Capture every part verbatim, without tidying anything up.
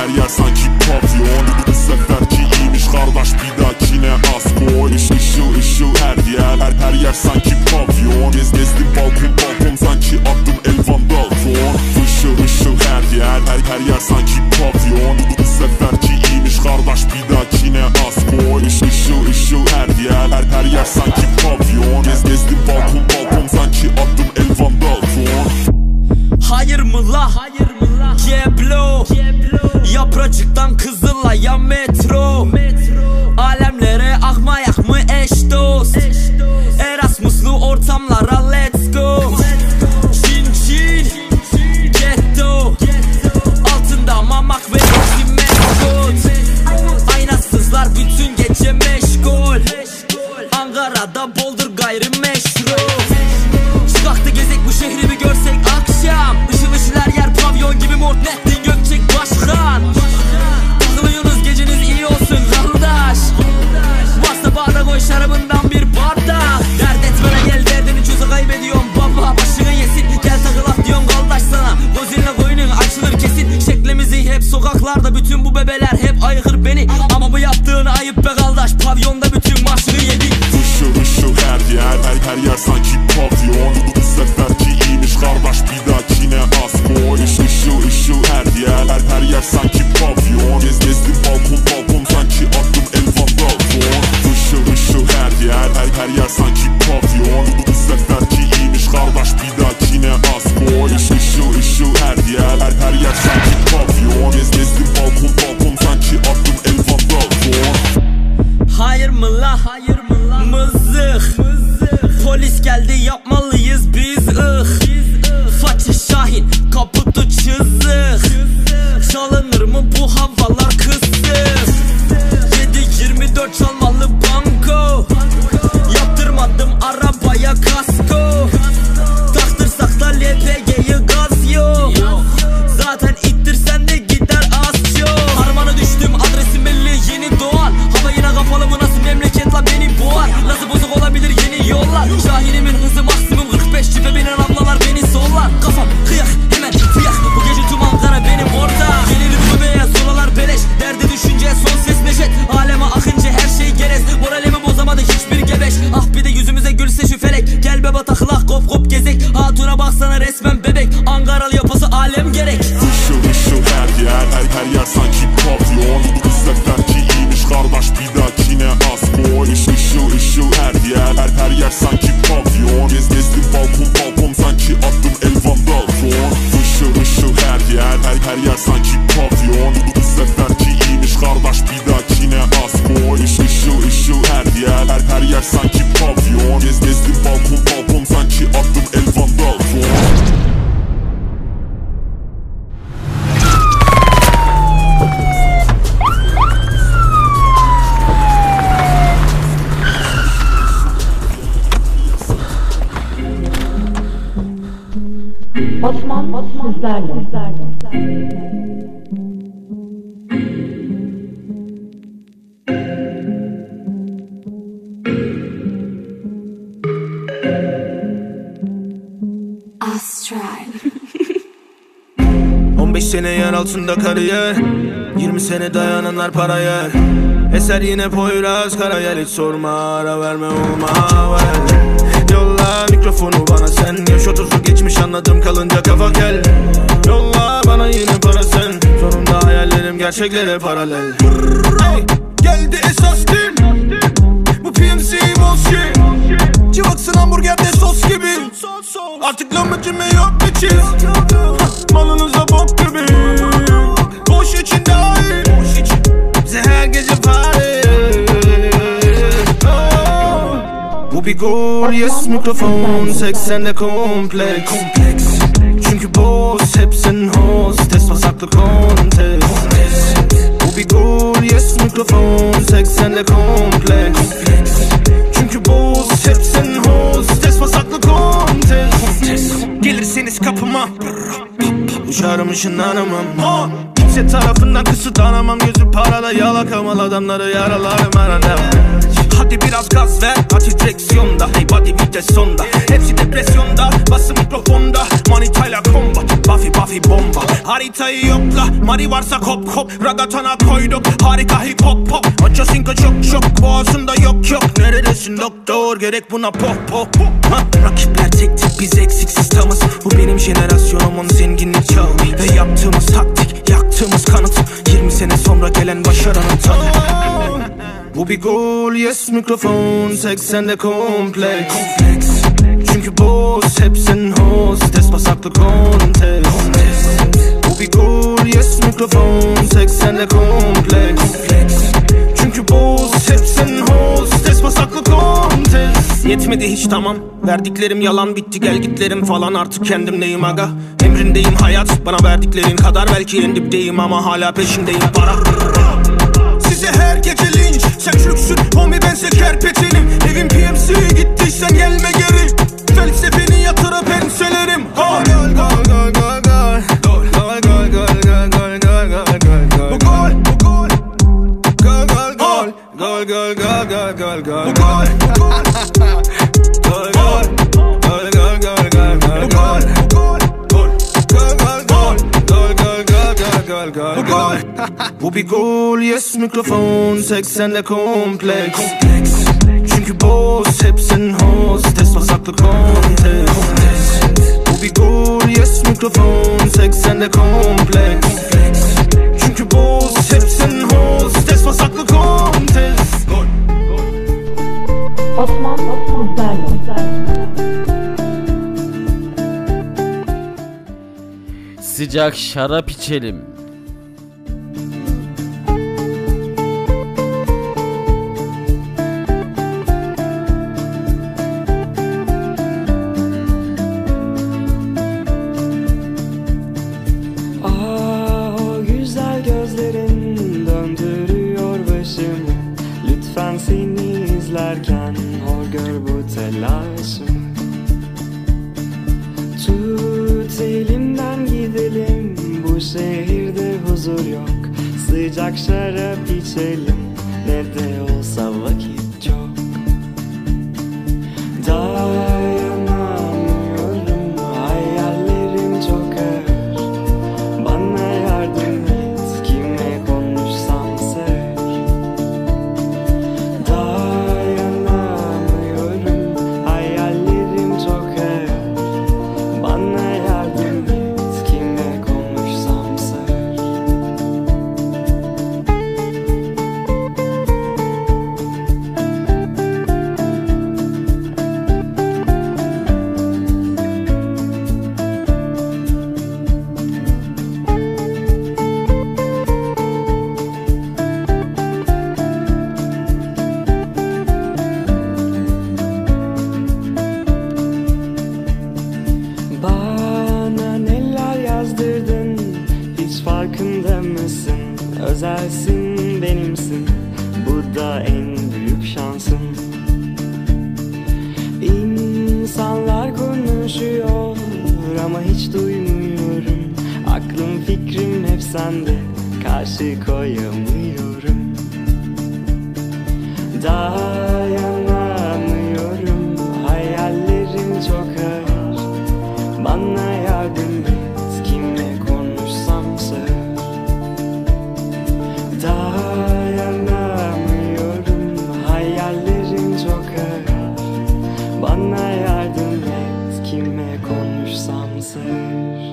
her yer sanki pavyon. Bu seferki iyiymiş kardeş, bir dahakine az koy. Işıl ışıl her yer, her, her yer sanki pavyon. Gez gezdim balkon balkon, sanki attım Elvan Dalton. Işıl ışıl her yer, her, her yer sanki pavyon. Bu seferki iyiymiş kardeş, bir dahakine az koy. Işıl ışıl her yer, her, her yer sanki pavyon. Gez gezdim balkon balkon, sanki attım Elvan Dalton. Hayır mı la? Hayır mı la? Geblo. Yapracıktan Kızılay'a metro. Alemlere akmayak mı eş dost? Erasmuslu ortamlara let's go. Çin Çin Ghetto. Altında mamak ve eski meskot. Aynasızlar bütün gece meşgul. Ankara'da boldur gayrimeşru. Çıkaktı gezek bu şehri bir görsek akşam. Işıl ışıl her yer pavyon gibi, Mortnettin Gökçek başkan. Takılıyorsunuz, geceniz iyi olsun kardeş. Varsa bağda koy şarabından bir bardak. Dert etmene gel, derdini çözü kaybediyorum baba. Başını yesin gel takılak diyorum kardeş sana. Gozinle koyunun açılır kesin. Şeklimizi hep sokaklarda, bütün bu bebeler hep aygır beni. Ama bu yaptığın ayıp be kardeş, pavyonda bütün maçını yedik. Işıl ışıl her yer, her, her yer sanki pavyon. Bu seferki iyiymiş kardeş, bir dahakine az koy. Işıl ışıl her yer, her, her yer sanki pavyon. Gez gezdim balkon balkon, sanki attım Elvan Dalton. Işıl ışıl her yer, her, her yer sanki pavyon. Bu seferki iyiymiş kardeş, bir dahakine az koy. Işıl ışıl her yer, her, her yer sanki pavyon. Gez gezdim balkon balkon, sanki attım Elvan Dalton. Hayır mı la? Hayır mı la? Mızık. Polis geldi, yapmalıyız biz ıh. Fatih Şahin kaputu çızık. Çalınır mı bu havalar kısık? yedi yirmi dört çalmalı banko. Yaptırmadım arabaya kasko. Taktırsak da L P G'yi gaz yok. Zaten ittirsen de gider az çok. Harmana düştüm, adresim belli, yeni doğan. Hava yine kapalı, bu nasıl memleket la, beni boğar. Nasıl bozuk olabilir yeni yollar? Şahinimin hızı maksimum kırk beş, cipe binen ablalar beni sollar. Kafam kıyak hemen fıyak, bu gece tüm Ankara benim orada. Gelirim bu beyaz oralar beleş, derdi düşünce son ses neşet. Aleme akınca her şey gerez, moralimi bozamadı hiçbir gebeş. Ah bir de yüzümüze gülse şu felek, gel be bataklık kop kop gezek. Hatuna baksana resmen bebek, Ankaralı yapısı alem gerek. Işıl ışıl her yer, her, her yer sanki pavyon. Bu seferki iyiymiş kardeş, bir dahakine az koy. Işıl ışıl her yer, her, her yer sanki pavyon. Gez gezdim balkon balkon, sanki attım Elvan Dalton. Işıl ışıl her yer, her, her yer sanki pavyon. Bu seferki iyiymiş kardeş, bir dahakine az koy. Işıl ışıl her yer, her, her yer sanki pavyon. Gez gezdim balkon balkon, sanki attım Elvan Dalton. Osman, Osman sizlerle. on beş sene yer altında kariyer, yirmi sene dayananlar para yer. Eser yine Poyraz Karayel, hiç sorma ara verme olma ver. Yolla mikrofonu bana sen, yaş otuzu geçmiş anladım kalınca kafa kel. Yolla bana yine para sen, sonunda hayallerim gerçeklere paralel. Hey, geldi esas tim, bu P M C bullshit. Civaksın hamburgerde sos gibi, artık lahmacun yok bir çiz. Malınıza bok gibi, boş için dahil, bize her gece party. Oh. Bu bir gol, yes mikrofon, seksende kompleks. Çünkü boss, hepsin hostes, pasaklı kontes. Bu bir gol, yes mikrofon, seksende kompleks. Çünkü boss, hepsin hostes, pasaklı kontes. Gelirseniz kapıma, uçarım ışınlanamam. Kimse tarafından kısıtlanamam, gözü parada yalakamal adamları yaralarım her an. Hadi biraz gaz ver, hadi direksiyonda. Hey body vites sonda. Hepsi depresyonda, bası mikrofonda. Manitayla combat, Buffy Buffy bomba. Haritayı yokla, mari varsa kop kop. Ragatana koyduk, harika hip hop pop. Maça sinka çok çok, boğazında yok yok. Neredesin doktor, gerek buna pop pop pop. Rakipler tek tek, biz eksiksiz tamız. Bu benim jenerasyonumun zenginlik çağı. Ve yaptığımız taktik, yaktığımız kanıt. Yirmi sene sonra gelen başarının tadı. Bu bir gol, yes mikrofon. seksende kompleks. Çünkü boss hep senin hostes. Pasaklı kontes. Bu bir gol, yes mikrofon. seksende kompleks. Çünkü boss hep senin hostes. Pasaklı kontes. Yetmedi hiç tamam. Verdiklerim yalan, bitti gel gitlerim falan. Artık kendimdeyim aga. Emrindeyim hayat. Bana verdiklerin kadar belki en dipteyim ama hala peşindeyim para. Size her gece linç. Sen çürüksün homie, bense kerpetenim. Evim P M C, gittiysen gelme geri. Felsefeni yatırıp enselerim. Gol gol gol gol gol gol. Gol gol gol gol gol gol gol gol. Bu gol bu gol. Gol gol gol. Gol gol gol gol gol gol. Bu gol bu gol. Gol gol. Gol gol gol gol gol. Bu gol bu gol. Gol gol gol. Gol gol gol gol gol. Bu gol. Bu bir gol, yes mikrofon. seksende kompleks. Çünkü boss hep senin hostes. Pasaklı kontes. Bu bir gol, yes mikrofon. seksende kompleks. Çünkü boss hep senin hostes. Pasaklı kontes. Gol. Osman Osman Sıcak şarap içelim. izlerken hor gör bu telaşımı. Tut elimden gidelim, bu şehirde huzur yok. Sıcak şarap içelim, ne de olsa vakit çok. Dayanamıyorum, hayallerim çok ağır. Bana yardım et, kime konuşsam sev. Dayanamıyorum, hayallerim çok ağır. Bana yardım et, kime konuşsam sev. Bana neler yazdırdın, hiç farkında mısın? Özelsin, benimsin, bu da en büyük şansın. İnsanlar konuşuyor ama hiç duymuyorum. Aklım fikrim hep sende, karşı koyamıyorum. Dayanamıyorum, hayallerim çok ağır. Bana yardım et, kime konuşsam söz. Dayanamıyorum, hayallerim çok ağır. Bana yardım et, kime konuşsam söz.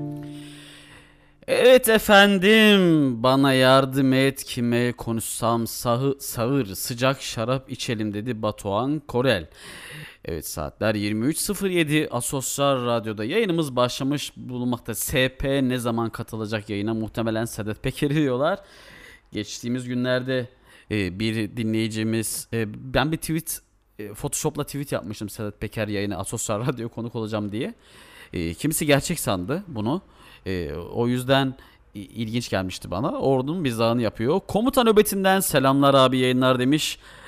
Evet efendim, bana yardım et, kime konuşsam sahı, sağır, sıcak şarap içelim dedi Batuhan Korel. Evet, saatler yirmi üç sıfır yedi, Asosyal Radyo'da yayınımız başlamış bulunmakta. S P ne zaman katılacak yayına? Muhtemelen Sedat Peker'i diyorlar. Geçtiğimiz günlerde e, bir dinleyicimiz, e, ben bir tweet, e, Photoshop'la tweet yapmıştım Sedat Peker yayına Asosyal Radyo konuk olacağım diye. E, kimisi gerçek sandı bunu. E, o yüzden ilginç gelmişti bana. Ordunun mizahını yapıyor. Komutan nöbetinden selamlar abi, yayınlar demiş.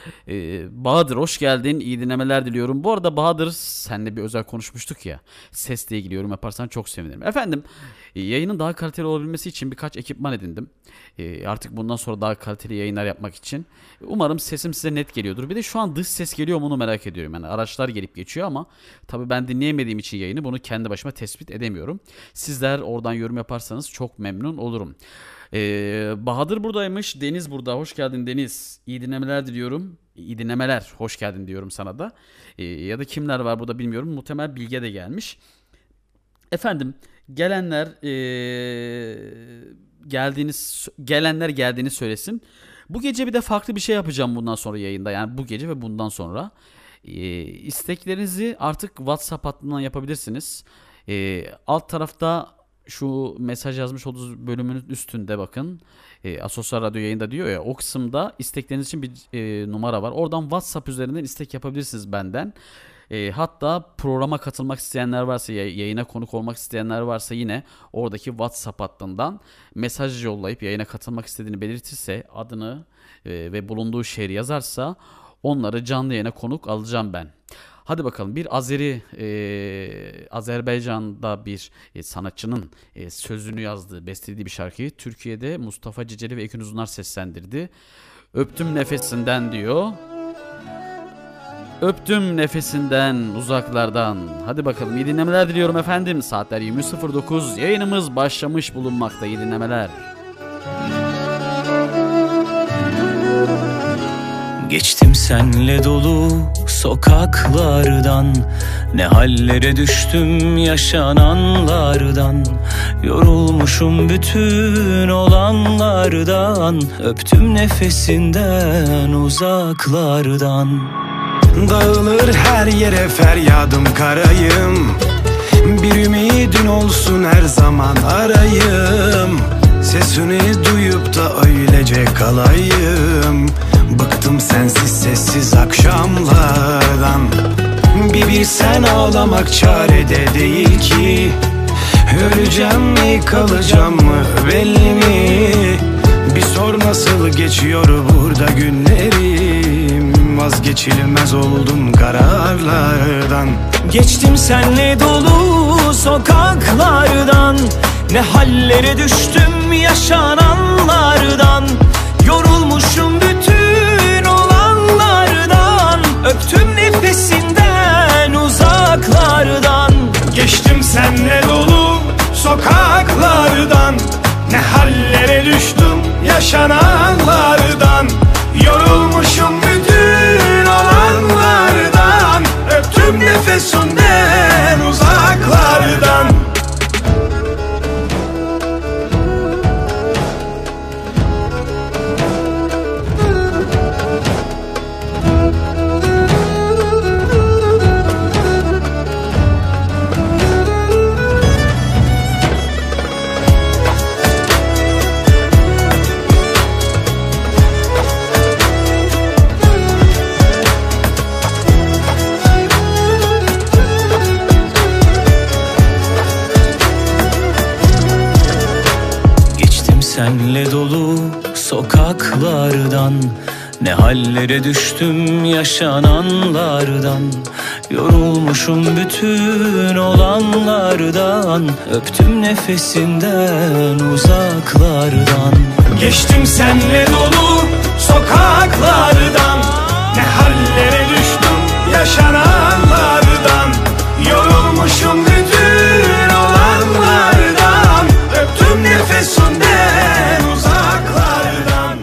Ee, Bahadır hoş geldin. İyi dinlemeler diliyorum. Bu arada Bahadır seninle bir özel konuşmuştuk ya. Sesle ilgili yorum yaparsan çok sevinirim. Efendim yayının daha kaliteli olabilmesi için birkaç ekipman edindim. Ee, artık bundan sonra daha kaliteli yayınlar yapmak için. Umarım sesim size net geliyordur. Bir de şu an dış ses geliyor mu onu merak ediyorum. Yani araçlar gelip geçiyor ama tabii ben dinleyemediğim için yayını bunu kendi başıma tespit edemiyorum. Sizler oradan yorum yaparsanız çok memnun olurum. Ee, Bahadır buradaymış. Deniz burada. Hoş geldin Deniz. İyi dinlemeler diliyorum. İyi dinlemeler. Hoş geldin diyorum sana da. Ee, ya da kimler var burada bilmiyorum. Muhtemel Bilge de gelmiş. Efendim gelenler ee, geldiğiniz gelenler geldiğini söylesin. Bu gece bir de farklı bir şey yapacağım bundan sonra yayında. Yani bu gece ve bundan sonra. Ee, isteklerinizi artık WhatsApp hattından yapabilirsiniz. Ee, alt tarafta şu mesaj yazmış olduğunuz bölümün üstünde bakın. E, Asosyal Radyo yayında diyor ya, o kısımda istekleriniz için bir e, numara var. Oradan WhatsApp üzerinden istek yapabilirsiniz benden. E, hatta programa katılmak isteyenler varsa, yayına konuk olmak isteyenler varsa yine oradaki WhatsApp hattından mesaj yollayıp yayına katılmak istediğini belirtirse, adını e, ve bulunduğu şehri yazarsa onları canlı yayına konuk alacağım ben. Hadi bakalım, bir Azeri, e, Azerbaycan'da bir e, sanatçının e, sözünü yazdığı, bestelediği bir şarkıyı Türkiye'de Mustafa Ceceli ve Ekin Uzunlar seslendirdi. Öptüm nefesinden diyor. Öptüm nefesinden uzaklardan. Hadi bakalım, iyi dinlemeler diliyorum efendim. Saatler yirmi üç sıfır dokuz, yayınımız başlamış bulunmakta. İyi dinlemeler. Geçtim senle dolu sokaklardan, ne hallere düştüm yaşananlardan. Yorulmuşum bütün olanlardan, öptüm nefesinden uzaklardan. Dağılır her yere feryadım karayım, bir ümidin olsun her zaman arayım. Sesini duyup da öylece kalayım. Bıktım sensiz sessiz akşamlardan. Bir bilsen ağlamak çarede değil ki. Öleceğim mi kalacağım mı belli mi? Bir sor nasıl geçiyor burada günlerim. Vazgeçilmez oldum kararlardan. Geçtim senle dolu sokaklardan, ne hallere düştüm yaşananlardan. Yorulmuşum bütün olanlardan, öptüm nefesinden uzaklardan. Geçtim senle dolu sokaklardan, ne hallere düştüm yaşananlardan. Yorulmuşum bütün olanlardan, öptüm nefesinden uzaklardan. Senle dolu sokaklardan, ne hallere düştüm yaşananlardan. Yorulmuşum bütün olanlardan, öptüm nefesinden uzaklardan. Geçtim senle dolu sokaklardan, ne hallere düştüm yaşananlardan. Yorulmuşum bütün olanlardan, öptüm nefesinden uzaklardan.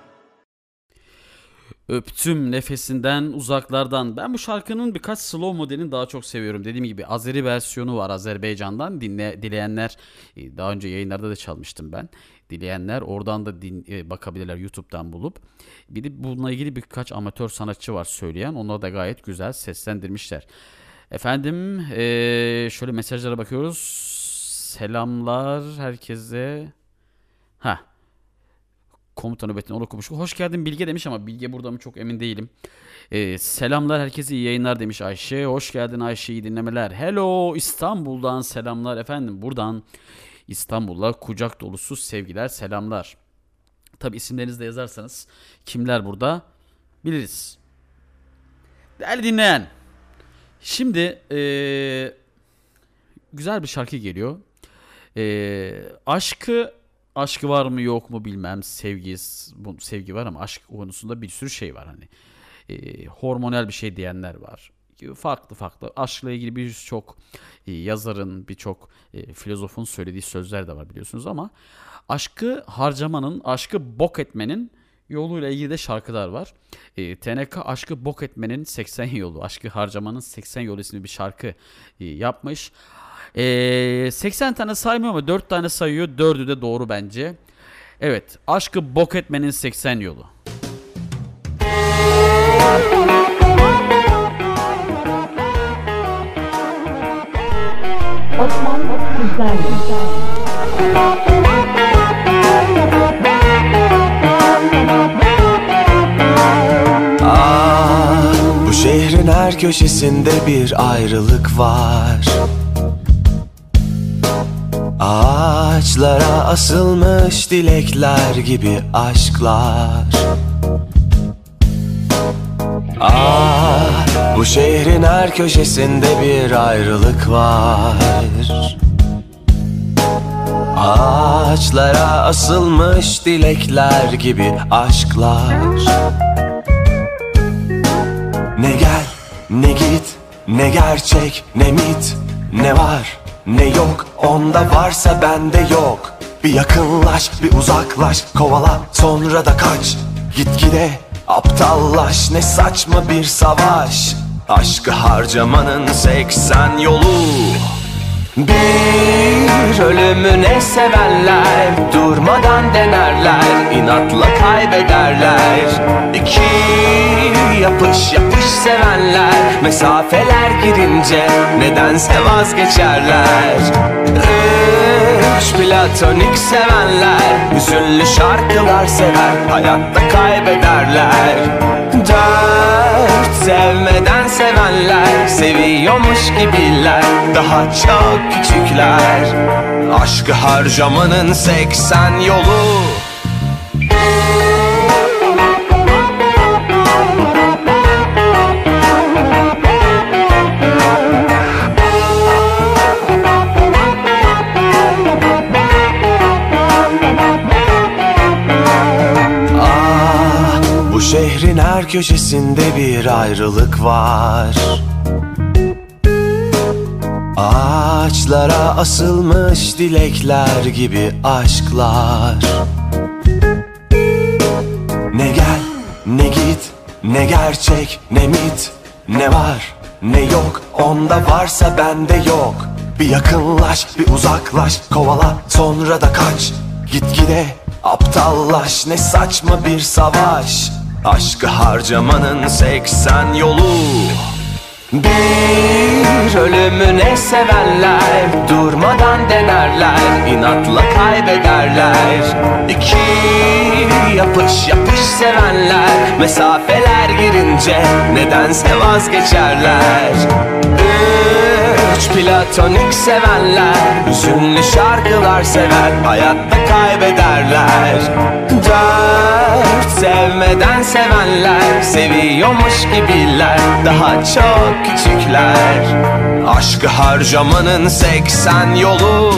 Öptüm nefesinden uzaklardan. Ben bu şarkının birkaç slow modelini daha çok seviyorum. Dediğim gibi Azeri versiyonu var Azerbaycan'dan. Dinle, dileyenler, daha önce yayınlarda da çalmıştım ben. Dileyenler oradan da din, e, bakabilirler, YouTube'dan bulup. Bir de bununla ilgili birkaç amatör sanatçı var söyleyen. Onları da gayet güzel seslendirmişler. Efendim ee, şöyle mesajlara bakıyoruz. Selamlar herkese. Ha. Komutan nöbetini onu okumuş. Hoş geldin Bilge demiş ama Bilge burada mı çok emin değilim. Ee, selamlar herkese, iyi yayınlar demiş Ayşe. Hoş geldin Ayşe, iyi dinlemeler. Hello İstanbul'dan selamlar efendim. Buradan İstanbul'a kucak dolusu sevgiler, selamlar. Tabi isimlerinizi de yazarsanız kimler burada biliriz. Değerli dinleyen, şimdi ee, güzel bir şarkı geliyor. Ee, aşkı aşkı var mı yok mu bilmem, sevgi bu sevgi var ama aşk konusunda bir sürü şey var hani. Ee, hormonal bir şey diyenler var. Farklı farklı aşkla ilgili birçok e, yazarın, birçok e, filozofun söylediği sözler de var biliyorsunuz ama aşkı harcamanın, aşkı bok etmenin yoluyla ilgili de şarkılar var. E, T N K aşkı bok etmenin seksen yolu, aşkı harcamanın seksen yolu isimli bir şarkı e, yapmış. E, seksen tane saymıyor ama dört tane sayıyor, dördü de doğru bence. Evet, aşkı bok etmenin seksen yolu. Osman Güzel. Ah, bu şehrin her köşesinde bir ayrılık var. Ağaçlara asılmış dilekler gibi aşklar. Ah, bu şehrin her köşesinde bir ayrılık var. Ağaçlara asılmış dilekler gibi aşklar. Ne gel, ne git, ne gerçek, ne mit, ne var, ne yok, onda varsa bende yok. Bir yakınlaş, bir uzaklaş, kovala, sonra da kaç. Gitgide aptallaş, ne saçma bir savaş. Aşkı harcamanın seksen yolu. Bir ölümüne sevenler durmadan denerler, inatla kaybederler. İki yapış yapış sevenler mesafeler girince nedense vazgeçerler. Üç platonik sevenler hüzünlü şarkılar sever, hayatta kaybederler. Dört sevmeden sevenler seviyormuş gibiler, daha çok küçükler. Aşkı harcamanın seksen yolu. Bu şehrin her köşesinde bir ayrılık var. Ağaçlara asılmış dilekler gibi aşklar. Ne gel, ne git, ne gerçek, ne mit, ne var, ne yok, onda varsa bende yok. Bir yakınlaş, bir uzaklaş, kovala, sonra da kaç. Gitgide aptallaş, ne saçma bir savaş. Aşkı harcamanın seksen yolu. Bir ölümüne sevenler durmadan denerler, inatla kaybederler. İki yapış yapış sevenler mesafeler girince nedense vazgeçerler. Üç platonik sevenler hüzünlü şarkılar sever, hayatta kaybederler. Dört sevmeden sevenler seviyormuş gibiler, daha çok küçükler. Aşkı harcamanın seksen yolu.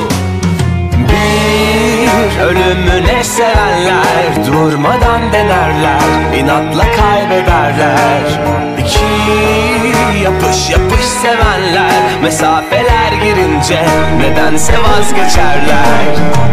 Bir ölümüne sevenler durmadan denerler, inatla kaybederler. İki yapış yapış sevenler mesafeler girince nedense vazgeçerler.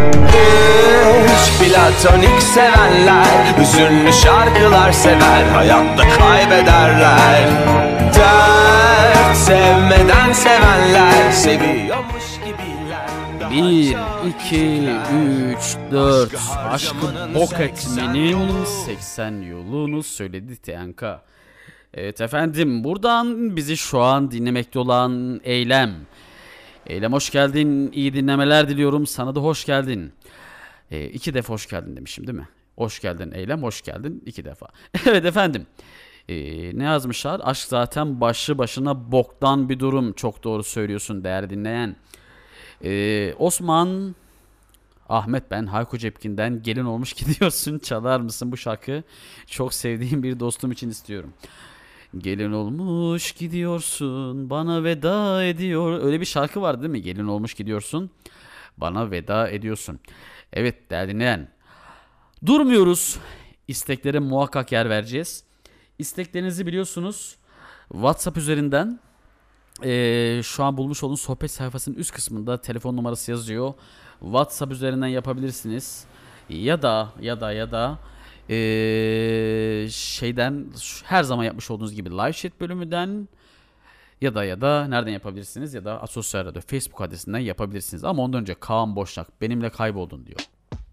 Üç platonik sevenler hüzünlü şarkılar sever, hayatta kaybederler. Dört sevmeden sevenler seviyormuş gibiler. Bir, iki, üç, dört. Aşkı bok etmenin seksen yolunu söyledi T N K. Evet efendim, buradan bizi şu an dinlemekte olan Eylem. Eylem hoş geldin, iyi dinlemeler diliyorum, sana da hoş geldin. E, iki defa hoş geldin demişim değil mi? Hoş geldin Eylem, hoş geldin iki defa. Evet efendim, e, ne yazmışlar? Aşk zaten başlı başına boktan bir durum. Çok doğru söylüyorsun değerli dinleyen. e, Osman Ahmet ben Hayko Cepkin'den gelin olmuş gidiyorsun. Çalar mısın bu şarkı? Çok sevdiğim bir dostum için istiyorum. Gelin olmuş gidiyorsun, bana veda ediyor. Öyle bir şarkı var değil mi? Gelin olmuş gidiyorsun, bana veda ediyorsun. Evet değerli dinleyen, durmuyoruz. İsteklere muhakkak yer vereceğiz. İsteklerinizi biliyorsunuz WhatsApp üzerinden ee, şu an bulmuş olduğunuz sohbet sayfasının üst kısmında telefon numarası yazıyor. WhatsApp üzerinden yapabilirsiniz. Ya da ya da ya da ee, şeyden her zaman yapmış olduğunuz gibi live chat bölümünden ya da ya da nereden yapabilirsiniz ya da Asosyal Radyo Facebook adresinden yapabilirsiniz. Ama ondan önce Kaan Boşnak benimle kayboldun diyor.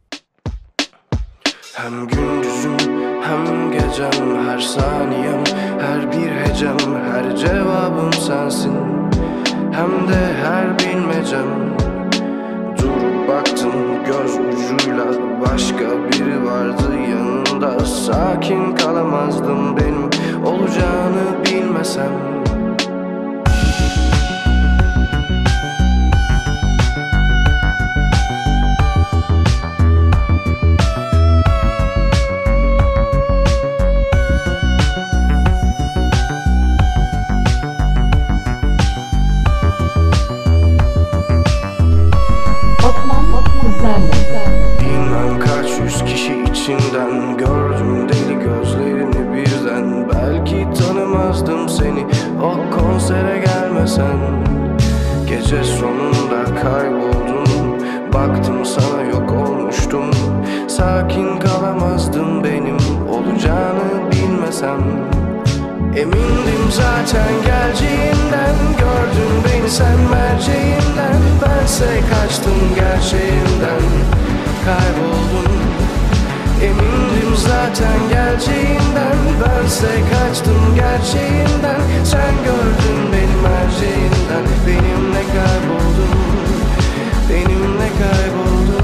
Hem gündüzüm hem gecem, her saniyem, her bir hecem, her cevabım sensin. Hem de her bilmecem. Durup baktım göz ucuyla, başka biri vardı yanında. Sakin kalamazdım benim olacağını bilmesem. Bilmem kaç yüz kişi içinden gördüm deli gözlerini birden. Belki tanımazdım seni o konsere gelmesen. Gece sonunda kayboldum, baktım sana yok olmuştum. Sakin kalamazdım benim olacağını bilmesem. Emindim zaten geleceğinden, gördün beni sen merceğinden. Bense kaçtım gerçeğinden, kayboldum. Emindim zaten geleceğinden, bense kaçtım gerçeğinden. Sen gördün beni merceğinden, benimle kayboldun, benimle kayboldun.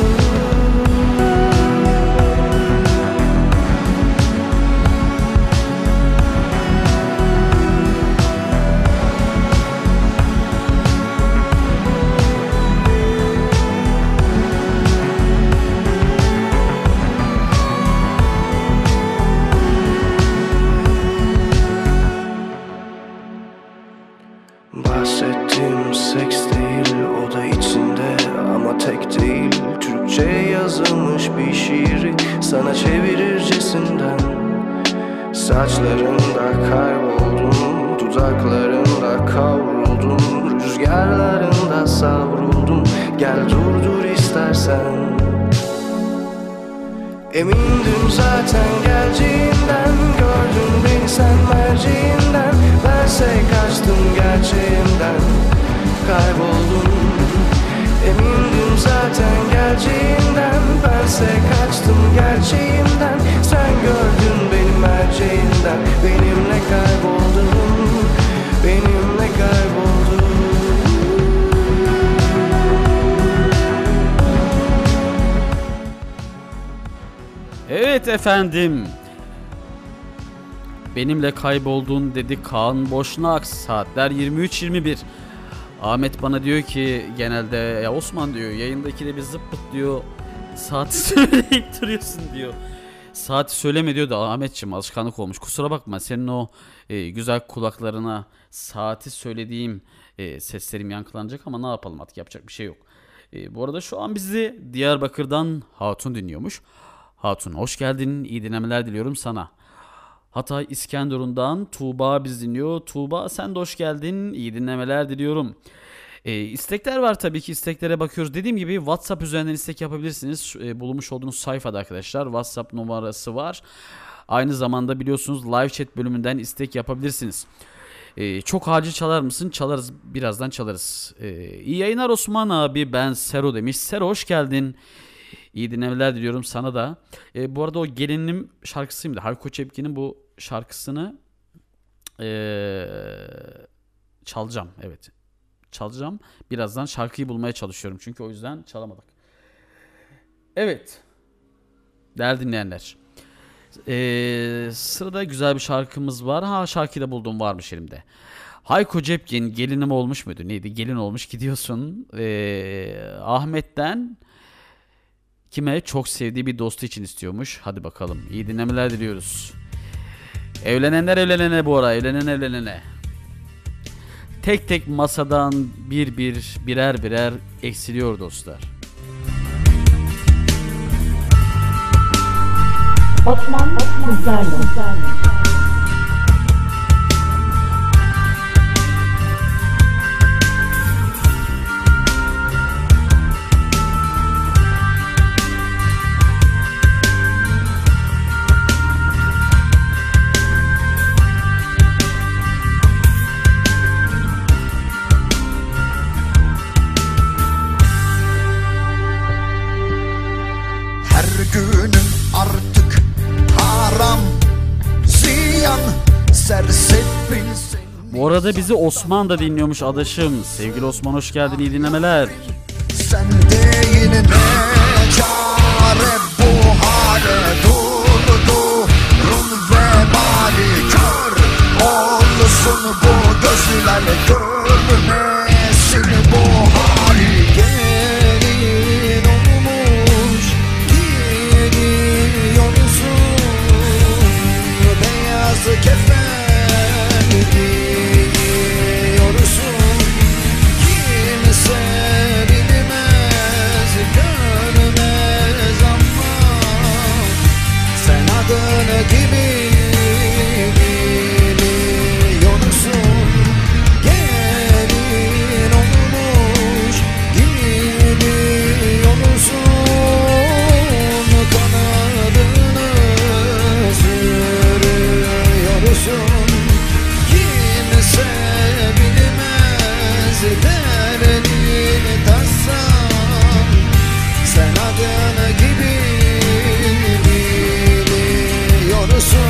Bahsettiğim seks değil, o da içinde ama tek değil. Türkçe yazılmış bir şiiri sana çevirircesinden. Saçlarında kayboldum, dudaklarında kavruldum, rüzgarlarında savruldum. Gel durdur istersen. Emindim zaten geleceğinden, gördün beni sen merceğinden. Bense kaçtım gerçeğimden, kayboldum. Emindim zaten geleceğinden, bense kaçtım gerçeğimden. Sen gördün beni merceğinden, benimle kayboldun, benimle kayboldun. Evet efendim. Benimle kayboldun dedi Kaan Boşnak. Saatler yirmi üç yirmi bir. Ahmet bana diyor ki genelde ya Osman diyor yayında ikide bir zıppıt diyor. Saati söyleyip duruyorsun diyor. Saati söyleme diyor da Ahmetciğim alışkanlık olmuş. Kusura bakma senin o e, güzel kulaklarına saati söylediğim e, seslerim yankılanacak ama ne yapalım artık yapacak bir şey yok. E, bu arada şu an bizi Diyarbakır'dan Hatun dinliyormuş. Hatun hoş geldin, iyi dinlemeler diliyorum sana. Hatay İskenderun'dan Tuğba biz dinliyor. Tuğba sen de hoş geldin, iyi dinlemeler diliyorum. E, istekler var tabii ki, isteklere bakıyoruz. Dediğim gibi WhatsApp üzerinden istek yapabilirsiniz. E, bulmuş olduğunuz sayfada arkadaşlar WhatsApp numarası var. Aynı zamanda biliyorsunuz live chat bölümünden istek yapabilirsiniz. E, çok acil çalar mısın? Çalarız, birazdan çalarız. E, iyi yayınlar Osman abi, ben Sero demiş. Sero hoş geldin. İyi dinlemeler diliyorum sana da. E, bu arada o gelinim şarkısıydı. Hayko Cepkin'in bu şarkısını e, çalacağım. Evet. Çalacağım. Birazdan şarkıyı bulmaya çalışıyorum. Çünkü o yüzden çalamadık. Evet. Değerli dinleyenler. E, sırada güzel bir şarkımız var. Ha şarkıyı da buldum, varmış elimde. Hayko Cepkin gelinim olmuş muydu? Neydi? Gelin olmuş gidiyorsun. E, Ahmet'ten Kime? Çok sevdiği bir dostu için istiyormuş. Hadi bakalım. İyi dinlemeler diliyoruz. Evlenenler evlenene bu ara. Evlenen evlenene. Tek tek masadan bir bir birer birer eksiliyor dostlar. Osman Kızlarlı. Günün artık haram, ziyan, sersefil seni. Bu arada bizi Osman da dinliyormuş adaşım. Sevgili Osman hoş geldin, iyi dinlemeler. Sen değil ne çare bu hale durdu Rum vebali kör olsun bu gözler görmesin bu hali. Gelin olmuş beyaz kefen giyiyorsun. Kimse bilmez, görmez ama sen adını gibi biliyorsun. Gelin olmuş giyiyorsun. Kanadını sürüyorsun. Kimse bilmez derdini tasan. Sen adını gibi biliyorsun.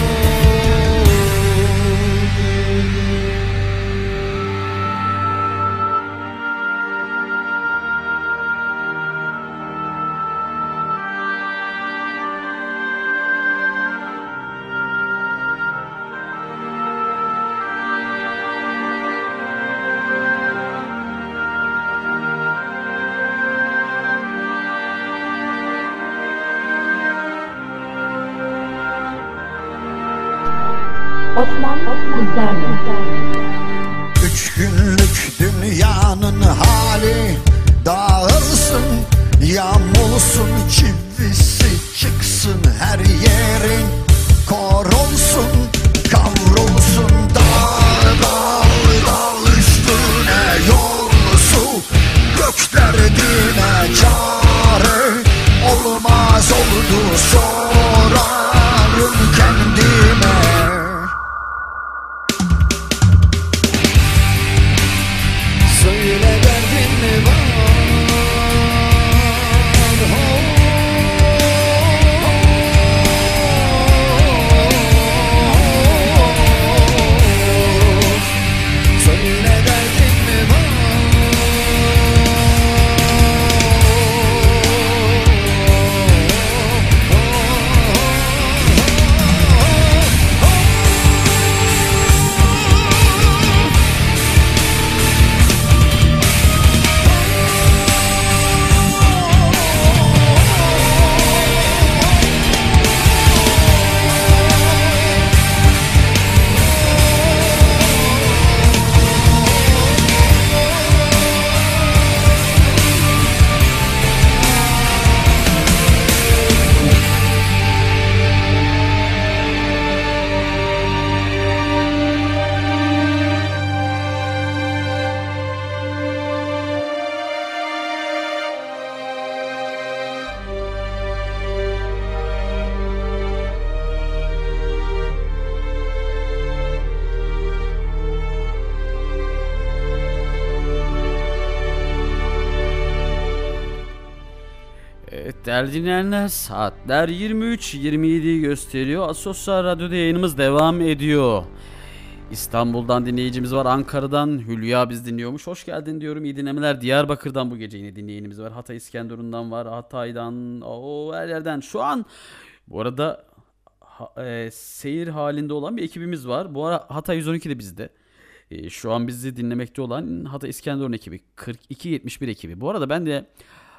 Osman Kızlarlı. Üç günlük dünyanın hali dağılsın, yağmursun, çivisi çıksın, her yerin korolsun, kavrulsun. Dağ dağ dağ üstüne yolsu, gök derdine çare olmaz oldu, sorarım kendime. Söyle derdin mi var? Söyle derdin mi var? Evet değerli dinleyenler, saatler yirmi üç yirmi yediyi gösteriyor. Asosyal Radyo'da yayınımız devam ediyor. İstanbul'dan dinleyicimiz var, Ankara'dan Hülya biz dinliyormuş. Hoş geldin diyorum, iyi dinlemeler. Diyarbakır'dan bu gece yine dinleyenimiz var. Hatay İskenderun'dan var, Hatay'dan, o her yerden. Şu an bu arada ha, e, seyir halinde olan bir ekibimiz var. Bu ara Hatay yüz on iki de bizde. E, şu an bizi dinlemekte olan Hatay İskenderun ekibi, kırk iki yetmiş bir ekibi. Bu arada ben de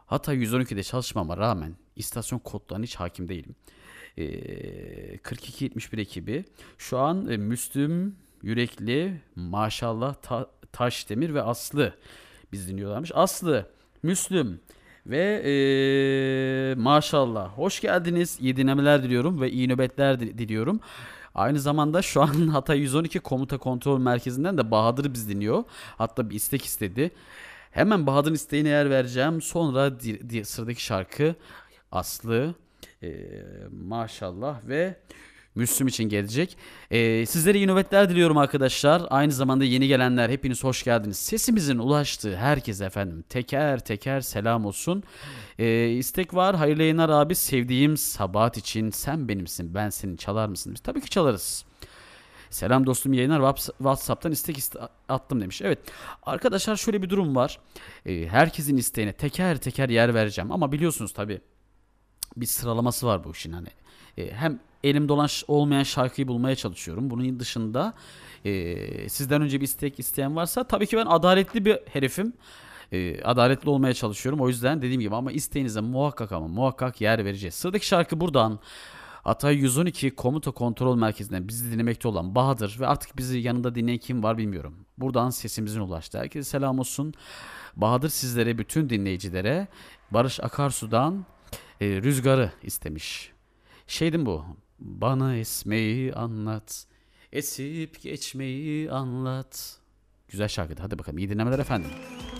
Hatay yüz on ikide çalışmama rağmen istasyon kodlarına hiç hakim değilim. Ee, kırk iki yetmiş bir ekibi şu an e, Müslüm, Yürekli, Maşallah, Ta- Taşdemir ve Aslı biz dinliyorlarmış. Aslı, Müslüm ve e, Maşallah hoş geldiniz. İyi dinlemeler diliyorum ve iyi nöbetler diliyorum. Aynı zamanda şu an Hatay yüz on iki Komuta Kontrol Merkezi'nden de Bahadır biz dinliyor. Hatta bir istek istedi. Hemen Bahadır'ın isteğine yer vereceğim. Sonra di- di- sıradaki şarkı Aslı, e, Maşallah ve Müslüm için gelecek. E, sizlere iyi nöbetler diliyorum arkadaşlar. Aynı zamanda yeni gelenler hepiniz hoş geldiniz. Sesimizin ulaştığı herkese efendim teker teker selam olsun. E, istek var. Hayırlı yayınlar abi. Sevdiğim Sabahat için sen benimsin ben senin çalar mısın? Tabii ki çalarız. Selam dostum yayınlar. WhatsApp'tan istek iste- attım demiş. Evet arkadaşlar şöyle bir durum var. Ee, herkesin isteğine teker teker yer vereceğim. Ama biliyorsunuz tabii bir sıralaması var bu işin. Hani ee, hem elimde olan olmayan şarkıyı bulmaya çalışıyorum. Bunun dışında e, sizden önce bir istek isteyen varsa tabii ki ben adaletli bir herifim. E, adaletli olmaya çalışıyorum. O yüzden dediğim gibi ama isteğinize muhakkak ama muhakkak yer vereceğiz. Sıradaki şarkı buradan. Hatay yüz on iki Komuta Kontrol Merkezi'nden bizi dinlemekte olan Bahadır ve artık bizi yanında dinleyen kim var bilmiyorum. Buradan sesimizin ulaştı. Herkese selam olsun. Bahadır sizlere, bütün dinleyicilere Barış Akarsu'dan e, Rüzgarı istemiş. Şeydim bu. Bana esmeyi anlat. Esip geçmeyi anlat. Güzel şarkıydı. Hadi bakalım. İyi dinlemeler efendim.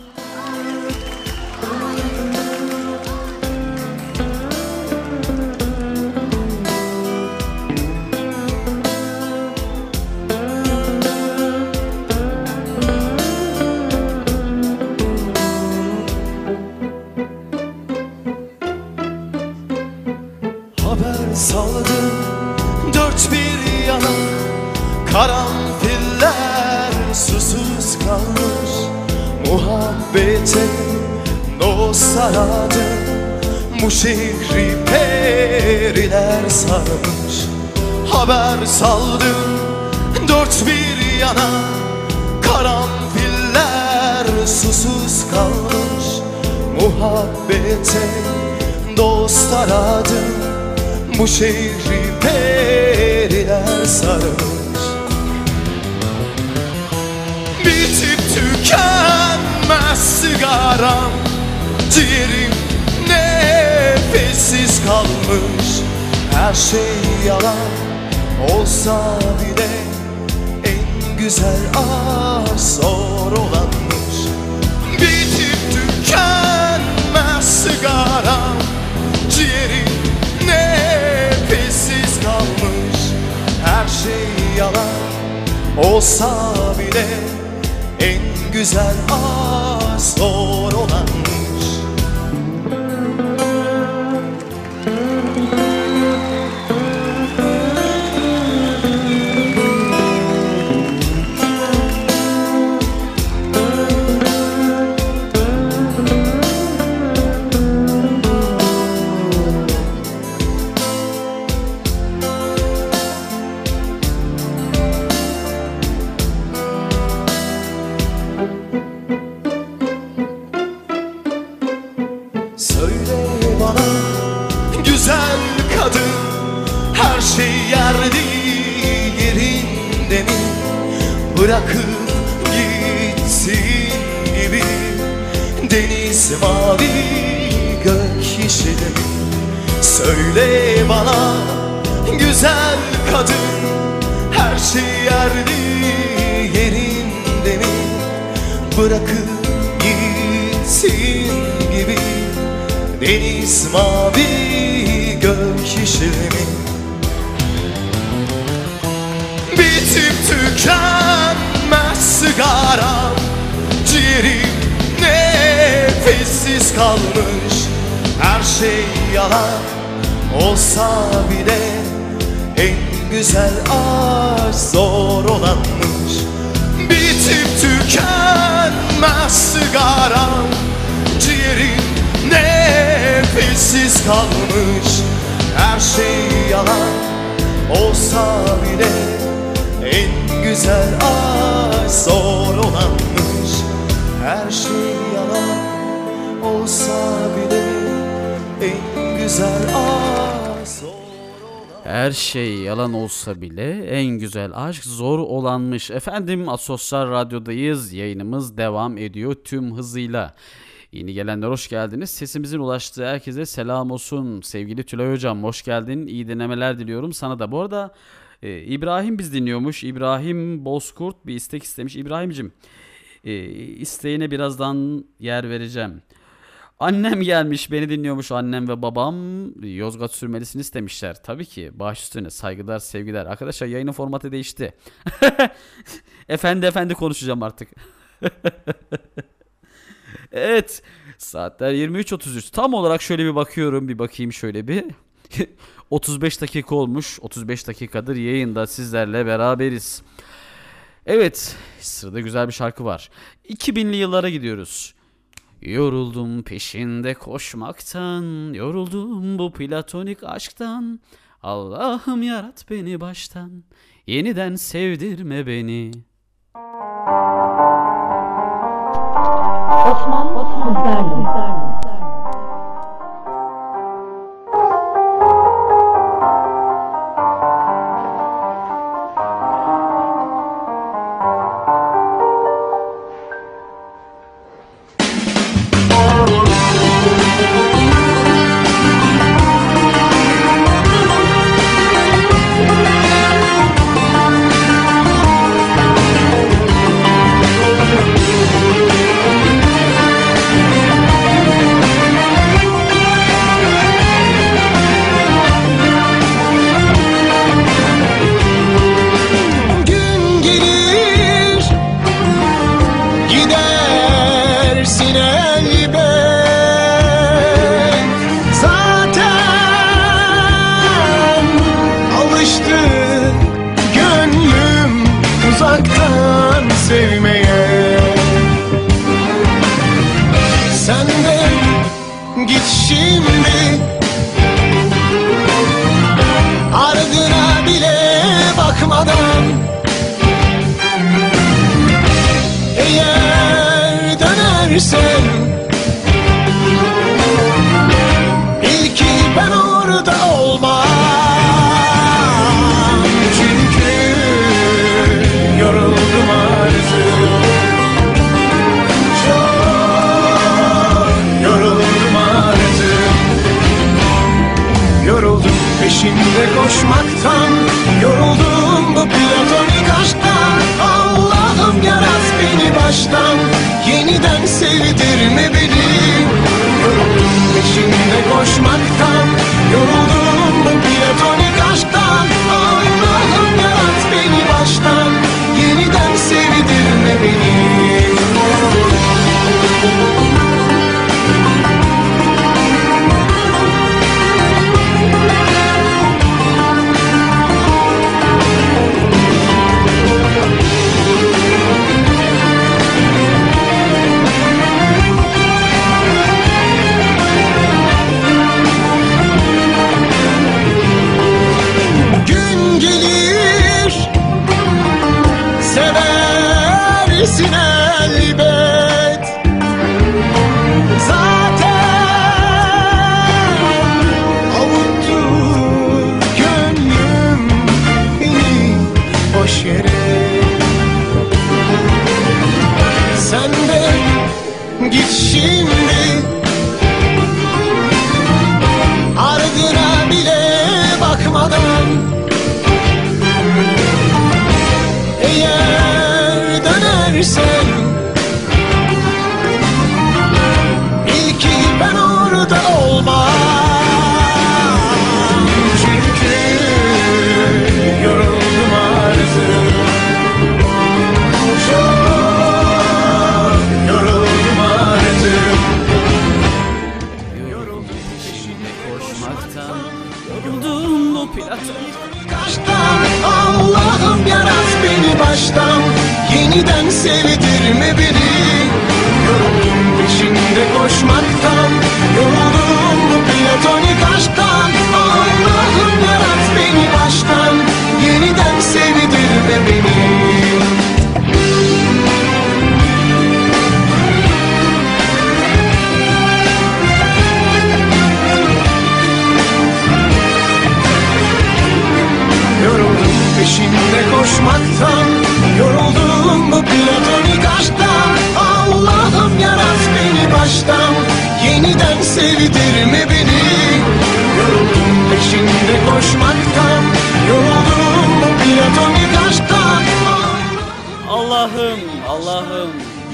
Haber saldım dört bir yana, karanfiller susuz kalmış. Muhabbete dost aradı, bu şehri periler sarmış. Haber saldım dört bir yana, karanfiller susuz kalmış. Muhabbete dost aradı, bu şehri periler sarmış. Bitip tükenmez sigaram, ciğerim nefessiz kalmış. Her şey yalan olsa bile en güzel aşk zor olanmış. Bitip tükenmez sigaram, ciğerim nefessiz kalmış. Her şey yalan olsa bile en güzel aşk zor olanmış. Bırakıp gitsin gibi deniz mavi gök yeşili. Söyle bana güzel kadın, her şey yerli yerinde mi? Bırakıp gitsin gibi deniz mavi gök yeşili mi? Bitip tükenmez sigaram, ciğerim nefessiz kalmış. Her şey yalan olsa bile en güzel aşk zor olanmış. Bitip tükenmez sigaram, ciğerim nefessiz kalmış. Her şey yalan olsa bile en güzel aşk zor olanmış. Her şey yalan olsa bile en güzel aşk. Her şey yalan olsa bile en güzel aşk zor olanmış. Efendim Asosyal Radyo'dayız. Yayınımız devam ediyor tüm hızıyla. Yeni gelenler hoş geldiniz. Sesimizin ulaştığı herkese selam olsun. Sevgili Tülay Hocam hoş geldin. İyi dinlemeler diliyorum sana da. Bu arada e, İbrahim biz dinliyormuş. İbrahim Bozkurt bir istek istemiş. İbrahim'cim e, isteğine birazdan yer vereceğim. Annem gelmiş beni dinliyormuş, annem ve babam Yozgat sürmelisini istemişler. Tabii ki baş üstüne saygılar sevgiler. Arkadaşlar yayının formatı değişti. Efendi efendi konuşacağım artık. Evet, saatler yirmi üç otuz üç. Tam olarak şöyle bir bakıyorum, bir bakayım şöyle bir. otuz beş dakika olmuş. otuz beş dakikadır yayında sizlerle beraberiz. Evet, sırada güzel bir şarkı var. iki binli yıllara gidiyoruz. Yoruldum peşinde koşmaktan, yoruldum bu platonik aşktan. Allah'ım yarat beni baştan, yeniden sevdirme beni. Osman Kızlarlı. peşinde koşmaktan, yoruldum bu platonik aşktan. Allah'ım yarat beni baştan, yeniden sevdirme beni. Yoruldum peşinde koşmaktan, yoruldum bu platonik aşktan. Allah'ım, Allah'ım,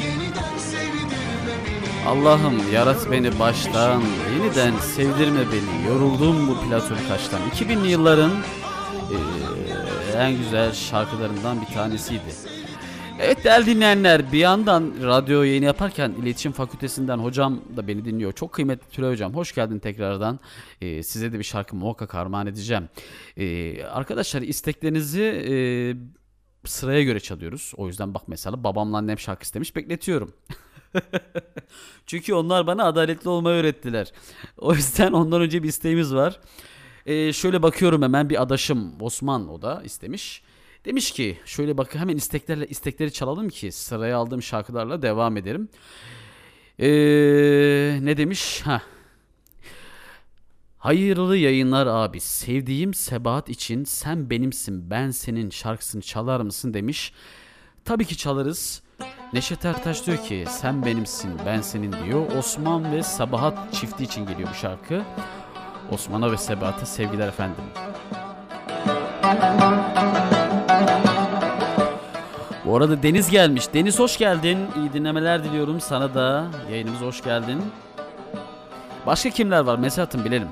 Allah'ım yarat beni baştan, yeniden sevdirme beni, yoruldum bu platonik aşktan. iki binli yılların e, en güzel şarkılarından bir tanesiydi. Evet değerli dinleyenler, bir yandan radyo yayını yaparken iletişim fakültesinden hocam da beni dinliyor. Çok kıymetli Tülay hocam, hoş geldin tekrardan. Ee, size de bir şarkı muhakkak armağan edeceğim. Ee, arkadaşlar isteklerinizi e, sıraya göre çalıyoruz. O yüzden bak mesela babamla annem şarkı istemiş, bekletiyorum. Çünkü onlar bana adaletli olmayı öğrettiler. O yüzden ondan önce bir isteğimiz var. Ee, şöyle bakıyorum hemen, bir adaşım Osman, o da istemiş. Demiş ki şöyle bak, hemen isteklerle istekleri çalalım ki sıraya aldığım şarkılarla devam edelim. Ee, ne demiş? Ha. Hayırlı yayınlar abi. Sevdiğim Sebahat için Sen Benimsin Ben Senin şarkısını çalar mısın demiş. Tabii ki çalarız. Neşet Ertaş diyor ki sen benimsin ben senin diyor. Osman ve Sabahat çifti için geliyor bu şarkı. Osman'a ve Sabahat'a sevgiler efendim. Bu arada Deniz gelmiş. Deniz hoş geldin. İyi dinlemeler diliyorum sana da. Yayınımıza hoş geldin. Başka kimler var? Mesaj atın bilelim.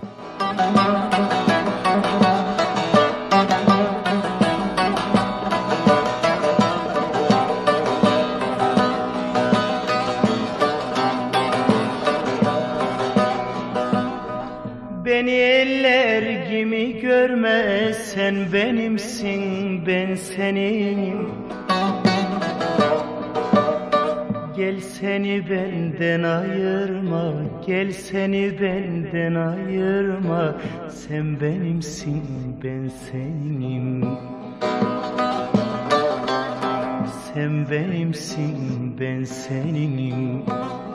Beni eller gibi görme, sen benimsin, ben senin. Gel seni benden ayırma, gel seni benden ayırma. Sen benimsin, ben senin. Sen benimsin, ben senin.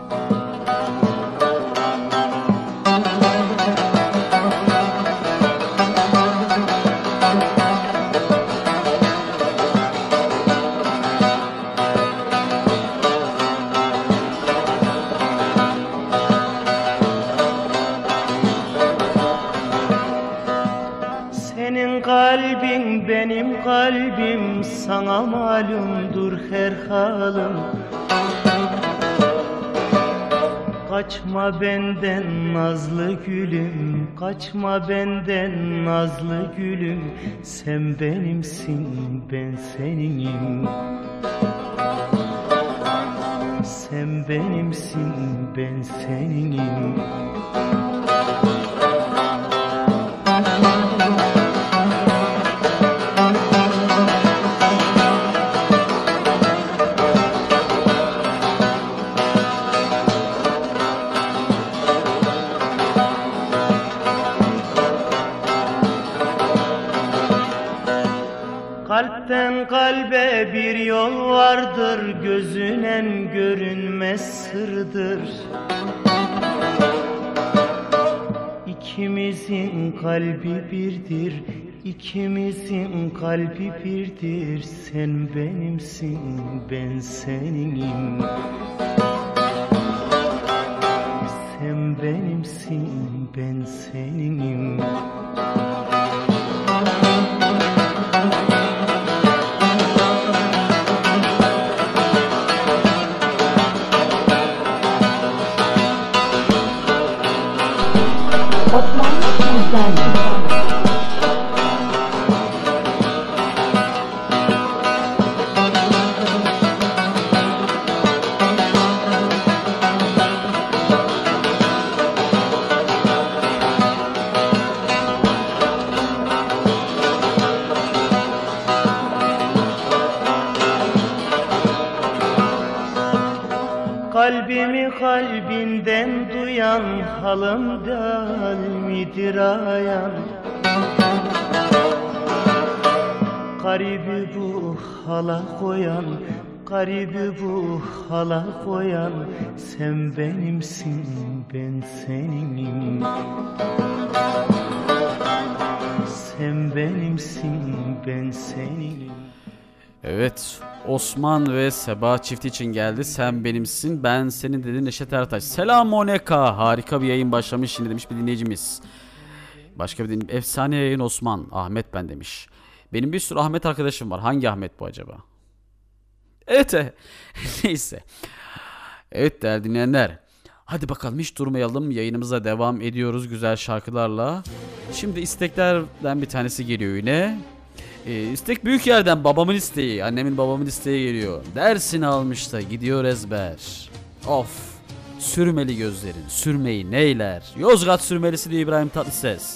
Kalbin benim kalbim, sana malumdur her halim. Kaçma benden nazlı gülüm, kaçma benden nazlı gülüm. Sen benimsin, ben seninim. Sen benimsin, ben seninim. Kalpten kalbe bir yol vardır, gözünen görünmez sırdır. İkimizin kalbi birdir, ikimizin kalbi birdir. Sen benimsin, ben seninim. Sen benimsin, ben seninim. Kalbimi kalbinden duyan, halımda hal midir ayan? Garibi bu hala koyan, garibi bu hala koyan, sen benimsin ben seninim. Sen benimsin ben seninim. Evet, Osman ve Seba çifti için geldi. Sen benimsin, ben senin dedi Neşet Ertaş. Selam Moneka, harika bir yayın başlamış şimdi demiş bir dinleyicimiz. Başka bir dinleyicimiz, efsane yayın Osman, Ahmet ben demiş. Benim bir sürü Ahmet arkadaşım var, hangi Ahmet bu acaba? Evet, neyse. Evet değerli dinleyenler, hadi bakalım hiç durmayalım, yayınımıza devam ediyoruz güzel şarkılarla. Şimdi isteklerden bir tanesi geliyor yine. Ee, istek büyük yerden, babamın isteği, annemin babamın isteği geliyor. Dersini almış da gidiyor ezber. Of, sürmeli gözlerin sürmeyi neyler. Yozgat sürmelisi diyor İbrahim Tatlıses.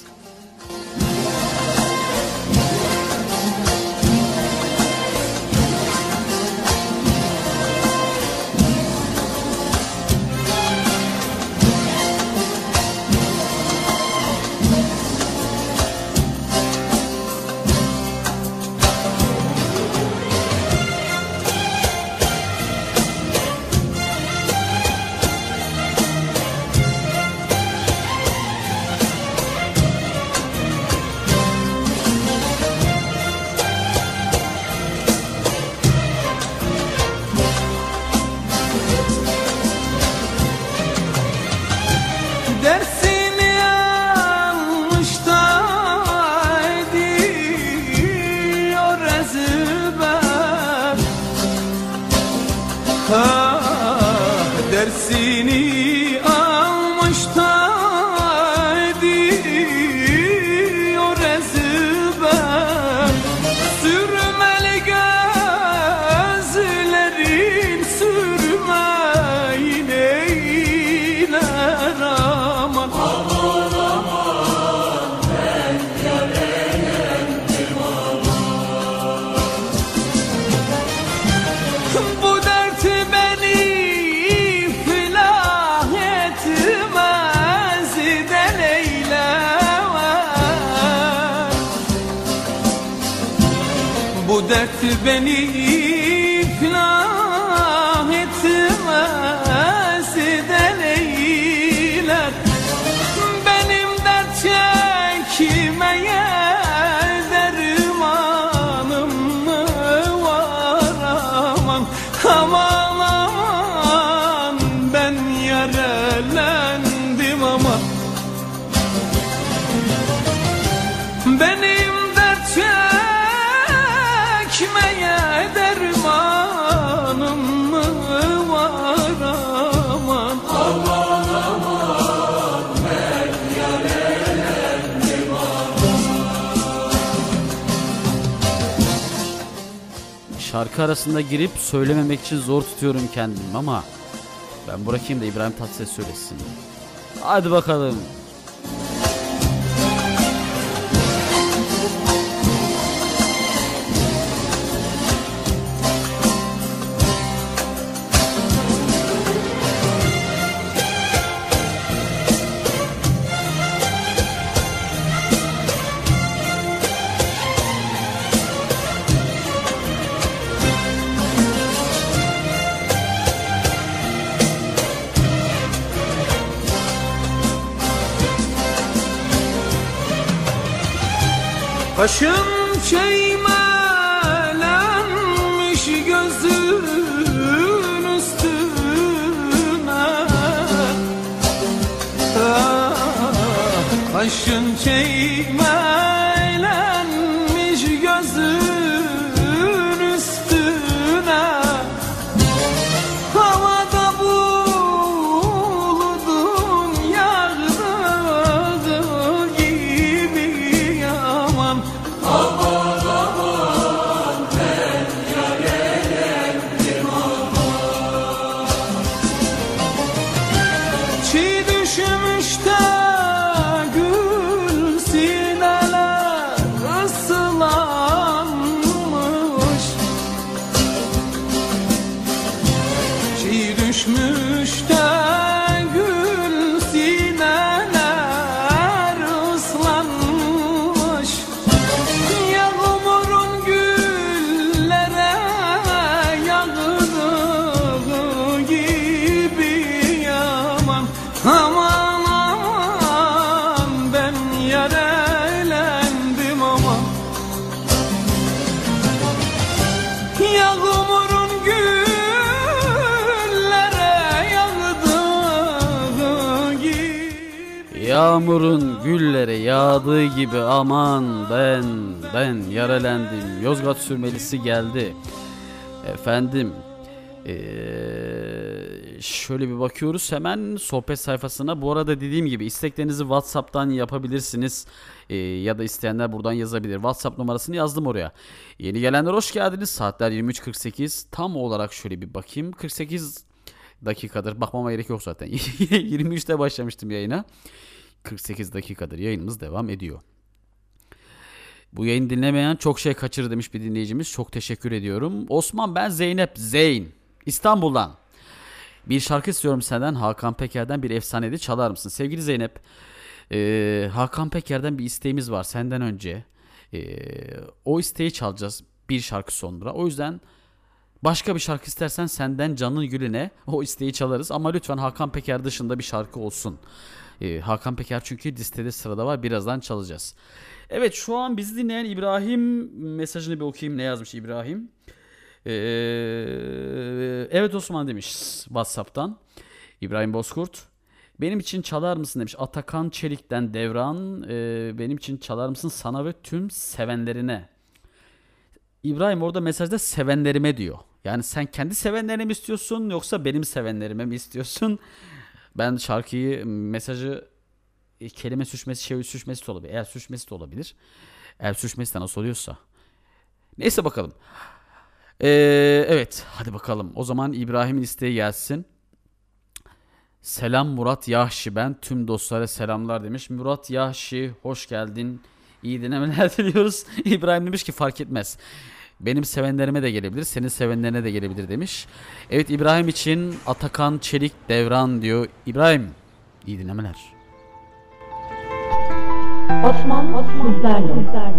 Dersini almış da ediyor ezber. Sürmeli gözlerin sürmeyin eyler aman. Aman aman ben yarendim aman. Bu dert beni Bu dert beni iflah etmez deneyler. Benim dert çekmeye dermanım mı var aman. Aman aman ben yarelendim aman. Benim dert çekmeye dermanım mı var aman. Aman aman ben yarelendim aman. Şarkı arasında girip söylememek için zor tutuyorum kendimi ama ben bırakayım da İbrahim Tatlıses söylesin. Hadi bakalım. Kaşım çeymelenmiş gözün üstüne. Ah, kaşın çeymelenmiş gözün üstüne. Havada buludun yağdığı gibi yaman. Aman aman ben yarelendim aman. Çiğ düşmüş de gül sineler Yağmurun güllere yağdığı gibi aman ben ben yaralandım. Yozgat sürmelisi geldi. Efendim ee, şöyle bir bakıyoruz hemen sohbet sayfasına. Bu arada dediğim gibi isteklerinizi WhatsApp'tan yapabilirsiniz. Ee, ya da isteyenler buradan yazabilir. WhatsApp numarasını yazdım oraya. Yeni gelenler hoş geldiniz. Saatler yirmi üç kırk sekiz. Tam olarak şöyle bir bakayım. kırk sekiz dakikadır. Bakmama gerek yok zaten. yirmi üçte başlamıştım yayına. kırk sekiz dakikadır yayınımız devam ediyor. Bu yayını dinlemeyen çok şey kaçırır demiş bir dinleyicimiz. Çok teşekkür ediyorum. Osman ben Zeynep Zeyn. İstanbul'dan. Bir şarkı istiyorum senden. Hakan Peker'den bir efsaneydi. Çalar mısın? Sevgili Zeynep. Ee, Hakan Peker'den bir isteğimiz var senden önce. Ee, o isteği çalacağız bir şarkı sonra. O yüzden başka bir şarkı istersen senden canın gülüne o isteği çalarız. Ama lütfen Hakan Peker dışında bir şarkı olsun. Ee, Hakan Peker çünkü listede sırada var. Birazdan çalacağız. Evet şu an bizi dinleyen İbrahim mesajını bir okuyayım. Ne yazmış İbrahim? Ee, evet Osman demiş WhatsApp'tan. İbrahim Bozkurt. Benim için çalar mısın demiş. Atakan Çelik'ten Devran. E, benim için çalar mısın sana ve tüm sevenlerine. İbrahim orada mesajda sevenlerime diyor. Yani sen kendi sevenlerine mi istiyorsun yoksa benim sevenlerime mi istiyorsun? Ben şarkıyı, mesajı kelime sürçmesi, şey sürçmesi de olabilir. Eğer sürçmesi de olabilir. Eğer sürçmesi de nasıl oluyorsa. Neyse bakalım. Ee, evet hadi bakalım. O zaman İbrahim'in isteği gelsin. Selam Murat Yahşi ben tüm dostlara selamlar demiş. Murat Yahşi hoş geldin. İyi dinlemeler diliyoruz. İbrahim demiş ki fark etmez. Benim sevenlerime de gelebilir, senin sevenlerine de gelebilir demiş. Evet İbrahim için Atakan Çelik Devran diyor. İbrahim iyi dinlemeler. Osman Osman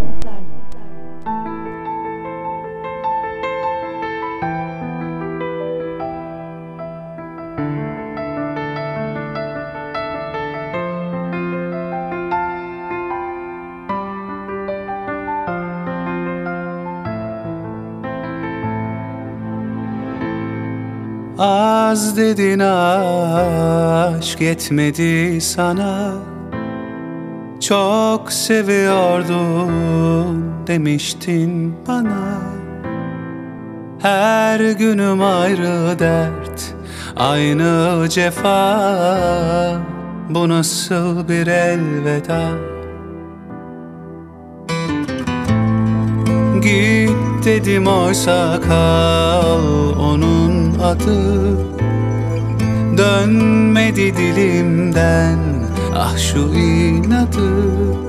Az dedin aşk yetmedi sana, çok seviyordum demiştin bana. Her günüm ayrı dert, aynı cefa, bu nasıl bir elveda? Git dedim oysa kal onun adı, dönmedi dilimden ah şu inadı.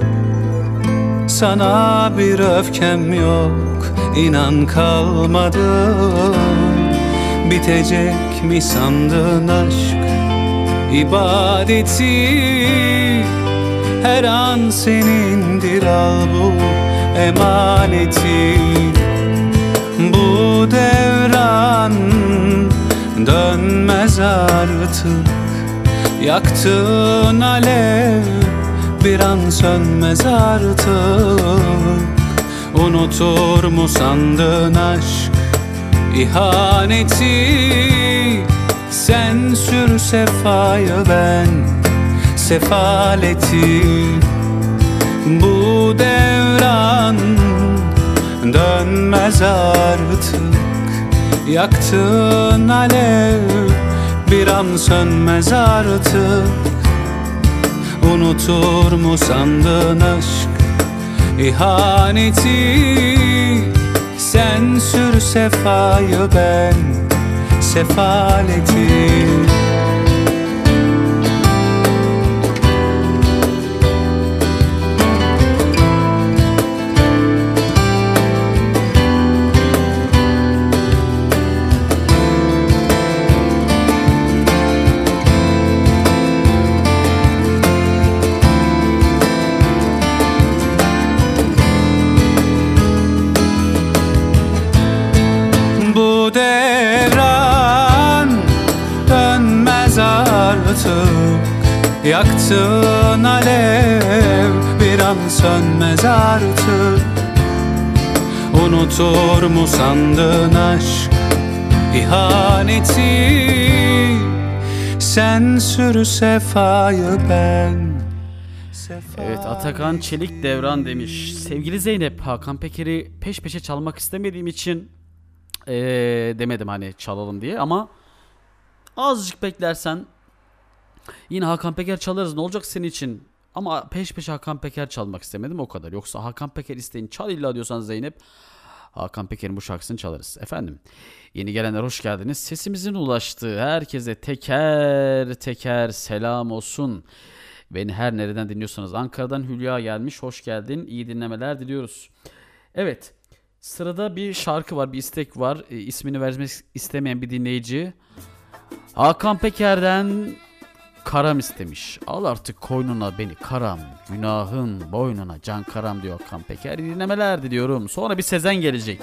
Sana bir öfkem yok, inan kalmadı. Bitecek mi sandın aşk ibadeti? Her an senindir al bu emaneti. Bu devran dönmez artık, yaktığın alev bir an sönmez artık. Unutur mu sandın aşk ihaneti? Sen sür sefayı ben sefaleti. Bu devran dönmez artık, yaktığın alev bir an sönmez artık. Unutur mu sandın aşk ihaneti? Sen sür sefayı ben sefaleti. Yaktığın alev bir an sönmez artık. Unutur mu sandın aşk ihaneti? Sen sür sefayı ben Evet, Atakan Çelik Devran demiş. Sevgili Zeynep, Hakan Peker'i peş peşe çalmak istemediğim için ee, demedim hani çalalım diye, ama azıcık beklersen yine Hakan Peker çalarız, ne olacak senin için, ama peş peşe Hakan Peker çalmak istemedim, o kadar. Yoksa Hakan Peker isteyin çal illa diyorsan Zeynep, Hakan Peker'in bu şarkısını çalarız. Efendim, yeni gelenler hoş geldiniz. Sesimizin ulaştığı herkese teker teker selam olsun. Beni her nereden dinliyorsanız, Ankara'dan Hülya gelmiş, hoş geldin, iyi dinlemeler diliyoruz. Evet, sırada bir şarkı var, bir istek var. E, ismini vermek istemeyen bir dinleyici Hakan Peker'den Karam istemiş. Al artık koynuna beni Karam, günahın boynuna can Karam diyor Hakan Peker. İyi dinlemeler diliyorum. Sonra bir Sezen gelecek.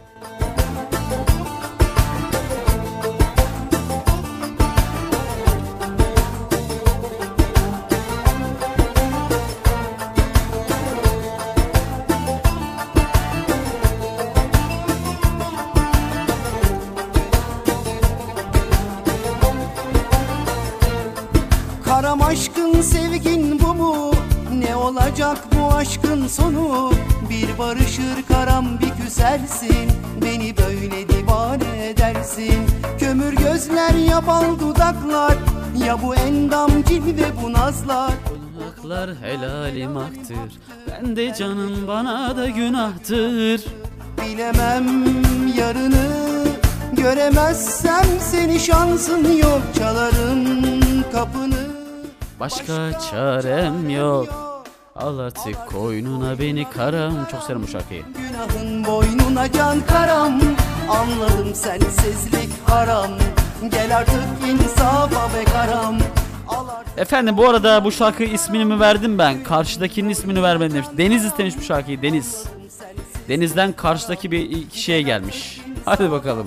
Karam aşkın sevgin bu mu? Ne olacak bu aşkın sonu? Bir barışır Karam bir küsersin, beni böyle divane edersin. Kömür gözler ya bal dudaklar, ya bu endam cilve bu nazlar. Kulaklar helalim aktır, ben de canım bana da günahtır. Bilemem yarını, göremezsem seni şansın yok. Çalarım kapını, başka çarem yok. Al artık koynuna beni Karam. Çok severim bu şarkıyı. Günahın boynuna can Karam, anladım sensizlik haram. Gel artık insafa be Karam. Efendim, bu arada bu şarkı ismini mi verdim ben? Karşıdakinin ismini vermedim demiş. Deniz istemiş bu şarkıyı, Deniz. Deniz'den karşıdaki bir kişiye gelmiş. Hadi bakalım.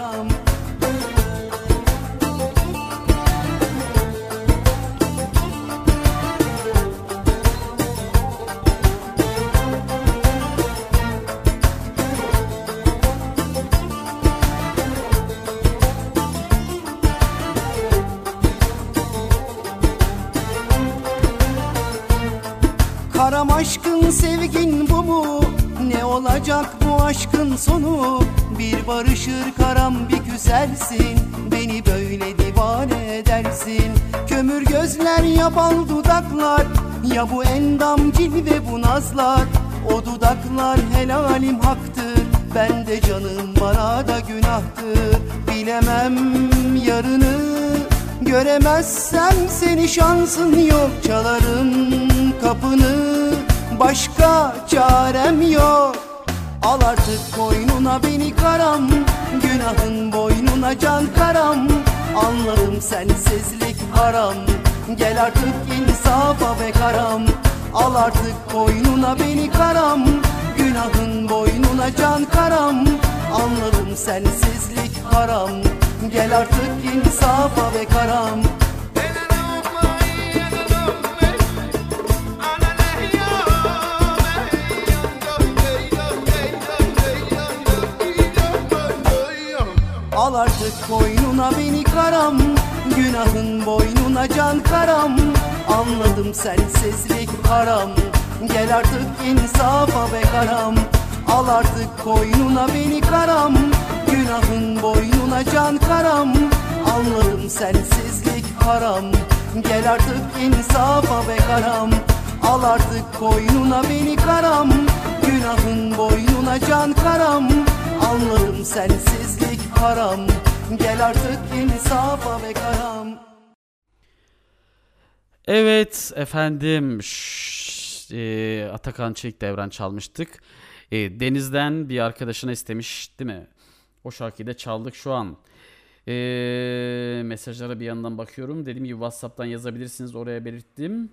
Karam aşkın sevgin bu mu? Ne olacak bu aşkın sonu? Bir barışır Karam bir küsersin, beni böyle divane edersin. Kömür gözler ya bal dudaklar, ya bu endam cilve bu nazlar. O dudaklar helalim haktır, ben de canım bana da günahtır. Bilemem yarını, göremezsem seni şansın yok. Çalarım kapını, başka çarem yok. Al artık koynuna beni Karam, günahın boynuna can Karam. Anladım sensizlik haram, gel artık insafa be Karam. Al artık koynuna beni Karam, günahın boynuna can Karam. Anladım sensizlik haram, gel artık insafa be Karam. Al artık koynuna beni Karam, günahın boynuna can Karam. Anladım sensizlik haram, gel artık insafa be Karam. Al artık koynuna beni Karam, günahın boynuna can Karam. Anladım sensizlik haram, gel artık insafa be Karam. Al artık koynuna beni Karam, günahın boynuna can Karam. Anladım sensizlik haram, gel artık insafa be Karam. Evet efendim, Şşş, e, Atakan Çelik Devran çalmıştık. E, Deniz'den bir arkadaşına istemiş değil mi? O şarkıyı da çaldık şu an. E, mesajlara bir yandan bakıyorum. Dediğim gibi WhatsApp'tan yazabilirsiniz, oraya belirttim.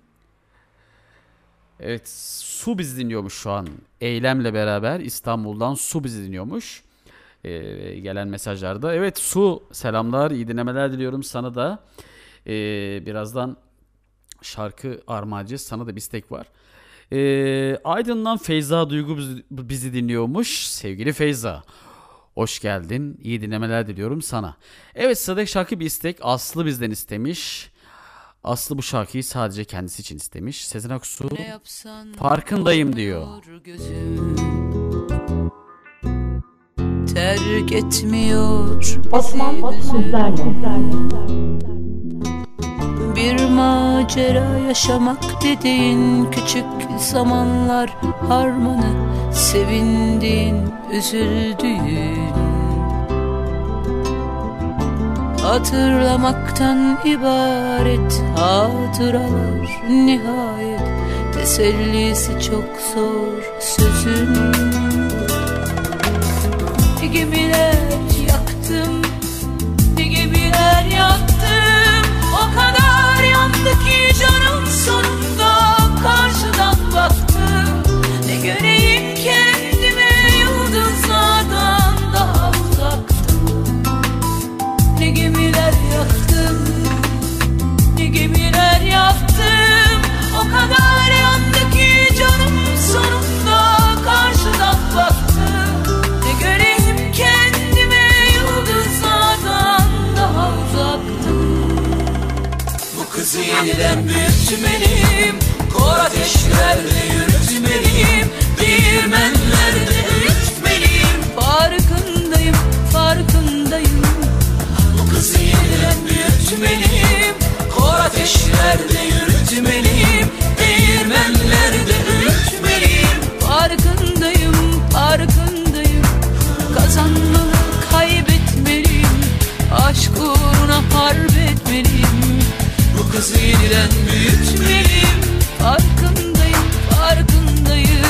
Evet, Su bizi dinliyormuş şu an. Eylem'le beraber İstanbul'dan Su bizi dinliyormuş. Ee, gelen mesajlarda. Evet Su, selamlar, iyi dinlemeler diliyorum sana da. Ee, birazdan şarkı armağacı, sana da bir istek var. Ee, Aydın'dan Feyza Duygu bizi, bizi dinliyormuş. Sevgili Feyza, hoş geldin, iyi dinlemeler diliyorum sana. Evet, sıradaki şarkı bir istek. Aslı bizden istemiş. Aslı bu şarkıyı sadece kendisi için istemiş. Sezen Aksu farkındayım diyor. Gözüm terk etmiyor Osman Osman bir macera yaşamak dediğin küçük zamanlar harmanı, sevindiğin, üzüldüğün, hatırlamaktan ibaret hatıralar nihayet, tesellisi çok zor sözün. Ne gemiler yaktım, ne gemiler yaktım, o kadar yandı ki canım sonunda karşıdan baktım. Ne göreyim kendime yıldızlardan daha uzaktım. Ne gemiler yaktım, ne gemiler yaktım, o kadar yandı ki canım sonunda karşıdan baktım. Ne göreyim kendime yıldızlardan daha uzaktım. Bu kızı yeniden büyütmeliyim, kor ateşlerle yürütmeliyim, değirmenlerde öğütmeliyim. Farkındayım, farkındayım. Bu kızı yeniden büyütmeliyim, kor ateşlerde yürütmeliyim, değirmenlerde öğütmeliyim. Farkındayım, farkındayım. Kazanmalı kaybetmeliyim, aşk uğruna harp etmeliyim. Bu kızı yeniden büyütmeliyim. Farkındayım, farkındayım.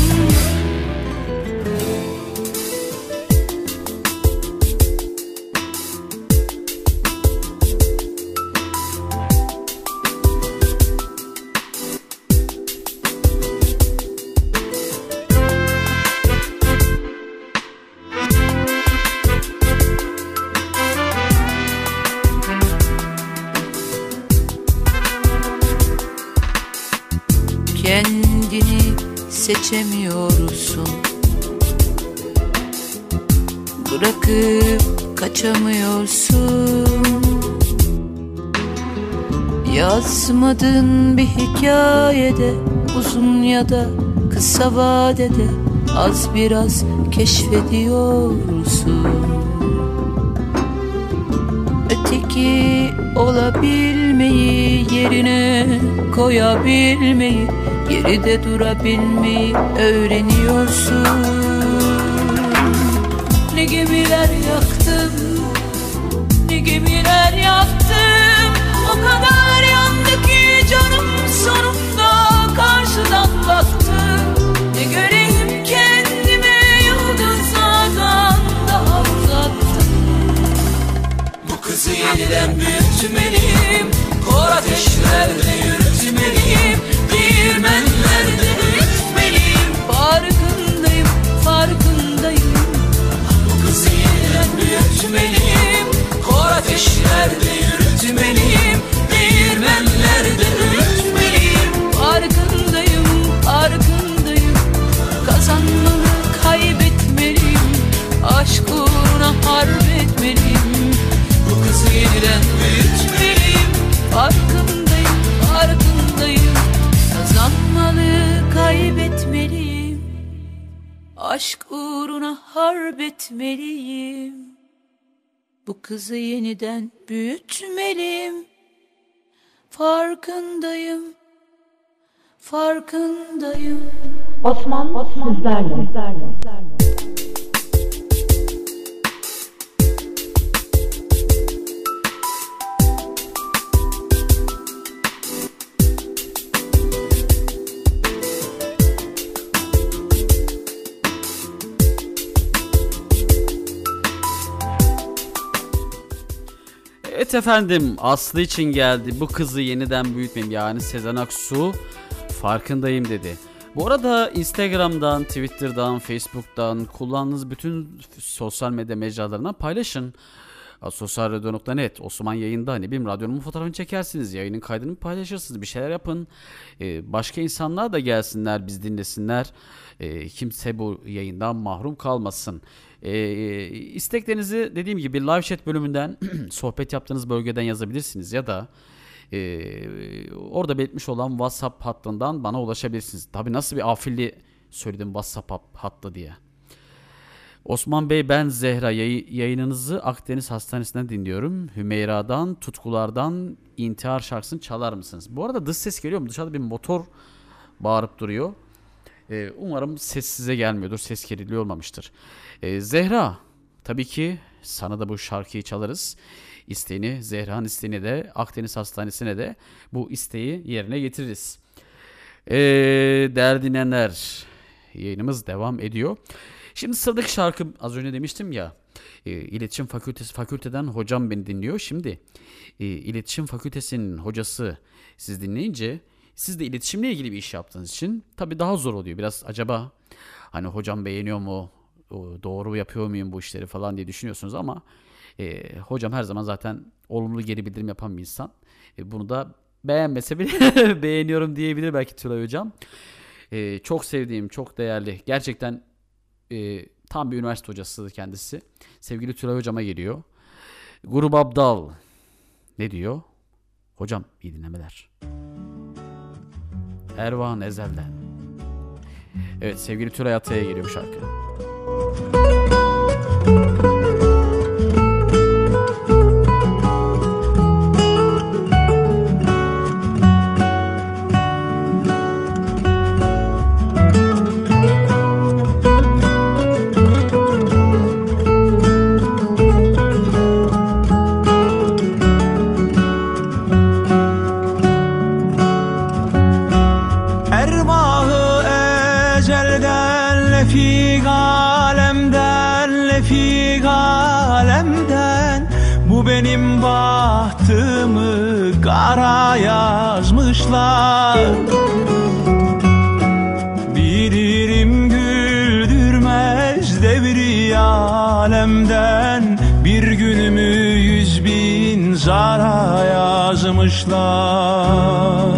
Kendini seçemiyorsun, bırakıp kaçamıyorsun. Yazmadığın bir hikayede, uzun ya da kısa vadede az biraz keşfediyorsun. Öteki olabilmeyi, yerine koyabilmeyi, geride durabilmeyi öğreniyorsun. Ne gemiler yaktım, ne gemiler yaktım, o kadar yandı ki canım sonunda karşıdan baktım. Ne göreyim kendime yıldızlardan daha uzaktım. Bu kızı yeniden büyütmeliyim, kor ateşlerle yürütmeliyim, değirmenlerde öğütmeliyim. Farkındayım, farkındayım. Bu kızı yeniden büyütmeliyim, kor ateşlerde yürütmeliyim, değirmenlerde öğütmeliyim. Farkındayım, farkındayım. Kazanmalı kaybetmeliyim, aşk uğruna harp etmeliyim. Bu kızı yeniden büyütmeliyim. Farkındayım, farkındayım. Kazanmalı kaybetmeliyim, aşk uğruna harp etmeliyim. Bu kızı yeniden büyütmeliyim. Farkındayım, farkındayım. Osman Osman sizlerle. Evet efendim, Aslı için geldi. Bu kızı yeniden büyütmeyeyim, yani Sezen Aksu farkındayım dedi. Bu arada Instagram'dan, Twitter'dan, Facebook'tan kullandığınız bütün sosyal medya mecralarına paylaşın. Sosyalradyo nokta net, Osman yayında, hani benim radyonumun fotoğrafını çekersiniz, yayının kaydını paylaşırsınız, bir şeyler yapın. Ee, başka insanlar da gelsinler, biz dinlesinler. Ee, kimse bu yayından mahrum kalmasın. Ee, isteklerinizi dediğim gibi live chat bölümünden sohbet yaptığınız bölgeden yazabilirsiniz ya da Ee, orada belirtmiş olan WhatsApp hattından bana ulaşabilirsiniz. Tabii nasıl bir afilli söyledim WhatsApp hattı diye. Osman Bey, ben Zehra, Yay- yayınınızı Akdeniz Hastanesi'nden dinliyorum. Hümeyra'dan, Tutkulardan İntihar şarkısını çalar mısınız? Bu arada dış ses geliyor mu? Dışarıda bir motor bağırıp duruyor. Ee, umarım ses size gelmiyordur. Ses kirliliği olmamıştır. Ee, Zehra, tabii ki sana da bu şarkıyı çalarız. İsteğini, Zehra'nın isteğini de Akdeniz Hastanesi'ne de bu isteği yerine getiririz. Ee, değerli dinleyenler, yayınımız devam ediyor. Şimdi sıradaki şarkı, az önce demiştim ya, e, İletişim Fakültesi fakülteden hocam beni dinliyor. Şimdi e, İletişim Fakültesinin hocası siz dinleyince, siz de iletişimle ilgili bir iş yaptığınız için tabii daha zor oluyor. Biraz acaba hani hocam beğeniyor mu, doğru yapıyor muyum bu işleri falan diye düşünüyorsunuz ama e, hocam her zaman zaten olumlu geri bildirim yapan bir insan. E, bunu da beğenmese bile beğeniyorum diyebilir belki Tülay hocam. E, çok sevdiğim, çok değerli, gerçekten e, tam bir üniversite hocası kendisi. Sevgili Tülay hocama geliyor. Grup Abdal ne diyor? Hocam iyi dinlemeler. Ervan Ezel'den. Evet, sevgili Tülay Atay'a geliyor bu şarkı. Benim bahtımı kara yazmışlar. Bilirim güldürmez devri alemden, bir günümü yüz bin zara yazmışlar.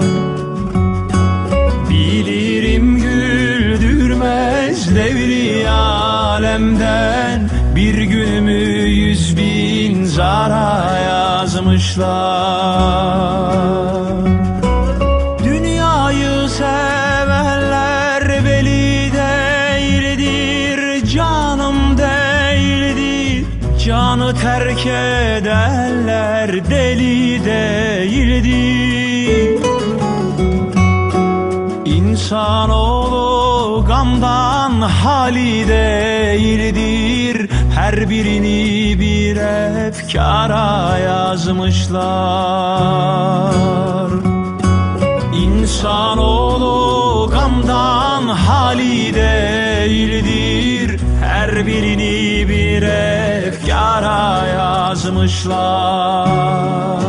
Bilirim güldürmez devri alemden, bir günümü yüz bin zara yazmışlar. Dünyayı sevenler veli değildir, canım değildir. Canı terk edenler deli değildir. İnsanoğlu gamdan hali değildir. Her birini bir efkara yazmışlar. İnsanoğlu gamdan hali değildir. Her birini bir efkara yazmışlar.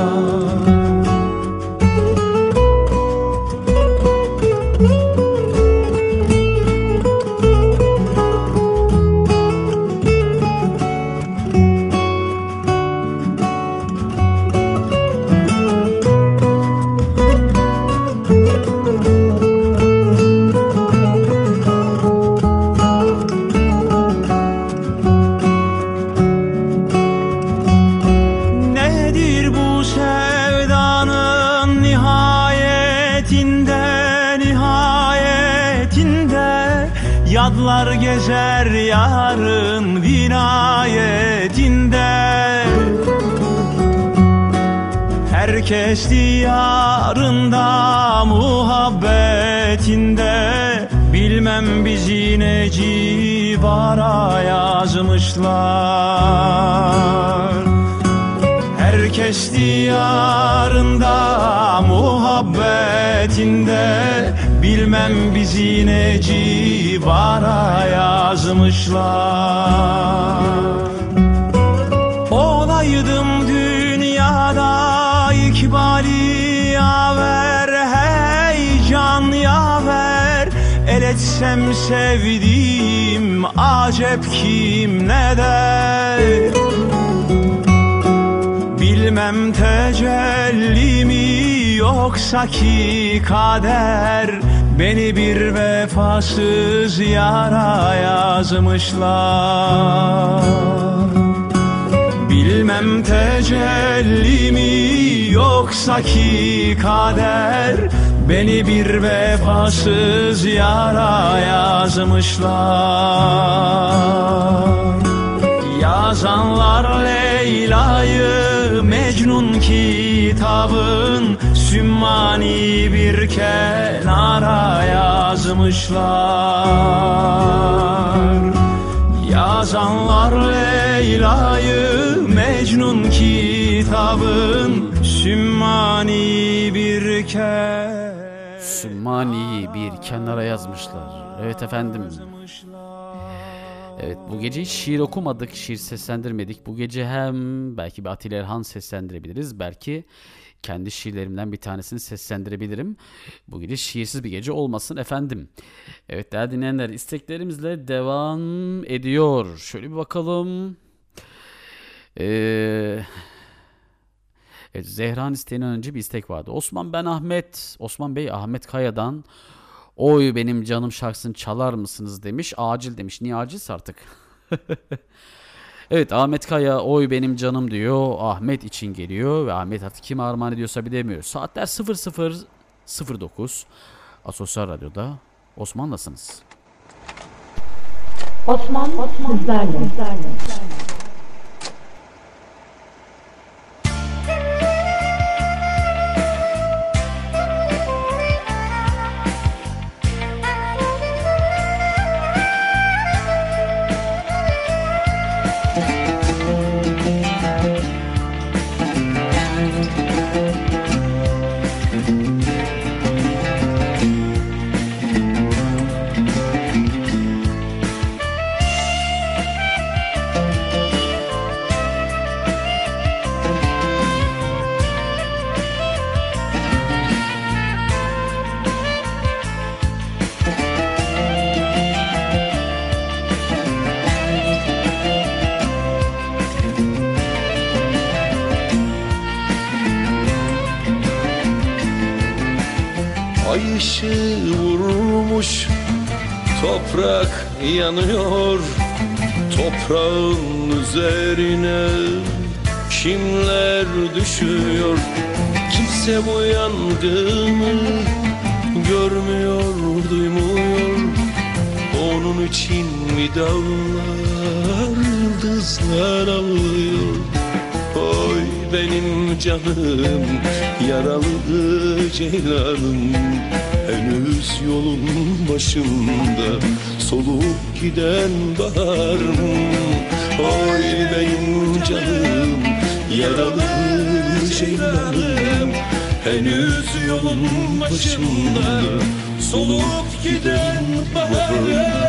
Yadlar gezer yarın vinayetinde. Herkes diyarında muhabbetinde. Bilmem bizi ne civara yazmışlar. Herkes diyarında muhabbetinde. Bilmem bizi ne civara yazmışlar. Olaydım dünyada ikbali yaver, heyecan yaver. El etsem sevdiğim acep kim ne der. Bilmem tecelli mi yoksa ki kader, beni bir vefasız yara yazmışlar. Bilmem tecelli tecelli mi yoksa ki kader beni bir vefasız yara yazmışlar. Yazanlar Leyla'yı Mecnun kitabın sümmani bir kenara yazmışlar. Yazanlar Leyla'yı Mecnun kitabın sümmani bir kenara Sümmani bir kenara yazmışlar. Evet efendim. Evet, bu gece hiç şiir okumadık, şiir seslendirmedik. Bu gece hem belki bir Atilla Erhan seslendirebiliriz, belki kendi şiirlerimden bir tanesini seslendirebilirim. Bu gece şiirsiz bir gece olmasın efendim. Evet değerli dinleyenler, isteklerimizle devam ediyor. Şöyle bir bakalım. Ee, evet, Zehra'nın isteğinden önce bir istek vardı. Osman ben Ahmet, Osman Bey Ahmet Kaya'dan "Oy benim canım" şarkısını çalar mısınız demiş. Acil demiş. Niye acilse artık. Evet, Ahmet Kaya "Oy benim canım" diyor. Ahmet için geliyor ve Ahmet artık kime armağan ediyorsa bilemiyor. Saatler sıfır sıfır sıfır dokuz. Asosyal Radyo'da Osman'lasınız. Osman, Osman sizlerle. Ay ışığı vurmuş, toprak yanıyor. Toprağın üzerine kimler düşüyor? Kimse bu yangını görmüyor, duymuyor. Onun için mi dağlar, yıldızlar ağlıyor? Oy benim canım, yaralı ceylanım, henüz yolun başında solup giden baharım. Oy benim canım, yaralı ceylanım, henüz yolun başında solup giden baharım.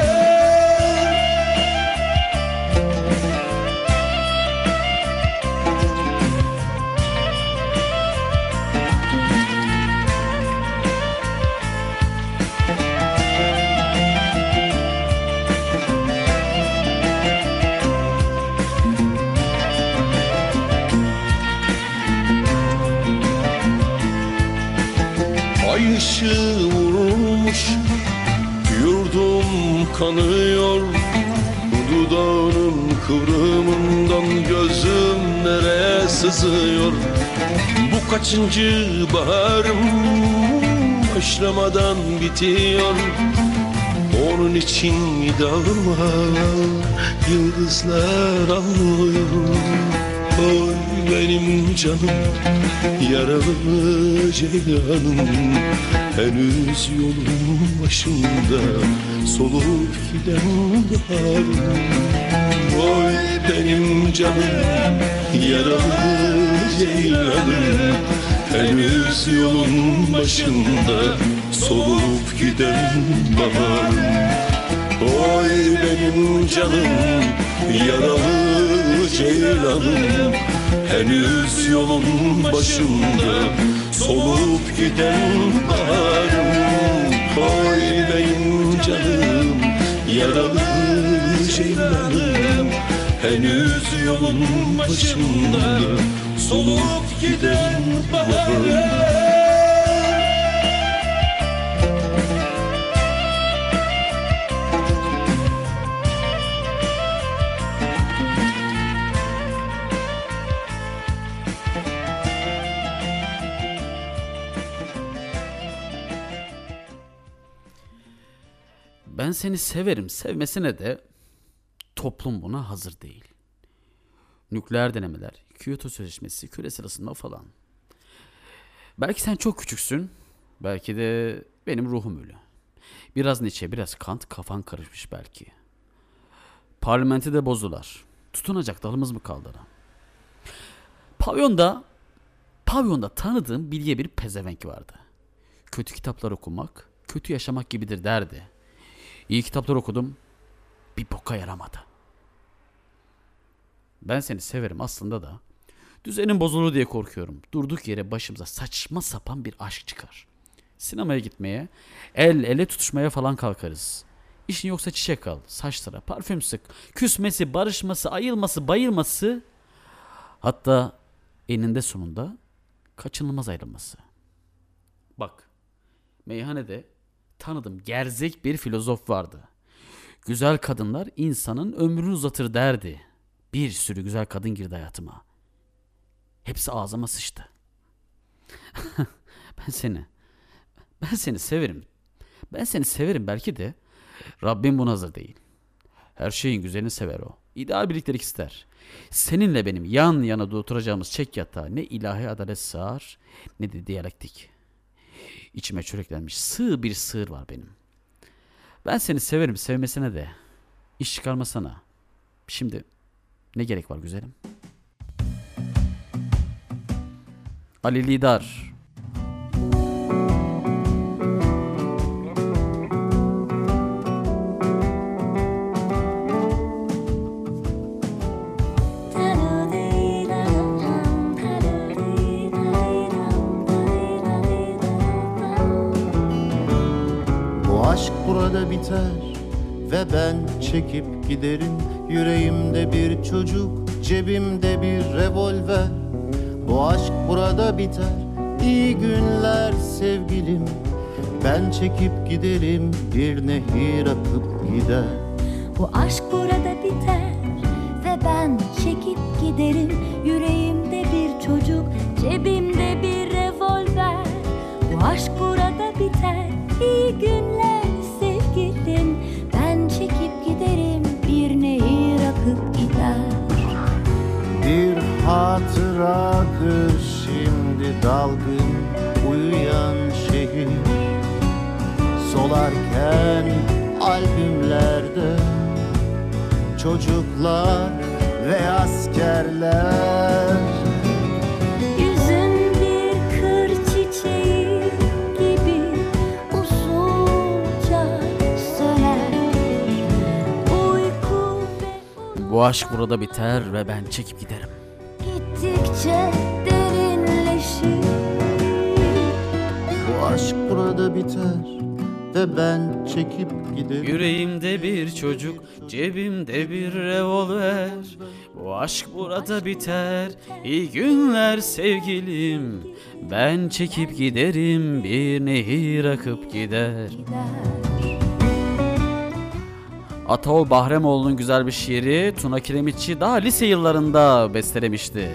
Ay ışığı vurmuş, yurdum kanıyor. Dudağının kıvrımından gözüm nereye sızıyor? Bu kaçıncı baharım, başlamadan bitiyor. Onun için mi dağlar, yıldızlar ağlıyor? Oy benim canım, yaralı ceylanım, henüz yolun başında solup giden baharım. Oy benim canım, yaralı ceylanım, henüz yolun başında solup giden baharım. Oy benim canım, yaralı ceylanım, henüz yolun başında solup giden baharım. Oy benim canım, yaralı ceylanım, henüz yolun başında solup giden baharım. Ben seni severim sevmesine de toplum buna hazır değil. Nükleer denemeler, Kyoto Sözleşmesi, küresel ısınma falan. Belki sen çok küçüksün, belki de benim ruhum öyle. Biraz Nietzsche, biraz Kant, kafan karışmış belki. Parlamenti de bozdular. Tutunacak dalımız mı kaldı? Pavyonda, pavyonda tanıdığım bilge bir pezevenk vardı. Kötü kitaplar okumak, kötü yaşamak gibidir derdi. İyi kitaplar okudum, bir boka yaramadı. Ben seni severim aslında da düzenin bozulur diye korkuyorum. Durduk yere başımıza saçma sapan bir aşk çıkar. Sinemaya gitmeye, el ele tutuşmaya falan kalkarız. İşin yoksa çiçek al, saçlara parfüm sık, küsmesi, barışması, ayılması, bayılması, hatta eninde sonunda kaçınılmaz ayrılması. Bak, meyhanede tanıdığım gerzek bir filozof vardı. Güzel kadınlar insanın ömrünü uzatır derdi. Bir sürü güzel kadın girdi hayatıma. Hepsi ağzıma sıçtı. ben seni, ben seni severim. Ben seni severim belki de Rabbim buna hazır değil. Her şeyin güzelini sever o. İdeal birliktelik ister. Seninle benim yan yana oturacağımız çek yatağa ne ilahi adalet sığar ne de diyalektik. İçime çöreklenmiş sığ bir sığır var benim. Ben seni severim sevmesine de iş çıkarmasana. Şimdi ne gerek var güzelim? Ali Lidar. Bu aşk burada biter ve ben çekip giderim. Yüreğimde bir çocuk, cebimde bir revolver. Bu aşk burada biter, iyi günler sevgilim. Ben çekip giderim, bir nehir akıp gider. Bu aşk burada biter ve ben çekip giderim. Yüreğimde bir çocuk, cebimde bir revolver. Bu aşk burada biter, iyi günler sevgilim. Ben çekip giderim, bir nehir akıp gider. Bir hatıradır şimdi dalgın uyuyan şehir. Solarken albümlerde çocuklar ve askerler. Yüzün bir kır çiçeği gibi usulca söner. Uyku ve Bu aşk burada biter ve ben çekip giderim. gittikçe derinleşir. Bu aşk burada biter ve ben çekip giderim. Yüreğimde bir çocuk, cebimde bir revolver. Bu aşk burada biter, iyi günler sevgilim. Ben çekip giderim, bir nehir akıp gider. Ataol Bahremoğlu'nun güzel bir şiiri Tuna Kiremitçi daha lise yıllarında bestelemişti.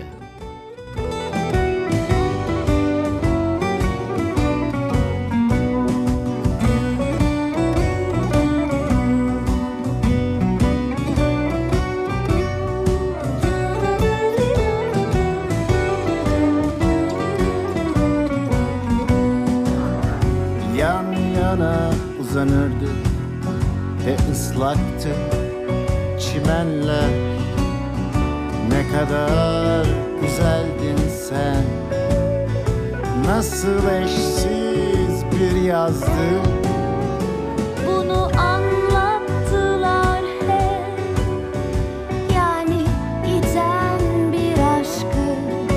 Yan yana uzanırdı ve ıslaktı çimenler. Ne kadar güzeldin sen, nasıl eşsiz bir yazdı. Bunu anlattılar hep, yani iten bir aşkı.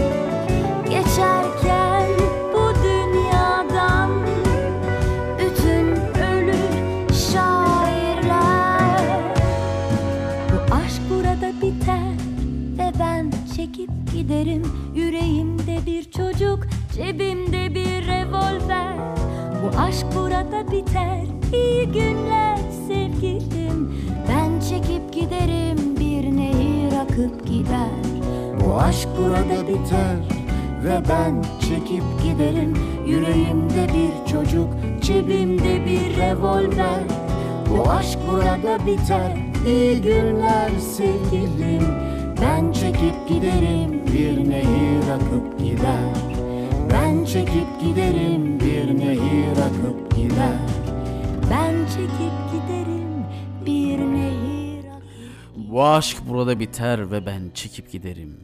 Geçerken bu dünyadan bütün ölür şairler. Bu aşk burada biter ve ben çekip giderim. Yüreğimde bir çocuk, cebimde bir revolver. Bu aşk burada biter, iyi günler sevgilim. Ben çekip giderim, bir nehir akıp gider. Bu aşk burada biter ve ben çekip giderim. Yüreğimde bir çocuk, cebimde bir revolver. Bu aşk burada biter. İyi günler sevgilim. Ben çekip giderim, bir nehir akıp gider. Ben çekip giderim, bir nehir akıp gider. Ben çekip giderim, bir nehir akıp. Bu aşk burada biter ve ben çekip giderim.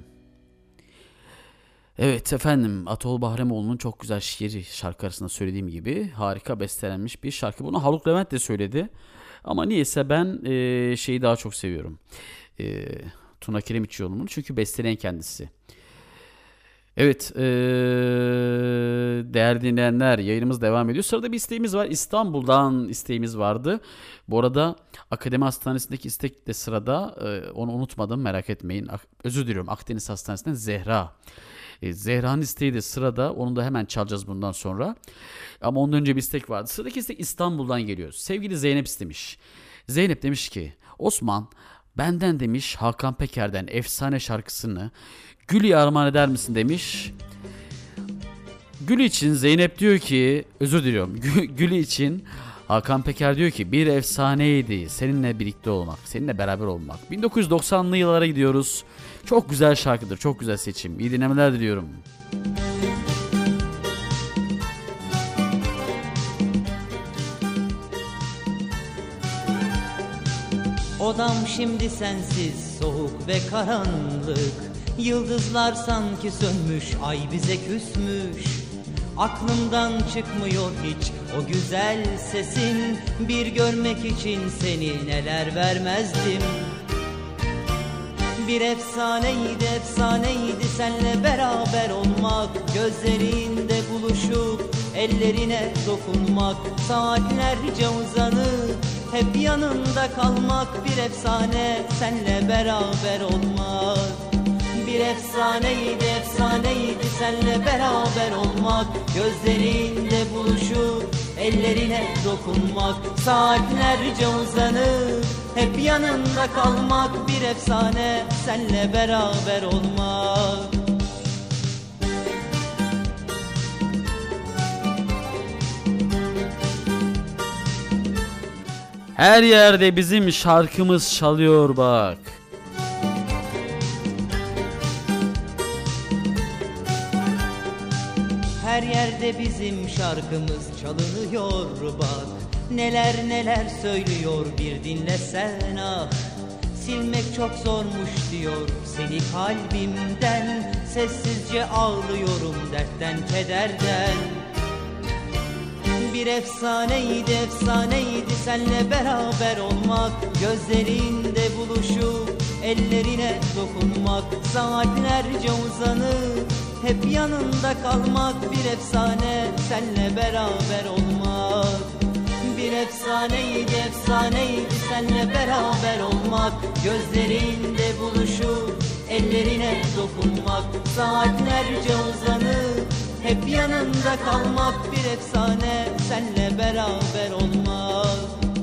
Evet efendim, Atol Bahremoğlu'nun çok güzel şiiri, şarkı arasında söylediğim gibi harika bestelenmiş bir şarkı. Bunu Haluk Levent de söyledi. Ama niyeyse ben e, şeyi daha çok seviyorum. E, Tuna Kiremiçoğlu'nun, çünkü besteleyen kendisi. Evet, ee, değerli dinleyenler, yayınımız devam ediyor. Sırada bir isteğimiz var. İstanbul'dan isteğimiz vardı. Bu arada Akademi Hastanesi'ndeki istek de sırada. Ee, onu unutmadım, merak etmeyin. Ak- özür diliyorum, Akdeniz Hastanesi'nden Zehra. Ee, Zehra'nın isteği de sırada. Onu da hemen çalacağız bundan sonra. Ama ondan önce bir istek vardı. Sıradaki istek İstanbul'dan geliyor. Sevgili Zeynep istemiş. Zeynep demiş ki, Osman, benden demiş Hakan Peker'den efsane şarkısını Gül'ü armağan eder misin demiş. Gül için Zeynep diyor ki, özür diliyorum, Gül için Hakan Peker diyor ki, bir efsaneydi seninle birlikte olmak, seninle beraber olmak. bin dokuz yüz doksanlı yıllara gidiyoruz. Çok güzel şarkıdır, çok güzel seçim. İyi dinlemeler diliyorum. Odam şimdi sensiz, soğuk ve karanlık. Yıldızlar sanki sönmüş, ay bize küsmüş. Aklımdan çıkmıyor hiç o güzel sesin. Bir görmek için seni neler vermezdim. Bir efsaneydi, efsaneydi senle beraber olmak. Gözlerinde buluşup ellerine dokunmak. Saatlerce uzanıp hep yanında kalmak. Bir efsane senle beraber olmak. Bir efsaneydi, efsaneydi senle beraber olmak. Gözlerinde buluşup ellerine dokunmak. Saatlerce uzanıp hep yanında kalmak. Bir efsane senle beraber olmak. Her yerde bizim şarkımız çalıyor bak. Her yerde bizim şarkımız çalınıyor bak. Neler neler söylüyor bir dinlesen ah. Silmek çok zormuş diyor seni kalbimden. Sessizce ağlıyorum dertten kederden. Bir efsaneydi, efsaneydi senle beraber olmak. Gözlerinde buluşup ellerine dokunmak. Saatlerce uzanıp hep yanında kalmak. Bir efsane senle beraber olmak. Bir efsaneydi, efsaneydi senle beraber olmak. Gözlerinde buluşup ellerine dokunmak. Saatlerce uzanıp hep yanında kalmak. Bir efsane senle beraber olmak.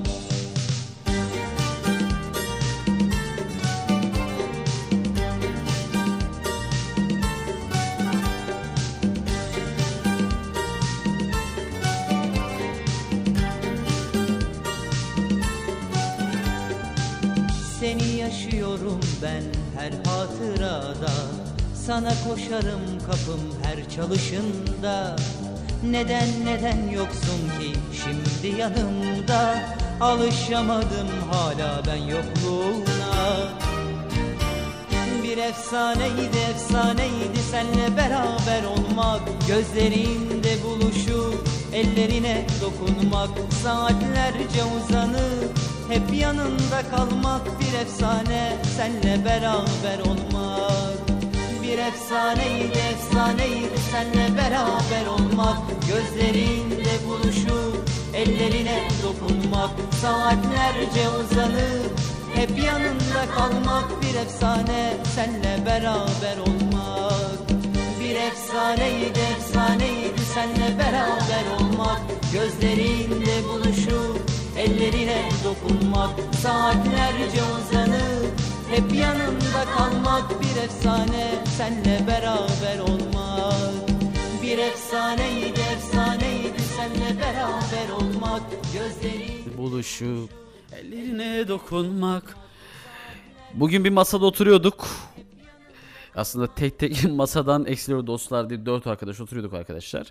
Seni yaşıyorum ben her hatırada. Sana koşarım kapım her çalışında. Neden neden yoksun ki şimdi yanımda? Alışamadım hala ben yokluğuna. Bir efsaneydi, efsaneydi senle beraber olmak. Gözlerinde buluşup ellerine dokunmak. Saatlerce uzanıp hep yanında kalmak. Bir efsane senle beraber olmak. Bir efsaneydi, efsaneydi senle beraber olmak. Gözlerinde buluşup ellerine dokunmak. Saatlerce uzanıp hep yanında kalmak. Bir efsane senle beraber olmak. Bir efsaneydi, efsaneydi senle beraber olmak. Gözlerinde buluşup ellerine dokunmak. Saatlerce uzanıp hep yanında kalmak. Bir efsane senle beraber olmak. Bir efsaneydi, efsaneydi senle beraber olmak. Gözlerinde buluşup ellerine dokunmak. Bugün bir masada oturuyorduk. Aslında tek tek masadan eksiliyor dostlar diye dört arkadaş oturuyorduk arkadaşlar.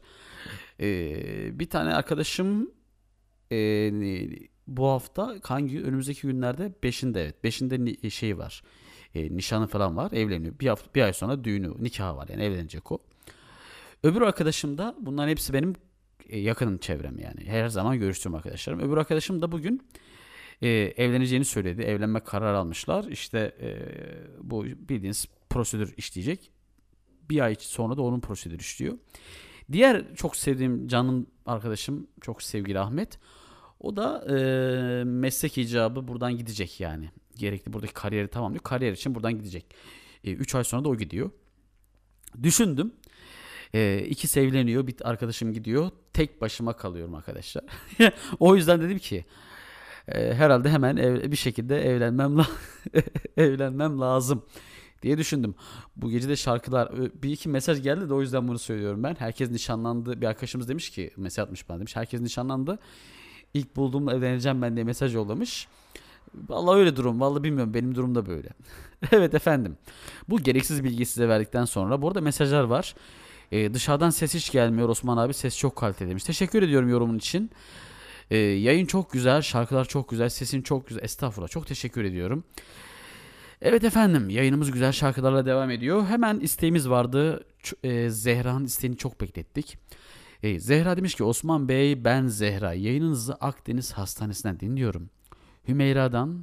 Ee, bir tane arkadaşım e, bu hafta hangi önümüzdeki günlerde beşinde evet beşinde şey var. E, nişanı falan var, evleniyor. Bir hafta bir ay sonra düğünü, nikahı var yani evlenecek o. Öbür arkadaşım da bunların hepsi benim e, yakın çevrem yani. Her zaman görüştüğüm arkadaşlarım. Öbür arkadaşım da bugün e, evleneceğini söyledi. Evlenme kararı almışlar. İşte e, bu bildiğiniz prosedür işleyecek. Bir ay sonra da onun prosedürü işliyor. Diğer çok sevdiğim canım arkadaşım, çok sevgili Ahmet. O da e, meslek icabı buradan gidecek yani. Gerekli buradaki kariyeri tamamlıyor. Kariyer için buradan gidecek. üç ay sonra da o gidiyor. Düşündüm. E, ikisi evleniyor. Bir arkadaşım gidiyor. Tek başıma kalıyorum arkadaşlar. O yüzden dedim ki e, herhalde hemen ev, bir şekilde evlenmem la evlenmem lazım diye düşündüm. Bu gece de şarkılar, bir iki mesaj geldi de o yüzden bunu söylüyorum ben. Herkes nişanlandı. Bir arkadaşımız demiş ki, mesaj atmış bana demiş. Herkes nişanlandı. İlk bulduğumda evleneceğim ben diye mesaj yollamış. Vallahi öyle durum. Vallahi bilmiyorum. Benim durum da böyle. Evet efendim. Bu gereksiz bilgiyi size verdikten sonra. Bu arada mesajlar var. Ee, dışarıdan ses hiç gelmiyor. Osman abi ses çok kaliteli demiş. Teşekkür ediyorum yorumun için. Ee, yayın çok güzel. Şarkılar çok güzel. Sesin çok güzel. Estağfurullah. Çok teşekkür ediyorum. Evet efendim. Yayınımız güzel şarkılarla devam ediyor. Hemen isteğimiz vardı. Ee, Zehra'nın isteğini çok beklettik. Ee, Zehra demiş ki Osman Bey ben Zehra. Yayınınızı Akdeniz Hastanesi'nden dinliyorum. Hümeyra'dan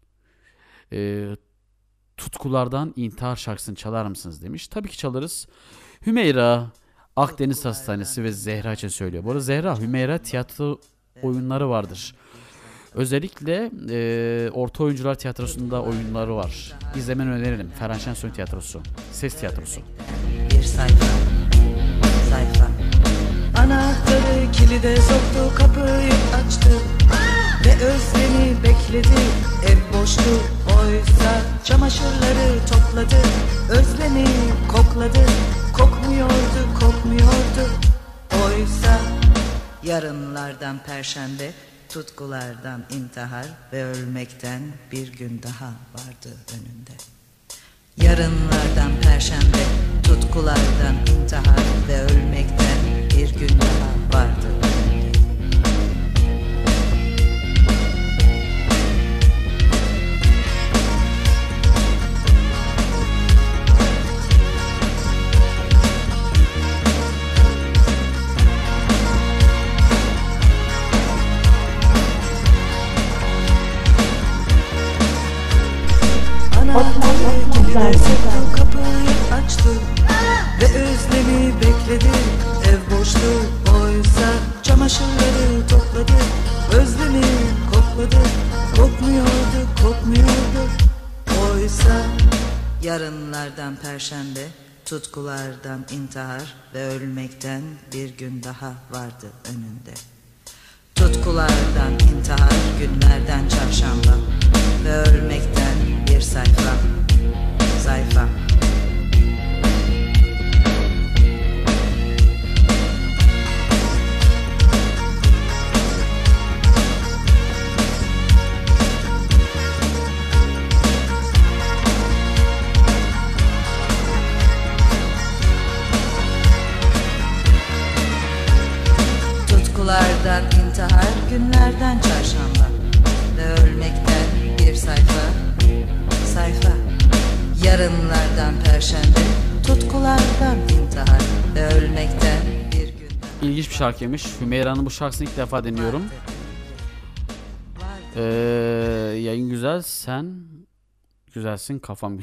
e, Tutkulardan intihar şarkısını çalar mısınız demiş. Tabii ki çalarız. Hümeyra Akdeniz Hastanesi ve Zehra için söylüyor. Bu arada Zehra, Hümeyra tiyatro oyunları vardır. Özellikle e, Orta Oyuncular Tiyatrosu'nda oyunları var. İzlemeni öneririm. Ferhan Şensoy Tiyatrosu. Ses tiyatrosu. Bir sayfa, sayfa. Anahtarı kilide soktu, kapıyı açtı ve özlemi bekledi. Ev boştu oysa çamaşırları topladı. Özlemi kokladı, kokmuyordu, kokmuyordu. Oysa yarınlardan perşembe, tutkulardan intihar ve ölmekten bir gün daha vardı önünde. Yarınlardan perşembe, tutkulardan intihar ve ölmekten bir gün daha vardı önünde. Anahtarı kilide soktu, kapıyı açtı ve özlemi bekledi. Ev boştu oysa çamaşırları topladı. Özlemi kokladı, kokmuyordu, kokmuyordu. Oysa yarınlardan perşembe, tutkulardan intihar ve ölmekten bir gün daha vardı önünde. Tutkulardan intihar, günlerden çarşamba ve ölmekten bir sayfa, sayfa. Tutkulardan intihar, günlerden çarşamba ve ölmekten bir sayfa, sayfa. Yarınlardan perşembe, tutkulardan intihar ve ölmekten bir gün. İlginç bir şarkıymış. Hümeyra'nın bu şarkısını ilk defa dinliyorum. Ee, yayın güzel, sen güzelsin, kafam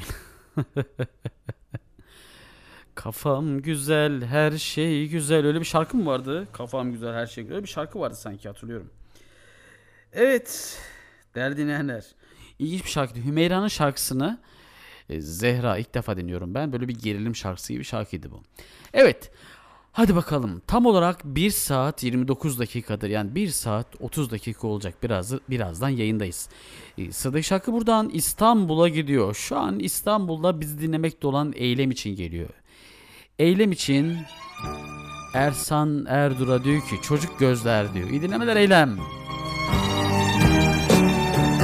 kafam güzel, her şey güzel. Öyle bir şarkı mı vardı? Kafam güzel, her şey güzel. Öyle bir şarkı vardı sanki, hatırlıyorum. Evet, değerli dinleyenler. İlginç bir şarkıydı. Hümeyra'nın şarkısını e, Zehra ilk defa dinliyorum ben. Böyle bir gerilim şarkısı gibi bir şarkıydı bu. Evet, hadi bakalım. Tam olarak bir saat yirmi dokuz dakikadır. Yani bir saat otuz dakika olacak. Biraz, birazdan yayındayız. E, sıradaki şarkı buradan İstanbul'a gidiyor. Şu an İstanbul'da bizi dinlemekte olan Eylem için geliyor. Eylem için Ersan Erdur'a diyor ki çocuk gözler diyor. İyi dinlemeler Eylem.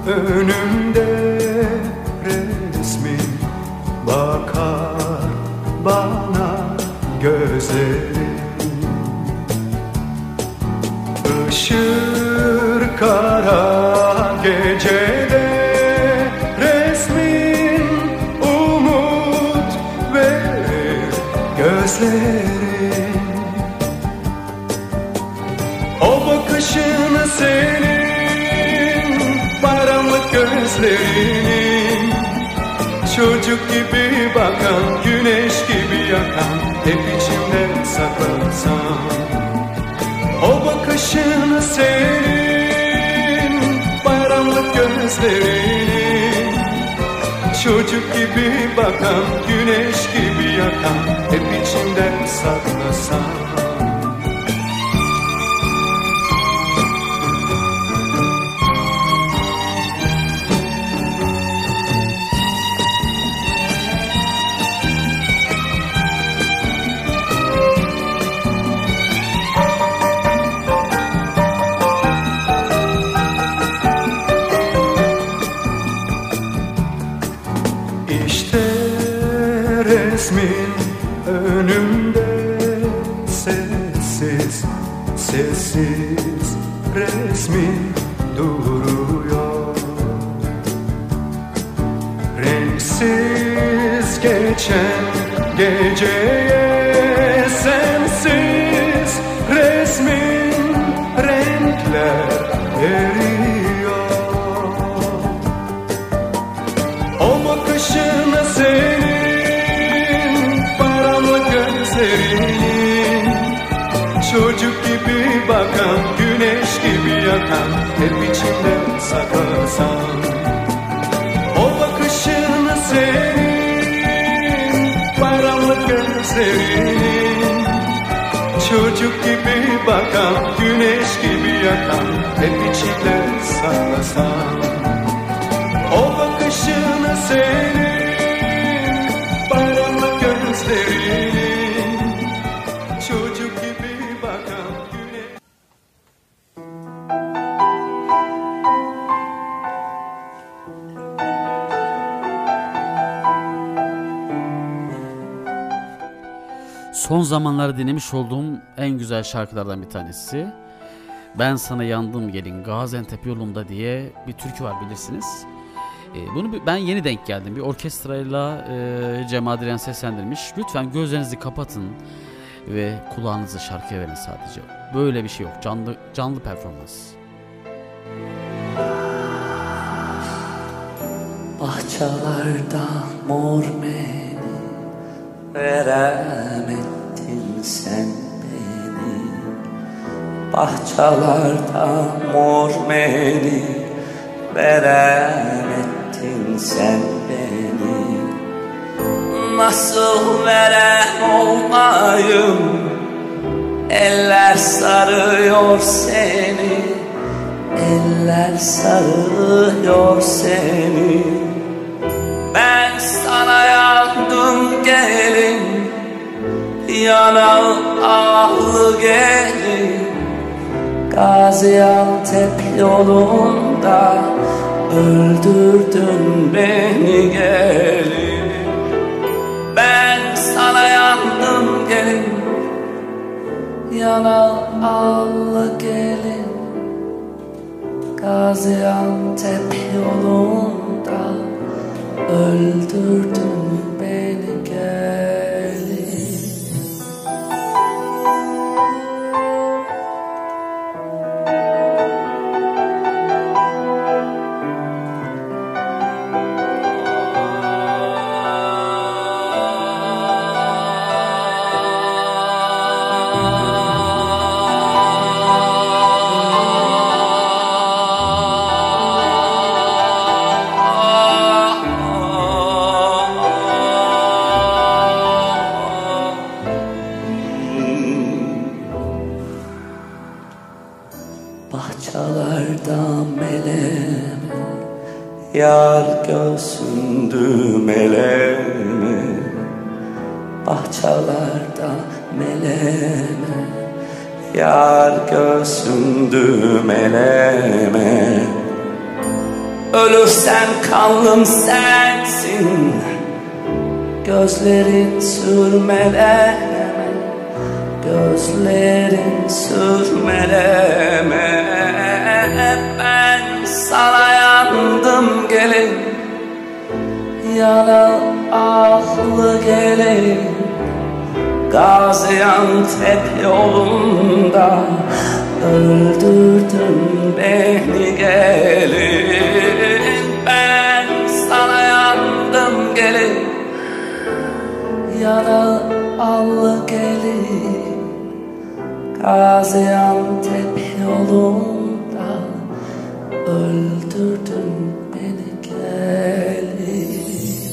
önümde resmin, bakar bana gözlerin. Işır kara gecede resmin, umut verir gözlerin. O bakışını senin, bayramlık gözlerinin, çocuk gibi bakan, güneş gibi yakan, hep içimde saklansam. O bakışını senin, bayramlık gözlerinin, çocuk gibi bakan, güneş gibi yakan, hep içimde saklasam. Resmin önümde sessiz, sessiz resmin duruyor. Renksiz geçen geceye sensiz resmin renkler veriyor. O bakışını senin, gözlerinin, çocuk gibi bakan, güneş gibi yakan, hep içimde saklasam. O bakışını senin, bayramlık gözlerinin, çocuk gibi bakan, güneş gibi yakan, hep içimde saklasam. O bakışını senin, bayramlık gözlerinin, çocuk gibi bakan güneş. Son zamanlarda dinlemiş olduğum en güzel şarkılardan bir tanesi. Ben Sana Yandım Gelin Gaziantep Yolunda diye bir türkü var, bilirsiniz. E, bunu ben yeni denk geldim. Bir orkestrayla e, Cem Adrian seslendirmiş. Lütfen gözlerinizi kapatın ve kulağınızı şarkıya verin sadece. Böyle bir şey yok. Canlı canlı performans. Bahçelerde mor meni veremedin sen beni. Bahçelerde mor meni veremedin sen beni. Nasıl veren olmayım, eller sarıyor seni, eller sarıyor seni. Ben sana yandım gelin, yana ahlı gelin. Gaziantep yolunda öldürdün beni gelin. Ben sana yandım gelin, yana ahlı gelin. Gaziantep yolunda öldürdün beni gelin. Yar göğsündü meleme, bahçelerde meleme. Yar göğsündü meleme, Ölürsen kanlım sensin. Gözlerin sürmeleme, gözlerin sürmeleme. Ben sana yandım gelin, yana ahlı gelin. Gaziantep yolunda öldürdün beni gelin. Ben sana yandım gelin, yana al gelin. Gaziantep yolunda öldürdün beni gelin.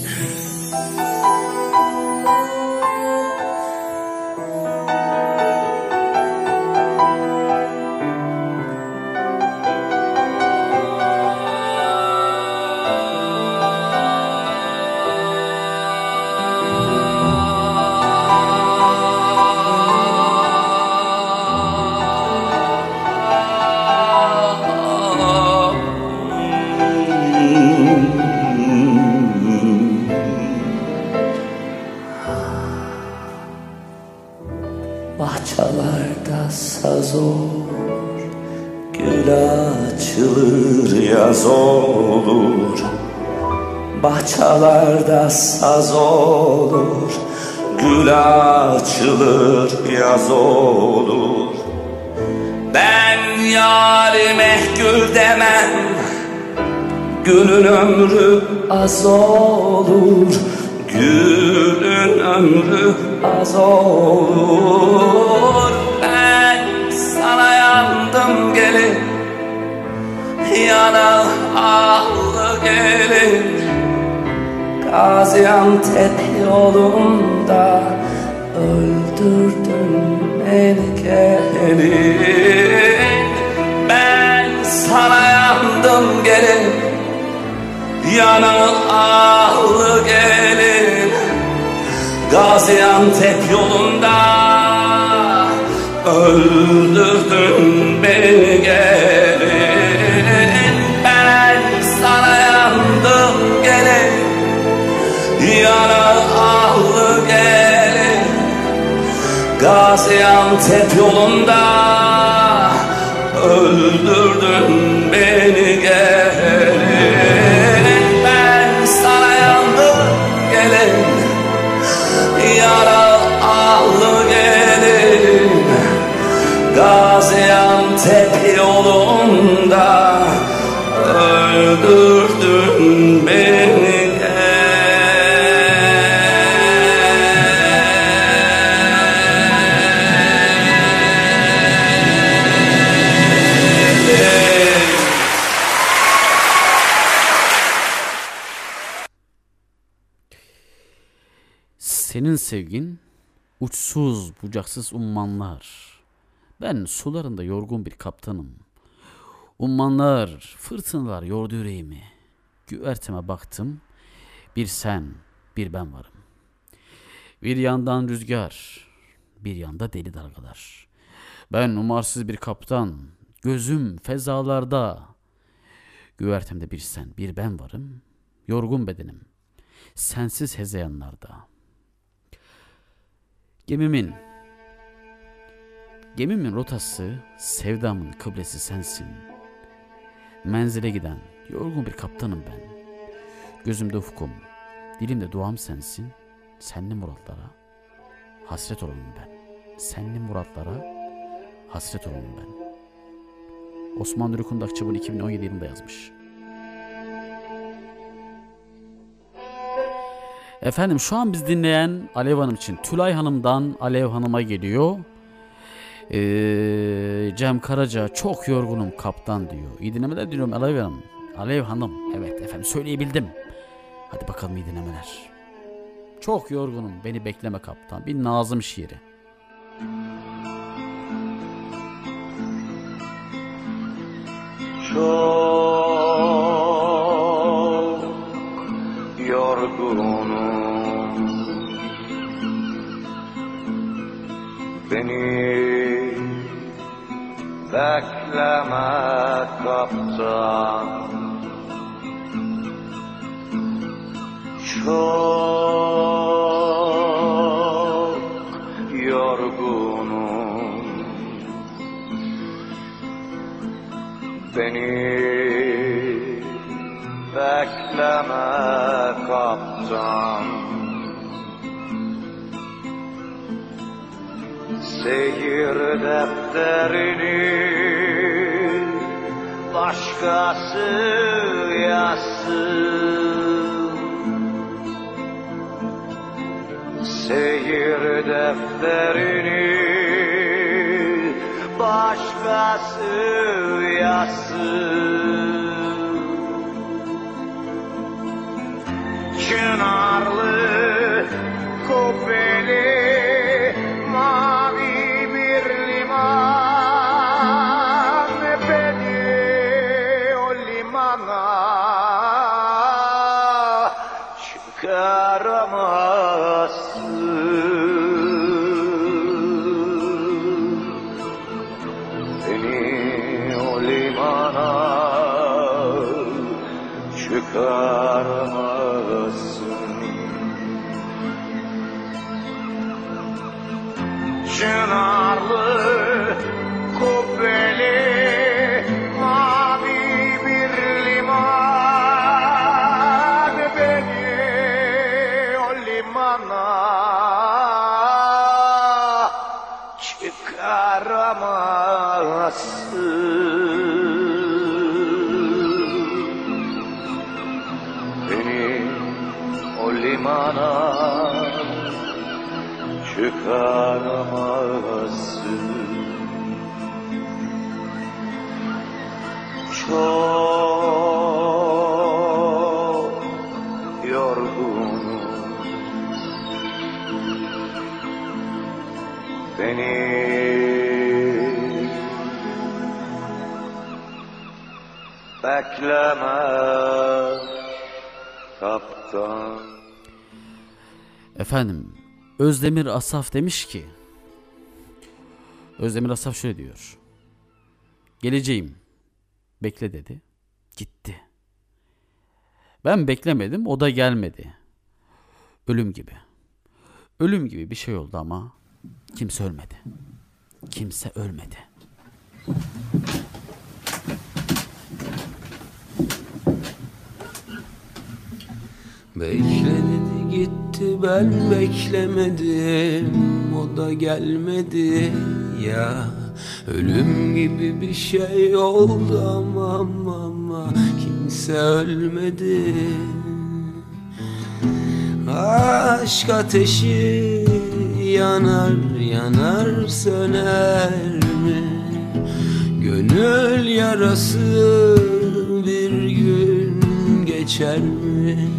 Bahçelerde saz olur, gül açılır yaz olur. Bahçelerde saz olur, gül açılır yaz olur. Ben yarime gül demem, gülün ömrü az olur. Gülün ömrü az olur. Ben sana yandım gelin, yana ağlı gelin. Gaziantep yolunda öldürdün beni gelin. Ben sana yandım gelin, yana ağlı gelin. Gaziantep yolunda öldürdün beni gelin. Ben sana yandım gelin, yana ağlı gelin. Gaziantep yolunda öldürdün beni gelin. Ben sana yandım gelin, yana ağlı gelin. Gaziantep yolunda öldürdün beni Senin sevgin uçsuz bucaksız ummanlar. Ben sularında yorgun bir kaptanım. Ummanlar, fırtınalar yordu yüreğimi. Güverteme baktım, bir sen, bir ben varım. Bir yandan rüzgar, bir yanda deli dalgalar. Ben umarsız bir kaptan, gözüm fezalarda. Güvertemde bir sen, bir ben varım. Yorgun bedenim, sensiz hezeyanlarda. Gemimin, gemimin rotası, sevdamın kıblesi sensin. Menzile giden yorgun bir kaptanım ben. Gözümde ufkum, dilimde duam sensin. Senli muratlara hasret olanım ben. Senli muratlara hasret olanım ben. Osman Nuri Kundakçı bunu iki bin on yedi yılında yazmış. Efendim şu an biz dinleyen Alev Hanım için Tülay Hanım'dan Alev Hanım'a geliyor. Ee, Cem Karaca çok yorgunum kaptan diyor. İyi dinlemeler diliyorum Alev Hanım. Alev Hanım, evet efendim söyleyebildim. Hadi bakalım iyi dinlemeler. Çok yorgunum, beni bekleme kaptan. Bir Nazım şiiri. Çok yorgunum, beni bekleme kaptan. Çok yorgunum, beni bekleme kaptan. Seyir defterini başkası yazsın. Seyir defterini başkası yazsın. Çınarlı, kubbeli, mavi bir liman, beni o limana çıkaramazsın. Beni o limana çıkaramazsın. Çınarlı, kubbeli, mavi bir liman, beni o limana çıkaramazsın. Beni o limana çıkaramazsın. Çok yorgunum, beni bekleme kaptan. Efendim, Özdemir Asaf demiş ki, Özdemir Asaf şöyle diyor: geleceğim, bekle dedi, gitti. Ben beklemedim, o da gelmedi. Ölüm gibi. Ölüm gibi bir şey oldu ama kimse ölmedi. Kimse ölmedi. Bekledi gitti, ben beklemedim, o da gelmedi ya. Ölüm gibi bir şey oldu ama ama, ama kimse ölmedi. Aşk ateşi yanar yanar söner mi? Gönül yarası bir gün geçer mi?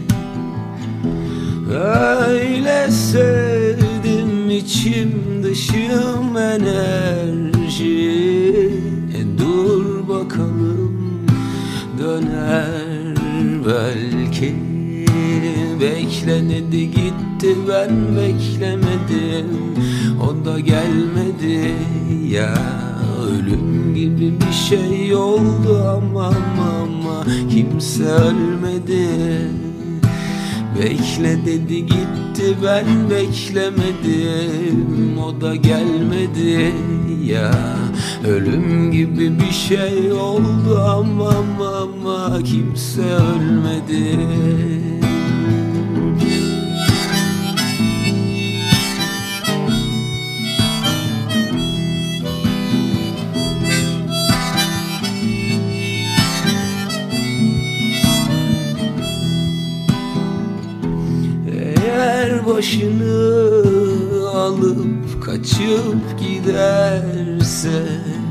Öyle sevdim, içim dışım enerji. E dur bakalım, döner belki. Beklenedi gitti, ben beklemedim, o da gelmedi ya. Ölüm gibi bir şey oldu ama ama, ama kimse ölmedi. Bekle dedi gitti, ben beklemedim, o da gelmedi ya. Ölüm gibi bir şey oldu ama ama, ama kimse ölmedi. Başını alıp kaçıp giderse,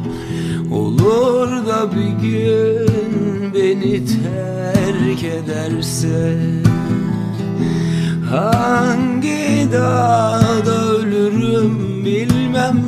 olur da bir gün beni terk ederse, hangi dağda ölürüm bilmem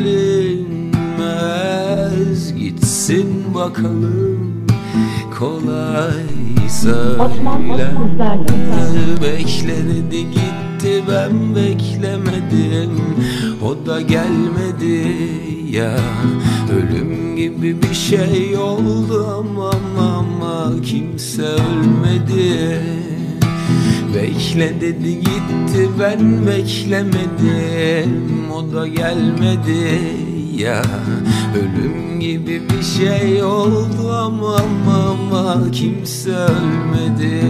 bilinmez. Gitsin bakalım, kolay söyler. Bekle dedi gitti, ben beklemedim, o da gelmedi ya. Ölüm gibi bir şey oldu ama ama, ama kimse ölmedi. Bekle dedi gitti, ben beklemedim, o da gelmedi ya. Ölüm gibi bir şey oldu ama ama, ama kimse ölmedi.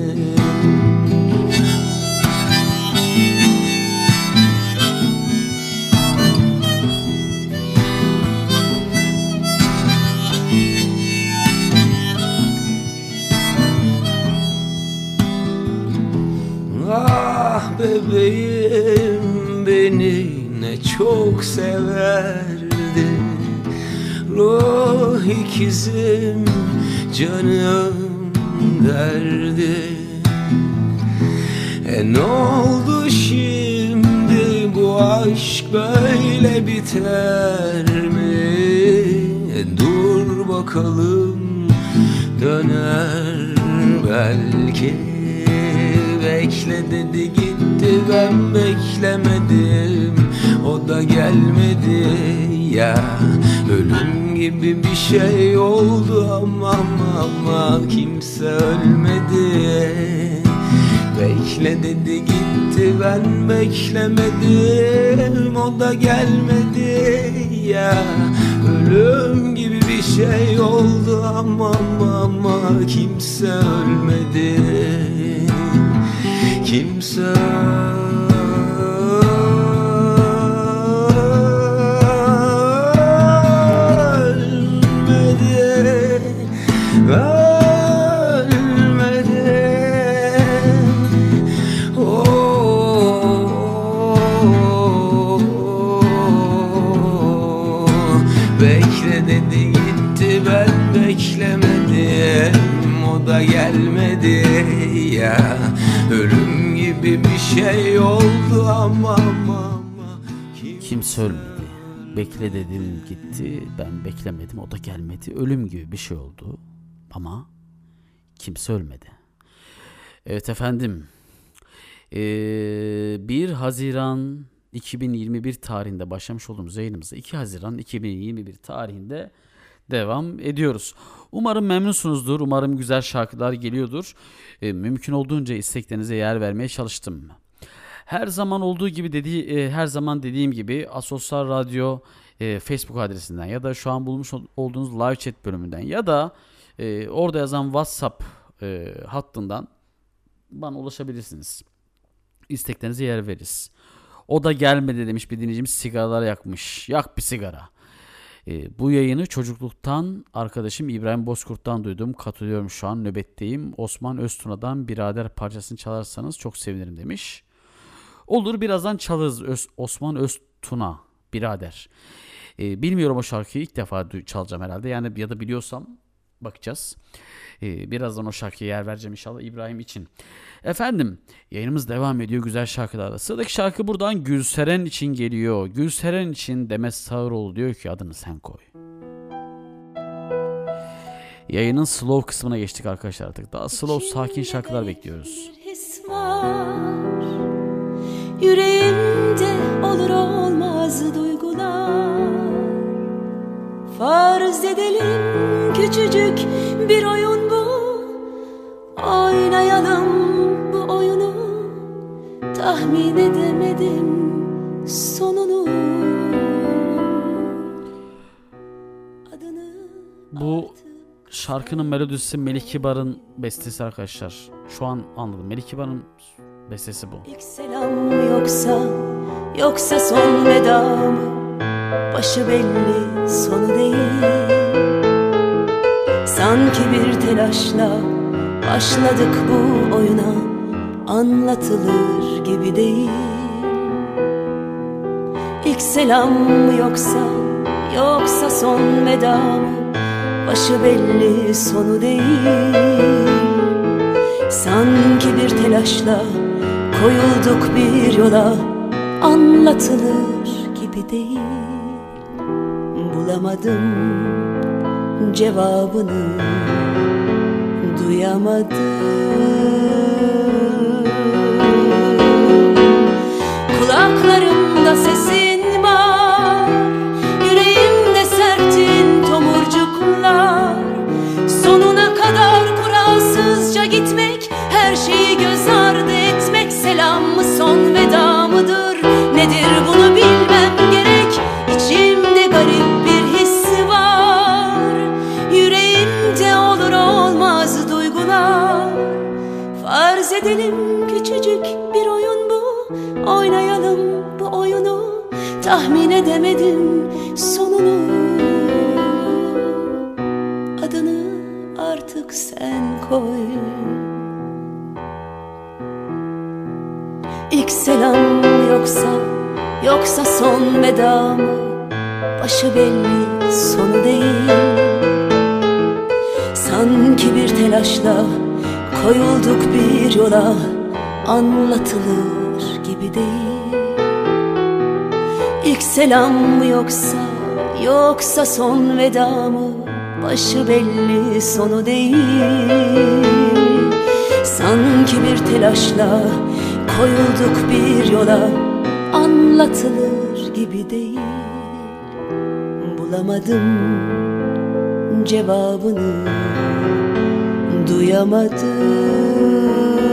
Ah bebeğim beni ne çok severdi, ruh ikizim canım derdi. E ne oldu şimdi, bu aşk böyle biter mi? E dur bakalım, döner belki. Bekle dedi gitti, ben beklemedim, o da gelmedi ya. Ölüm gibi bir şey oldu ama ama, ama kimse ölmedi. Bekle dedi gitti, ben beklemedim, o da gelmedi ya. Ölüm gibi bir şey oldu ama ama, ama kimse ölmedi. Kimse ölmedi, ölmedi. Oh, bekle dedi gitti, ben beklemedim, o da gelmedi ya. Ölüm gibi bir şey oldu ama ama kimse ölmedi. Bekle dedim gitti, ben beklemedim, o da gelmedi. Ölüm gibi bir şey oldu ama kimse ölmedi. Evet efendim. Ee, bir Haziran iki bin yirmi bir tarihinde başlamış olduğumuz yayınımıza iki Haziran iki bin yirmi bir tarihinde devam ediyoruz. Umarım memnunsunuzdur. Umarım güzel şarkılar geliyordur. E, mümkün olduğunca isteklerinize yer vermeye çalıştım. Her zaman olduğu gibi dediği, e, her zaman dediğim gibi Asosyal Radyo e, Facebook adresinden ya da şu an bulmuş olduğunuz live chat bölümünden ya da e, orada yazan WhatsApp e, hattından bana ulaşabilirsiniz. İsteklerinize yer veririz. O da gelmedi demiş bir dinleyicimiz, sigaralar yakmış. Yak bir sigara. E, bu yayını çocukluktan arkadaşım İbrahim Bozkurt'tan duydum. Katılıyorum, şu an nöbetteyim. Osman Öztuna'dan Birader parçasını çalarsanız çok sevinirim demiş. Olur, birazdan çalarız. Öz, Osman Öztuna Birader. E, bilmiyorum o şarkıyı, ilk defa du- çalacağım herhalde. Yani ya da biliyorsam bakacağız. E, birazdan o şarkıya yer vereceğim inşallah İbrahim için. Efendim, yayınımız devam ediyor güzel şarkılarla. Sıradaki şarkı buradan Gülseren için geliyor. Gülseren için Demet Sağıroğlu diyor ki adını sen koy. Yayının slow kısmına geçtik arkadaşlar artık. Daha slow, sakin şarkılar bekliyoruz. Yüreğimde olur olmaz duygular. Farz edelim küçücük bir oyun bu. Oynayalım bu oyunu. Tahmin edemedim sonunu. Bu şarkının melodisi Melih Kibar'ın bestesi arkadaşlar. Şu an anladım. Melih Kibar'ın bestesi bu. İlk selam yoksa, yoksa son veda mı? Başı belli, sonu değil. Sanki bir telaşla başladık bu oyuna, anlatılır gibi değil. İlk selam mı yoksa, yoksa son veda mı? Başı belli, sonu değil. Sanki bir telaşla koyulduk bir yola, anlatılır gibi değil. Bulamadım cevabını, duyamadım. Kulaklarımda sesin var, yüreğimde sertin tomurcuklar. Sonuna kadar kuralsızca gitmek, her şeyi göz ardı Farz edelim küçücük bir oyun bu, oynayalım bu oyunu. Tahmin edemedim sonunu, adını artık sen koy. İlk selam yoksa, yoksa son veda mı? Başı belli, sonu değil. Sanki bir telaşla koyulduk bir yola, anlatılır gibi değil. İlk selam mı yoksa, yoksa son veda mı? Başı belli, sonu değil. Sanki bir telaşla koyulduk bir yola, anlatılır gibi değil. Bulamadım cevabını, duyamadım.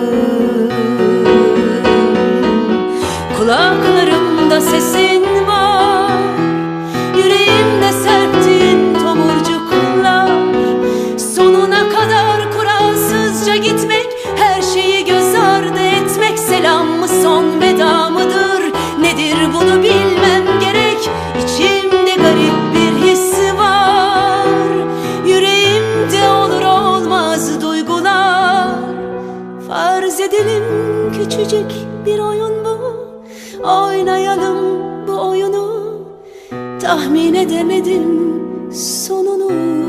Kulaklarımda sesin var, yüreğimde serptin tomurcuklar. Sonuna kadar kuralsızca gitmek, her şeyi göz ardı etmek. Selam mı son veda mıdır, nedir bunu bilmem gerek. İçimde garip bir his var, yüreğimde olur olmaz duygular. Farz edelim küçücük bir oyun bu, oynayalım bu oyunu. Tahmin edemedim sonunu,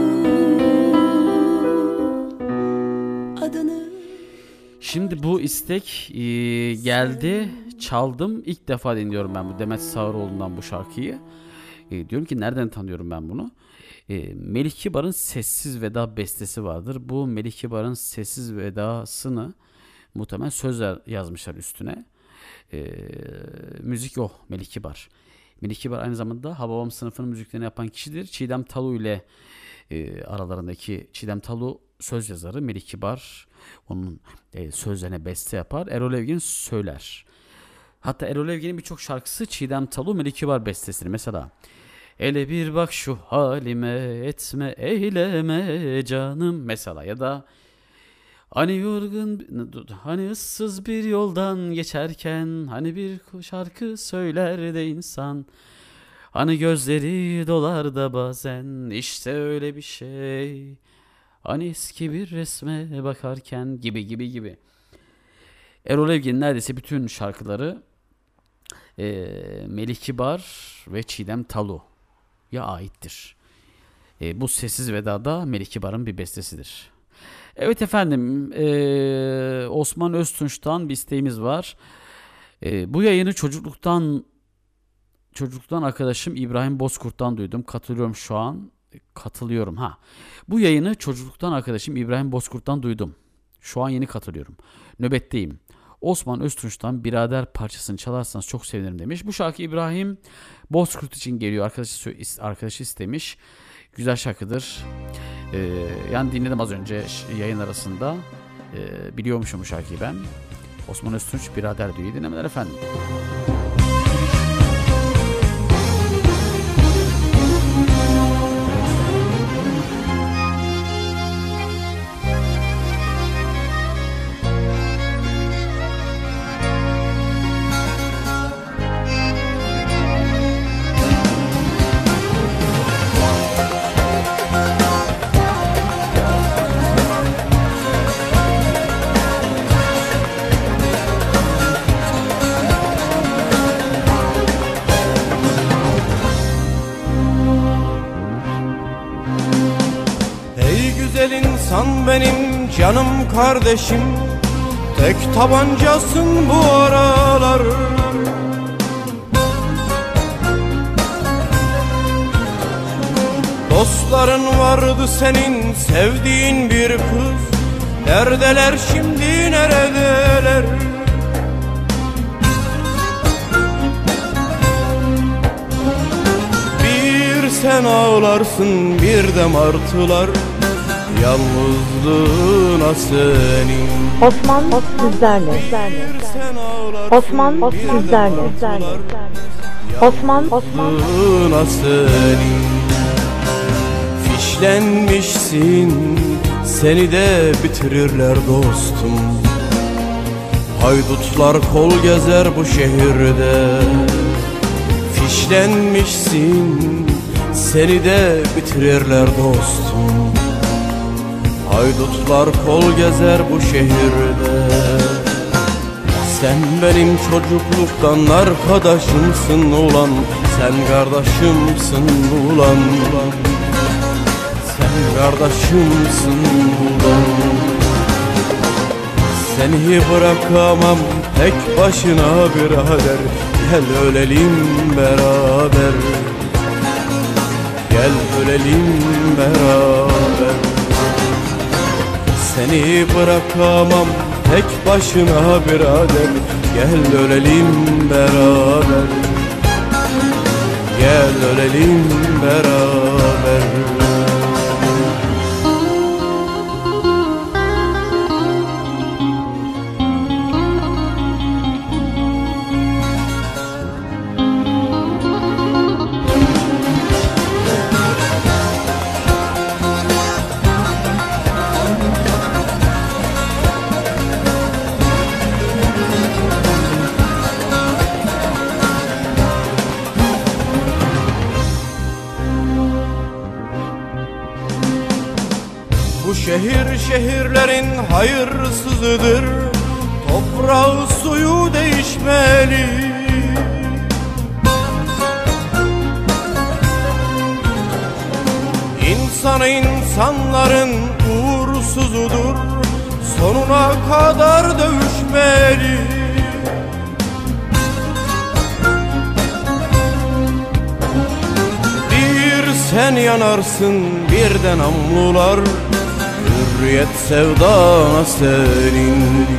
adını. Şimdi bu istek e, geldi, çaldım. İlk defa dinliyorum ben bu Demet Sağıroğlu'ndan bu şarkıyı. E, diyorum ki nereden tanıyorum ben bunu? E, Melih Kibar'ın Sessiz Veda bestesi vardır. Bu Melih Kibar'ın Sessiz Vedasını muhtemelen sözler yazmışlar üstüne. E, müzik o Melih Kibar. Melih Kibar aynı zamanda Hababam sınıfının müziklerini yapan kişidir. Çiğdem Talu ile e, aralarındaki Çiğdem Talu söz yazarı, Melih Kibar onun e, sözlerine beste yapar. Erol Evgin söyler. Hatta Erol Evgin'in birçok şarkısı Çiğdem Talu, Melih Kibar bestesidir. Mesela ele bir bak şu halime, etme eyleme canım mesela, ya da hani yorgun, hani ıssız bir yoldan geçerken, hani bir şarkı söyler de insan, hani gözleri dolar da bazen, işte öyle bir şey, hani eski bir resme bakarken gibi gibi gibi. Erol Evgin'in neredeyse bütün şarkıları e, Melih Kibar ve Çiğdem Talu'ya aittir. E, bu Sessiz Veda'da Melih Kibar'ın bir bestesidir. Evet efendim, e, Osman Öztunç'tan bir isteğimiz var. E, bu yayını çocukluktan çocukluktan arkadaşım İbrahim Bozkurt'tan duydum. Katılıyorum şu an. Katılıyorum ha. Bu yayını çocukluktan arkadaşım İbrahim Bozkurt'tan duydum. Şu an yeni katılıyorum. Nöbetteyim. Osman Öztunç'tan Birader parçasını çalarsanız çok sevinirim demiş. Bu şarkı İbrahim Bozkurt için geliyor. Arkadaşı, arkadaşı istemiş. Güzel şarkıdır. Ee, yani dinledim az önce yayın arasında. Ee, biliyormuşum bu şarkıyı ben. Osman Öztunç Birader diyor. İyi dinlemeler efendim. İnsan benim canım kardeşim, tek tabancasın bu aralar. Dostların vardı senin, sevdiğin bir kız. Neredeler şimdi, neredeler? Bir sen ağlarsın, bir de martılar yalnızlığına senin. Osman sizlerle. Osman sizlerle. Osman Osman senin. Fişlenmişsin, seni de bitirirler dostum. Haydutlar kol gezer bu şehirde. Fişlenmişsin, seni de bitirirler dostum. Haydutlar kol gezer bu şehirde. Sen benim çocukluktan arkadaşımsın ulan. Sen kardeşimsin ulan. Sen kardeşimsin ulan. Seni bırakamam tek başına birader. Gel ölelim beraber. Gel ölelim beraber. Seni bırakamam tek başına birader. Gel ölelim beraber. Gel ölelim beraber. Şehir şehirlerin hayırsızıdır. Toprağı suyu değişmeli. İnsanı insanların uğursuzudur. Sonuna kadar dövüşmeli. Bir sen yanarsın, bir de namlular. Hürriyet sevdana senin.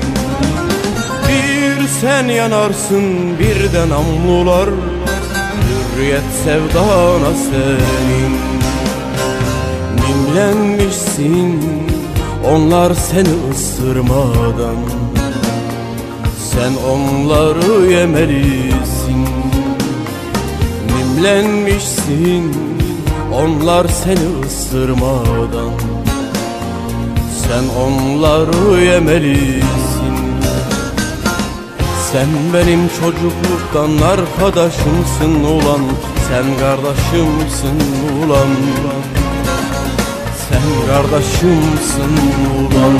Bir sen yanarsın, bir de namlular. Hürriyet sevdana senin. Nimlenmişsin, onlar seni ısırmadan. Sen onları yemelisin. Nimlenmişsin, onlar seni ısırmadan. Sen onları yemelisin. Sen benim çocukluktan arkadaşımsın ulan. Sen kardeşimsin ulan. Sen kardeşimsin ulan.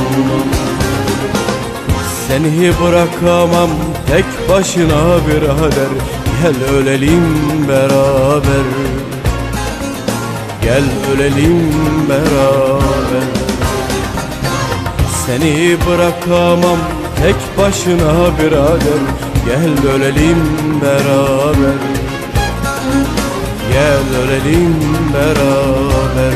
Seni bırakamam tek başına birader. Gel ölelim beraber. Gel ölelim beraber. Seni bırakamam tek başına birader. Gel ölelim beraber. Gel ölelim beraber.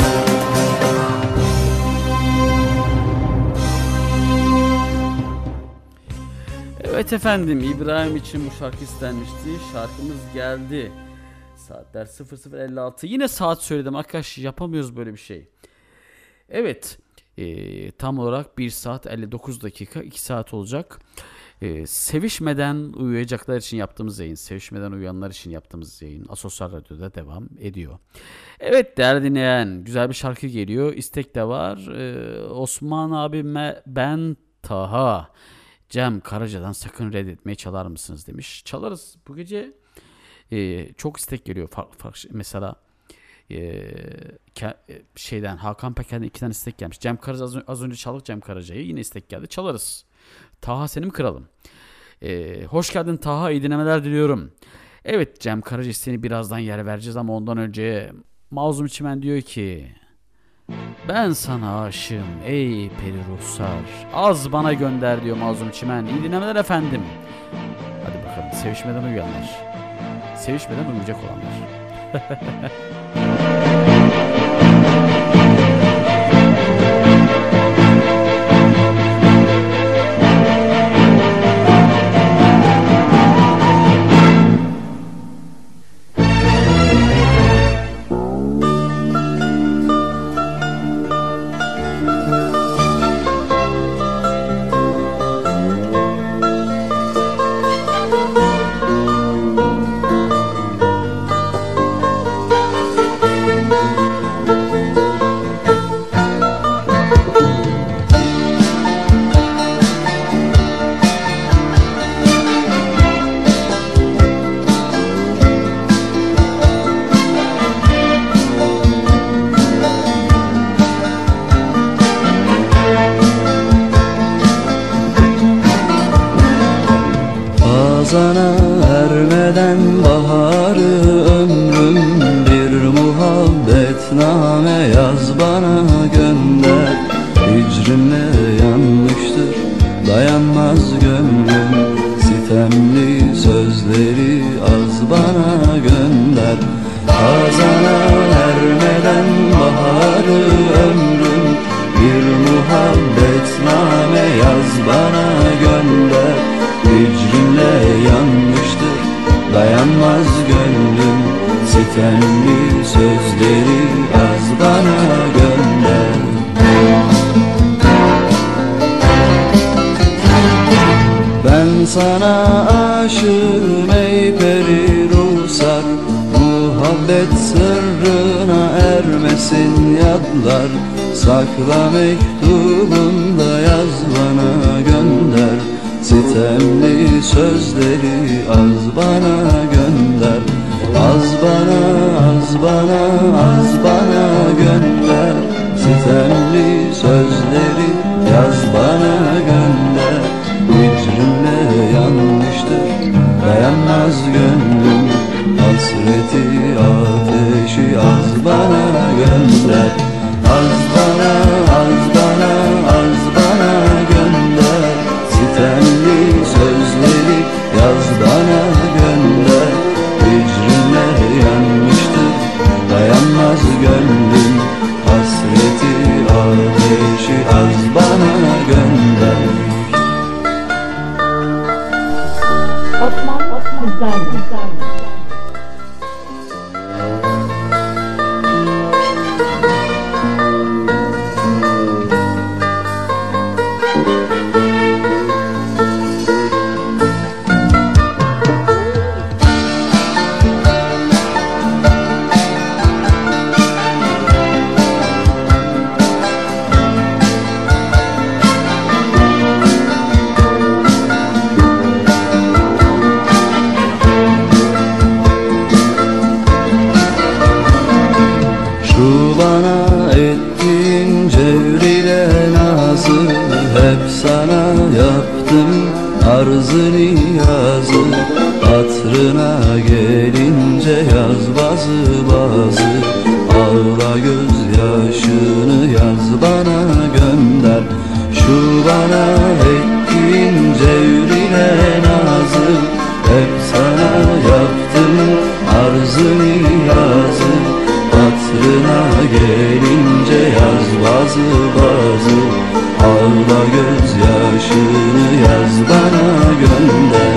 Evet efendim, İbrahim için bu şarkı istenmişti. Şarkımız geldi. Saatler sıfır sıfır elli altı. Yine saat söyledim arkadaş, yapamıyoruz böyle bir şey. Evet. Ee, tam olarak bir saat elli dokuz dakika, iki saat olacak. Ee, sevişmeden uyuyacaklar için yaptığımız yayın, sevişmeden uyuyanlar için yaptığımız yayın Asosyal Radyo'da devam ediyor. Evet değerli dinleyen, güzel bir şarkı geliyor, istek de var. Ee, Osman abime ben Taha, Cem Karaca'dan sakın reddetmeyi çalar mısınız demiş. Çalarız bu gece. Ee, çok istek geliyor farklı farklı, mesela Ee, şeyden Hakan Peker'den iki tane istek gelmiş. Cem Karaca az, az önce çaldık Cem Karaca'yı, yine istek geldi, çalarız. Taha seni mi kıralım? Ee, hoş geldin Taha, iyi dinlemeler diliyorum. Evet Cem Karaca isteğini birazdan yer vereceğiz ama ondan önce Mazlum Çimen diyor ki ben sana aşığım ey peri ruhsar, az bana gönder diyor Mazlum Çimen. İyi dinlemeler efendim. Hadi bakalım, sevişmeden uyuyanlar, sevişmeden uyuyacak olanlar. Hazana ermeden baharı ömrüm, bir muhabbetname yaz bana gönder. Hicrinle yanmıştır dayanmaz gönlüm, sitemli sözleri az bana gönder. Hazana ermeden baharı ömrüm, bir muhabbetname yaz bana gönder. Hicrinle yanmıştır dayanmaz gönlüm, sitemli sözleri az bana gönder. Ben sana aşığım ey peri ruhsar, muhabbet sırrına ermesin yadlar. Sakla mektubunda yaz bana gönder, sitemli sözleri az bana gönder. Az bana, az bana, az bana gönder, sitemli sözleri yaz bana gönder. Hicrinle yanmıştır dayanmaz gönlüm, hasreti ateşi az bana gönder. Az bana, az bana, az bana gönder, sitemli sözleri yaz bana gönder. Hicrinle yanmıştır dayanmaz gönlüm, hasreti ateşi az bana gönder. Osman Sizlerle. Arzı niyazı, hatrına gelince yaz bazı bazı. Ağla gözyaşını yaz bana gönder. Şu bana ettiğin cevrile nazı, hep sana yaptım arzı niyazı. Hatrına gelince yaz bazı bazı. Ağla gözyaşını yaz bana gönder.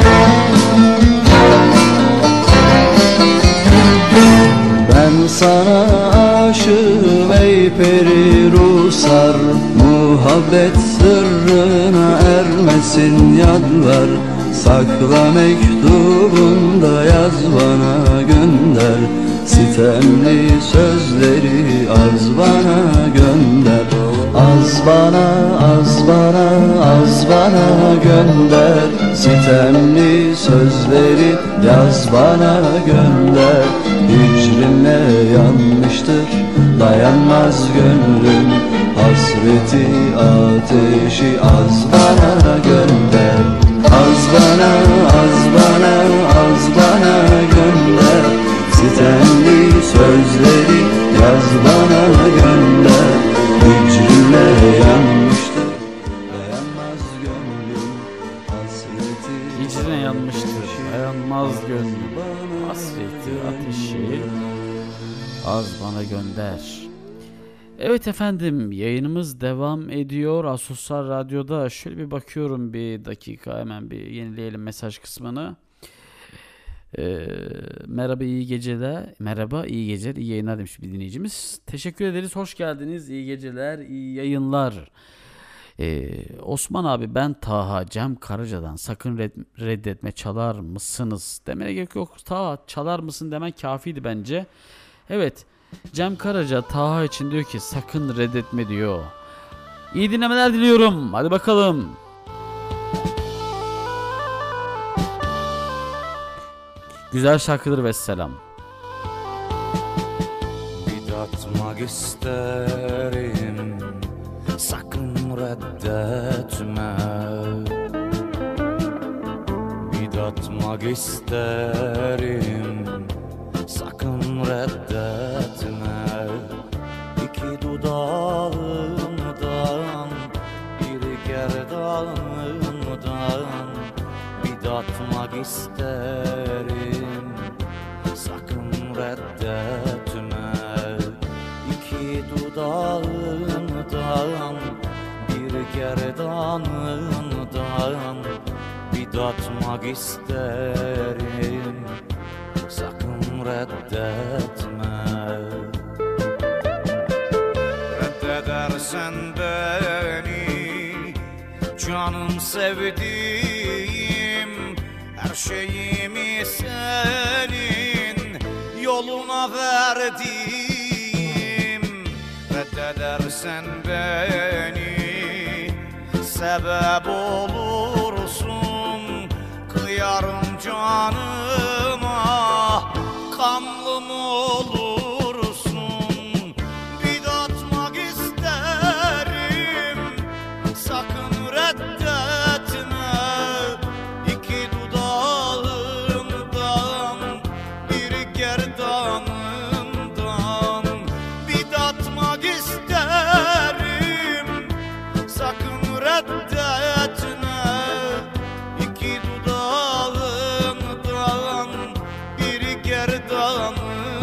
Ben sana aşığım ey peri ruhsar, muhabbet sırrına ermesin yadlar. Sakla mektubunda yaz bana gönder, sitemli sözleri az bana gönder. Az bana, az bana, az bana gönder, sitemli sözleri yaz bana gönder. Hicrinle yanmıştır dayanmaz gönlüm, hasreti ateşi az bana gönder. Az bana, az bana, az bana gönder, sitemli sözleri yaz bana gönder. Hicrinle yanmıştır dayanmaz gönlüm, hasreti Hicrine yanmıştır dayanmaz gönlüm, hasreti ateşi az bana gönder. Evet efendim, yayınımız devam ediyor Asosyal Radyo'da. Şöyle bir bakıyorum, bir dakika hemen bir yenileyelim mesaj kısmını. Ee, merhaba iyi geceler. Merhaba iyi geceler, iyi yayınlar demiş bir dinleyicimiz. Teşekkür ederiz, hoş geldiniz, iyi geceler, iyi yayınlar. Ee, Osman abi, ben Taha Cem Karaca'dan, sakın red, reddetme çalar mısınız demene gerek yok. Taha çalar mısın demen kafiydi bence. Evet, Cem Karaca Taha için diyor ki sakın reddetme diyor. İyi dinlemeler diliyorum, hadi bakalım. Güzel şarkıdır vesselam. Bidatmak isterim, sakın reddetme. Aldatmak isterim, sakın reddetme. İki dudağından, biri gerdanından bir tatmak isterim, sakın reddetme. İki dudağından, biri gerdanından bir tatmak isterim, sakın reddetme. Reddedersen beni, canım sevdiğim, her şeyimi senin yoluna verdim. Reddedersen beni, sebep olursun, kıyarım canıma, kanlım olursun. Bir tatmak isterim, sakın reddetme. İki dudağından, biri gerdanından bir tatmak isterim, sakın reddetme. İki dudağından, biri gerdanından.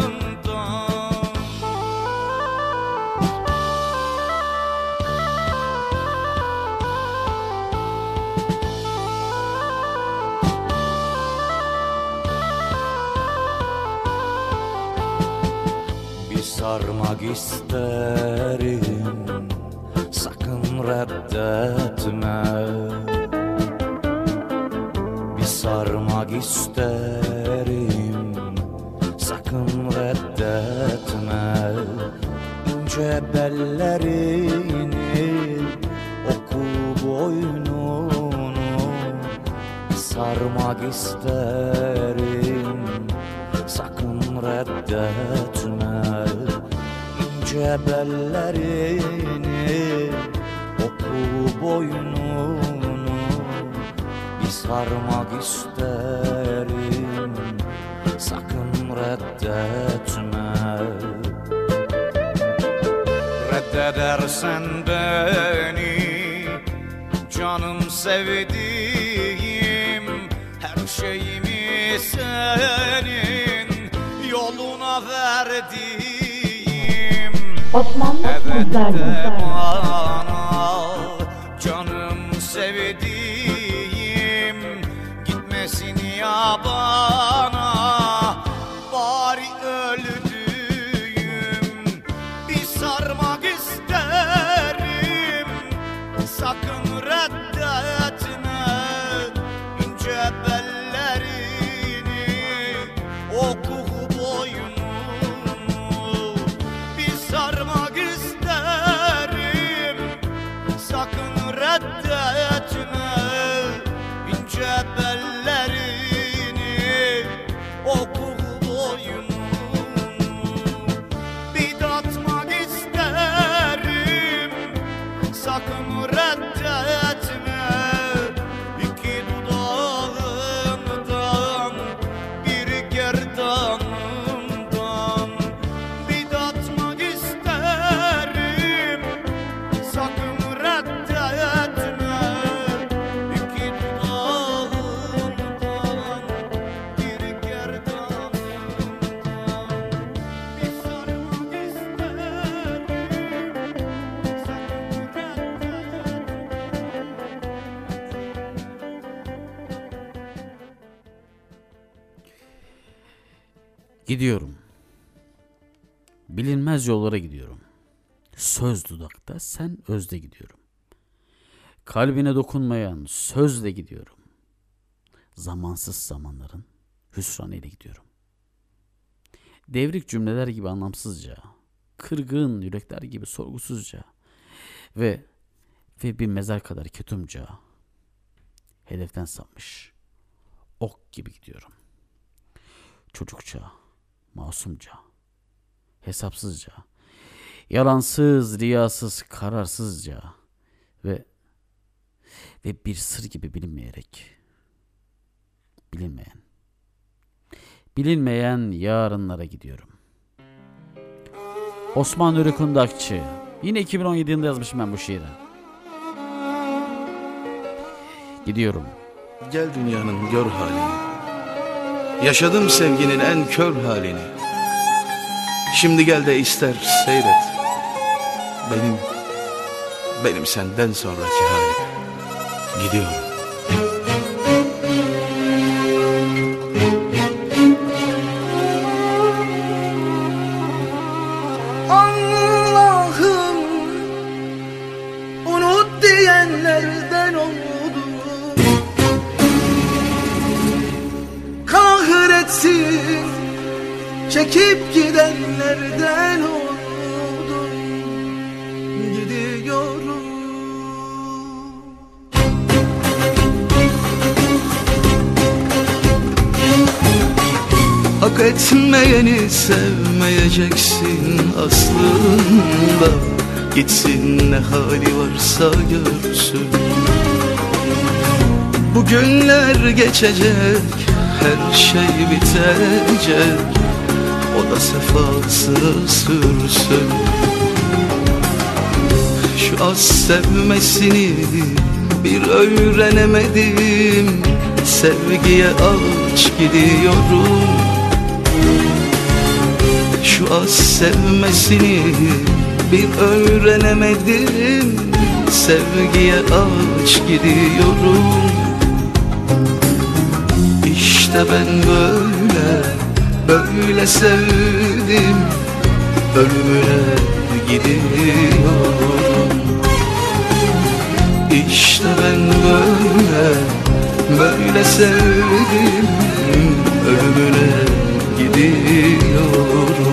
Bir sarmak isterim, sakın reddetme. Bir sarmak isterim, sakın reddetme. İnce bellerini, oku boynunu, sarmak isterim, sakın reddetme. İnce bellerini, oku boynunu, bir sarmak isterim, sakın reddetme. Reddedersen beni, canım sevdiğim, her şeyimi senin yoluna verdim. Osmanlı Evet Sözler de bana, canım sevdiğim, gitmesin yabana, bari öldüğüm. Bir sarmak isterim, sakın reddetme. İnce bellerini, oku boynunu, bir sarmak isterim, sakın reddetme. İnce bellerini, oku boynunu, bir tatmak isterim, sakın reddetme. İki dudağından, biri gerdanından bir tatmak isterim, sakın reddetme. İki dudağından, biri gerdanından bir sarmak isterim, sakın Gidiyorum. Bilinmez yollara gidiyorum. Söz dudakta, sen özde gidiyorum. Kalbine dokunmayan sözle gidiyorum. Zamansız zamanların hüsranı ile gidiyorum. Devrik cümleler gibi anlamsızca, kırgın yürekler gibi sorgusuzca ve ve bir mezar kadar ketumca hedeften sapmış ok gibi gidiyorum. Çocukça, masumca, hesapsızca, yalansız, riyasız, kararsızca ve ve bir sır gibi bilinmeyerek Bilinmeyen. Bilinmeyen yarınlara gidiyorum. Osman Nuri Kundakçı. Yine iki bin on yedi yılında yazmışım ben bu şiiri. Gidiyorum. Gel dünyanın gör halini. Yaşadım sevginin en kör halini. Şimdi gel de ister seyret. Benim, benim senden sonraki halim. Gidiyorum. Allah'ım unut diyenlerden oldu. Kahretsin çekip gidenlerden oldum. Gidiyorum. Hak etmeyeni sevmeyeceksin aslında. Gitsin ne hali varsa görsün. Bu günler geçecek, her şey bitecek. O da sefasını sürsün. Şu az sevmesini bir öğrenemedim. Sevgiye aç gidiyorum. Şu az sevmesini bir öğrenemedim. Sevgiye aç gidiyorum. İşte ben böyle, böyle sevdim. Ölümüne gidiyorum. İşte ben böyle, böyle sevdim. Ölümüne gidiyorum.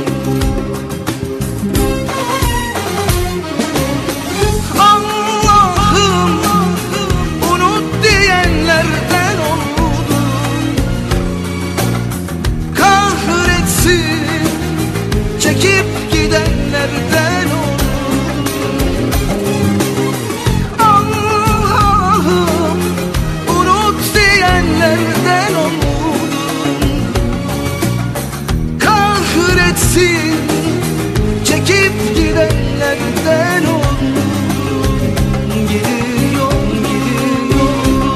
Allah'ım unut diyenlerden oldum. Kahretsin çekip gidenlerden oldum. Allah'ım unut diyenlerden oldum. Kahretsin çekip gidenlerden oldum. Gidiyorum, gidiyorum.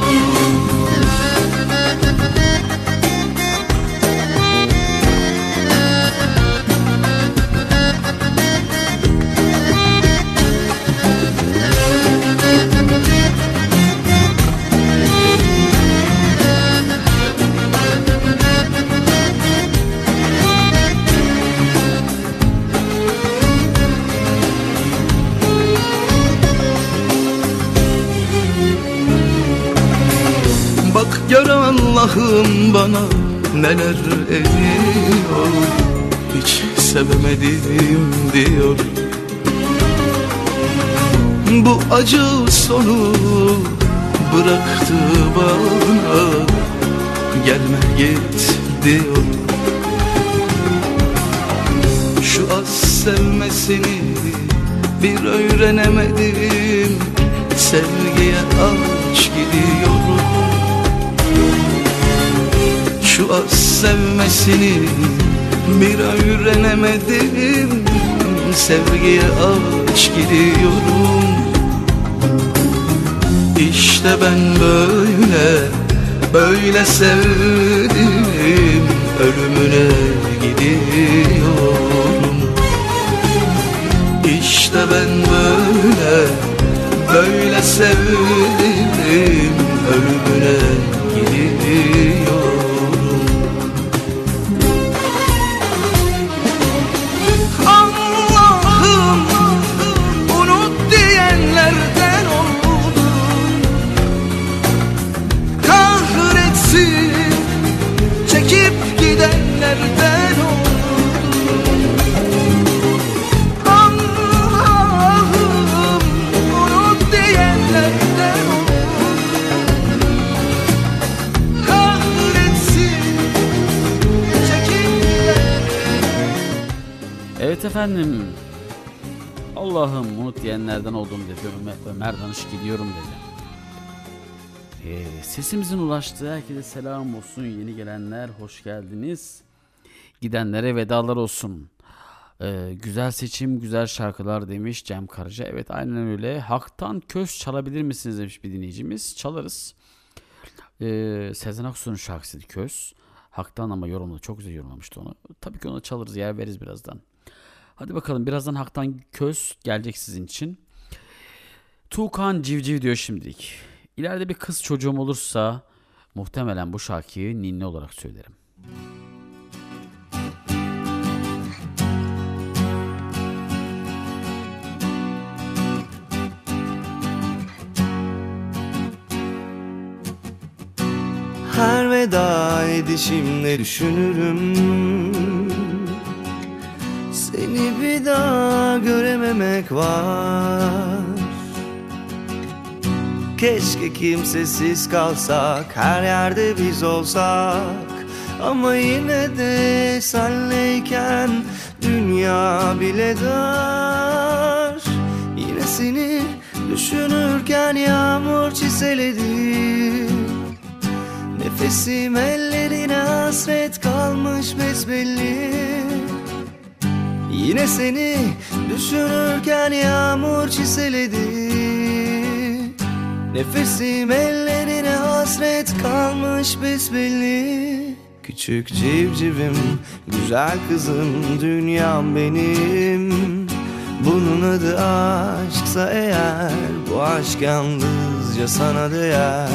Bak gör Allah'ım bana neler ediyor. Hiç sevemedim diyor. Bu acı sonu bıraktı bana. Gelme git diyor. Şu az sevmesini bir öğrenemedim. Sevgiye aç gidiyorum. Şu az sevmesini bir öğrenemedim. Sevgiye aç gidiyorum. İşte ben böyle, böyle sevdim. Ölümüne gidiyorum. İşte ben böyle, böyle sevdim. Ölümüne gidiyorum. Allah'ım unut diyenlerden oldum. Kahretsin çekip gidenlerden oldum. Allah'ım unut diyenlerden oldum. Kahretsin çekip Evet efendim. Allah'ım unut diyenlerden olduğumu dedi. Ömer, Ömer Danış gidiyorum dedi. Ee, sesimizin ulaştığı herkese selam olsun. Yeni gelenler hoş geldiniz. Gidenlere vedalar olsun. Ee, güzel seçim, güzel şarkılar demiş Cem Karaca. Evet, aynen öyle. Hak'tan Köz çalabilir misiniz demiş bir dinleyicimiz. Çalarız. Ee, Sezen Aksu'nun şarkısıydı Köz. Hak'tan ama yorumladı. Çok güzel yorumlamıştı onu. Tabii ki onu çalarız, yer veririz birazdan. Hadi bakalım, birazdan Hak'tan Köz gelecek sizin için. Tuğkan Civciv diyor şimdilik. İleride bir kız çocuğum olursa muhtemelen bu şarkıyı ninni olarak söylerim. Her veda edişimde düşünürüm, seni bir daha görememek var. Keşke kimsesiz kalsak, her yerde biz olsak, ama yine de senleyken dünya bile dar. Yine seni düşünürken yağmur çiseledi, nefesim ellerine hasret kalmış besbelli. Yine seni düşünürken yağmur çiseledi, nefesim ellerine hasret kalmış besbelli. Küçük civcivim, güzel kızım, dünyam benim. Bunun adı aşksa eğer, bu aşk yalnızca sana değer.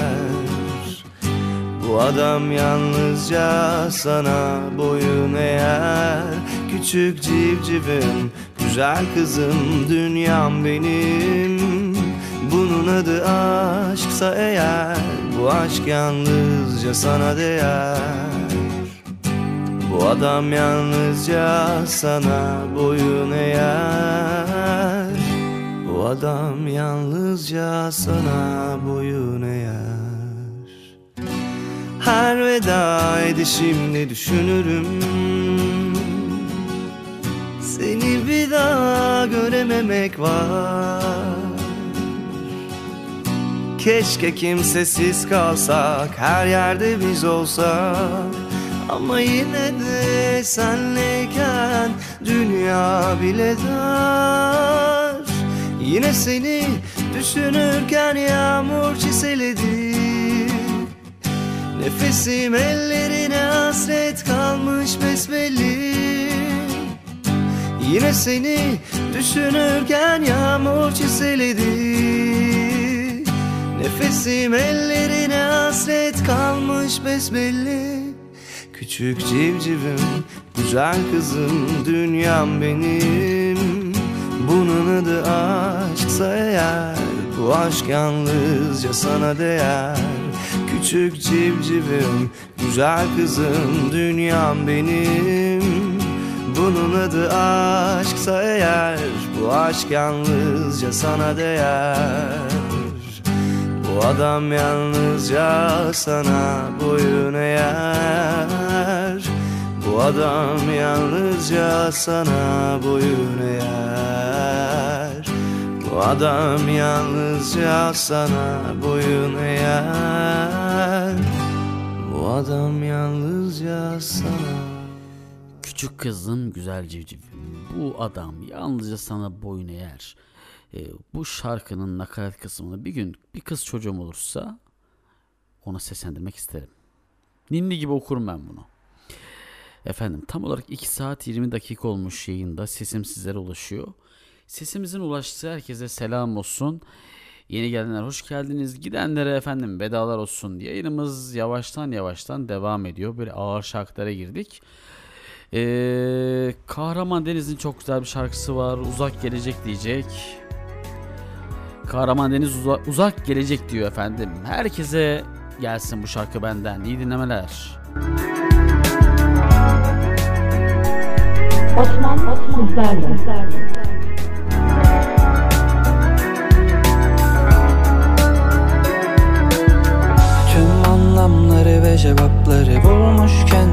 Bu adam yalnızca sana boyun eğer. Küçük civcivim, güzel kızım, dünyam benim. Bunun adı aşksa eğer, bu aşk yalnızca sana değer. Bu adam yalnızca sana boyun eğer. Bu adam yalnızca sana boyun eğer. Her veda edişimde düşünürüm, seni bir daha görememek var. Keşke kimsesiz kalsak, her yerde biz olsak, ama yine de senleyken dünya bile dar. Yine seni düşünürken yağmur çiseledi, nefesim ellerine hasret kalmış besbelli. Yine seni düşünürken yağmur çiseledi, nefesim ellerine hasret kalmış besbelli. Küçük civcivim, güzel kızım, dünyam benim. Bunun adı aşksa eğer, bu aşk yalnızca sana değer. Küçük civcivim, güzel kızım, dünyam benim. Bunun adı aşksa eğer, bu aşk yalnızca sana değer. Bu adam yalnızca sana boyun eğer. Bu adam yalnızca sana boyun eğer. Bu adam yalnızca sana boyun eğer. Bu adam yalnızca sana. Küçük kızım, güzel civciv, bu adam yalnızca sana boyun eğer. Ee, bu şarkının nakarat kısmını bir gün bir kız çocuğum olursa ona seslendirmek isterim. Ninni gibi okurum ben bunu. Efendim, tam olarak iki saat yirmi dakika olmuş yayında. Sesim sizlere ulaşıyor. Sesimizin ulaştığı herkese selam olsun. Yeni gelenler hoş geldiniz. Gidenlere efendim vedalar olsun. Yayınımız yavaştan yavaştan devam ediyor. Böyle ağır şarkılara girdik. Ee, Kahraman Deniz'in çok güzel bir şarkısı var. Uzak gelecek diyecek. Kahraman Deniz uza- uzak gelecek diyor efendim. Herkese gelsin bu şarkı benden. İyi dinlemeler. Osman Osman sizlerle. Tüm anlamları ve cevapları bulmuşken,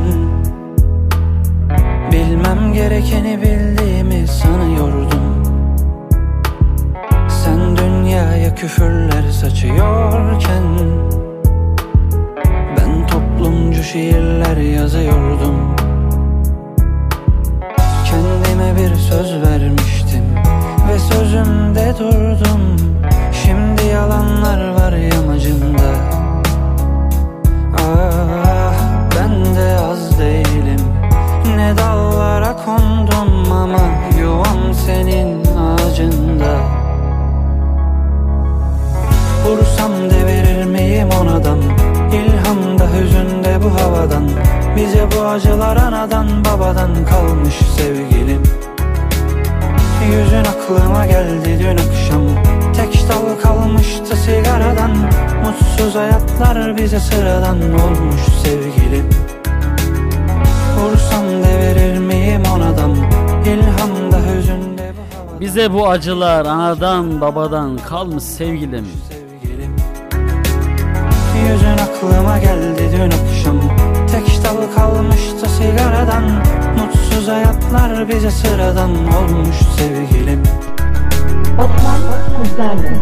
bilmem gerekeni bildiğimi sanıyordum. Sen dünyaya küfürler saçıyorken, Bize bu acılar anadan babadan kalmış sevgilim. Yüzün aklıma geldi dün akşam, tek dal kalmıştı sigaradan. Mutsuz hayatlar bize sıradan olmuş sevgilim. Vursam devirir miyim onadan, ilhamda hüzünde bu havadan. Bize bu acılar anadan babadan kalmış sevgilim. Yüzün aklıma geldi dün akşam, tek dal kalmıştı sigaradan. Mutsuz hayatlar bize sıradan olmuş sevgilim. Osman Kızlarlı.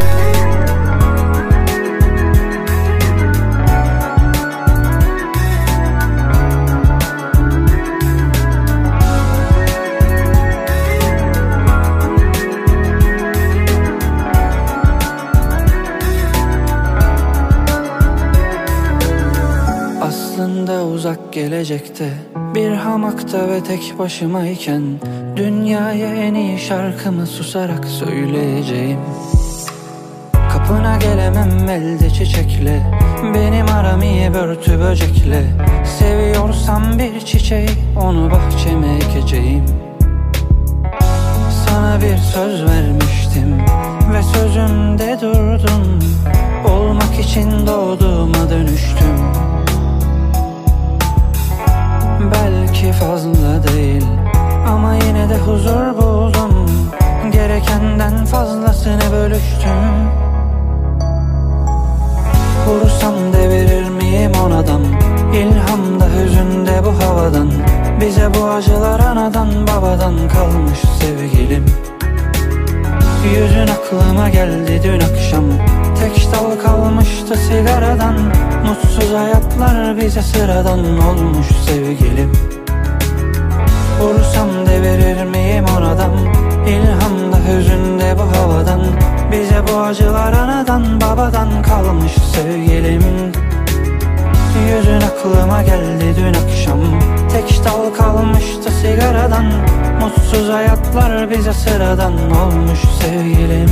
Aslında uzak gelecekte, bir hamakta ve tek başımayken, dünyaya en iyi şarkımı susarak söyleyeceğim. Kapına gelemem elde çiçekle, benim aram iyi börtü böcekle. Seviyorsam bir çiçeği, onu bahçeme ekeceğim. Sana bir söz vermiştim ve sözümde durdum. Olmak için doğduğuma dönüştüm. Belki fazla değil ama yine de huzur buldum. Gerekenden fazlasını bölüştüm. Vursam devirir miyim onadan, ilhamda hüzünde bu havadan. Bize bu acılar anadan babadan kalmış sevgilim. Yüzün aklıma geldi dün akşam, tek dal kalmıştı sigaradan. Mutsuz hayatlar bize sıradan olmuş sevgilim. Vursam devirir miyim onadan, ilhamda hüzünde bu havadan. Bize bu acılar anadan babadan kalmış sevgilim. Yüzün aklıma geldi dün akşam, tek dal kalmıştı sigaradan. Mutsuz hayatlar bize sıradan olmuş sevgilim.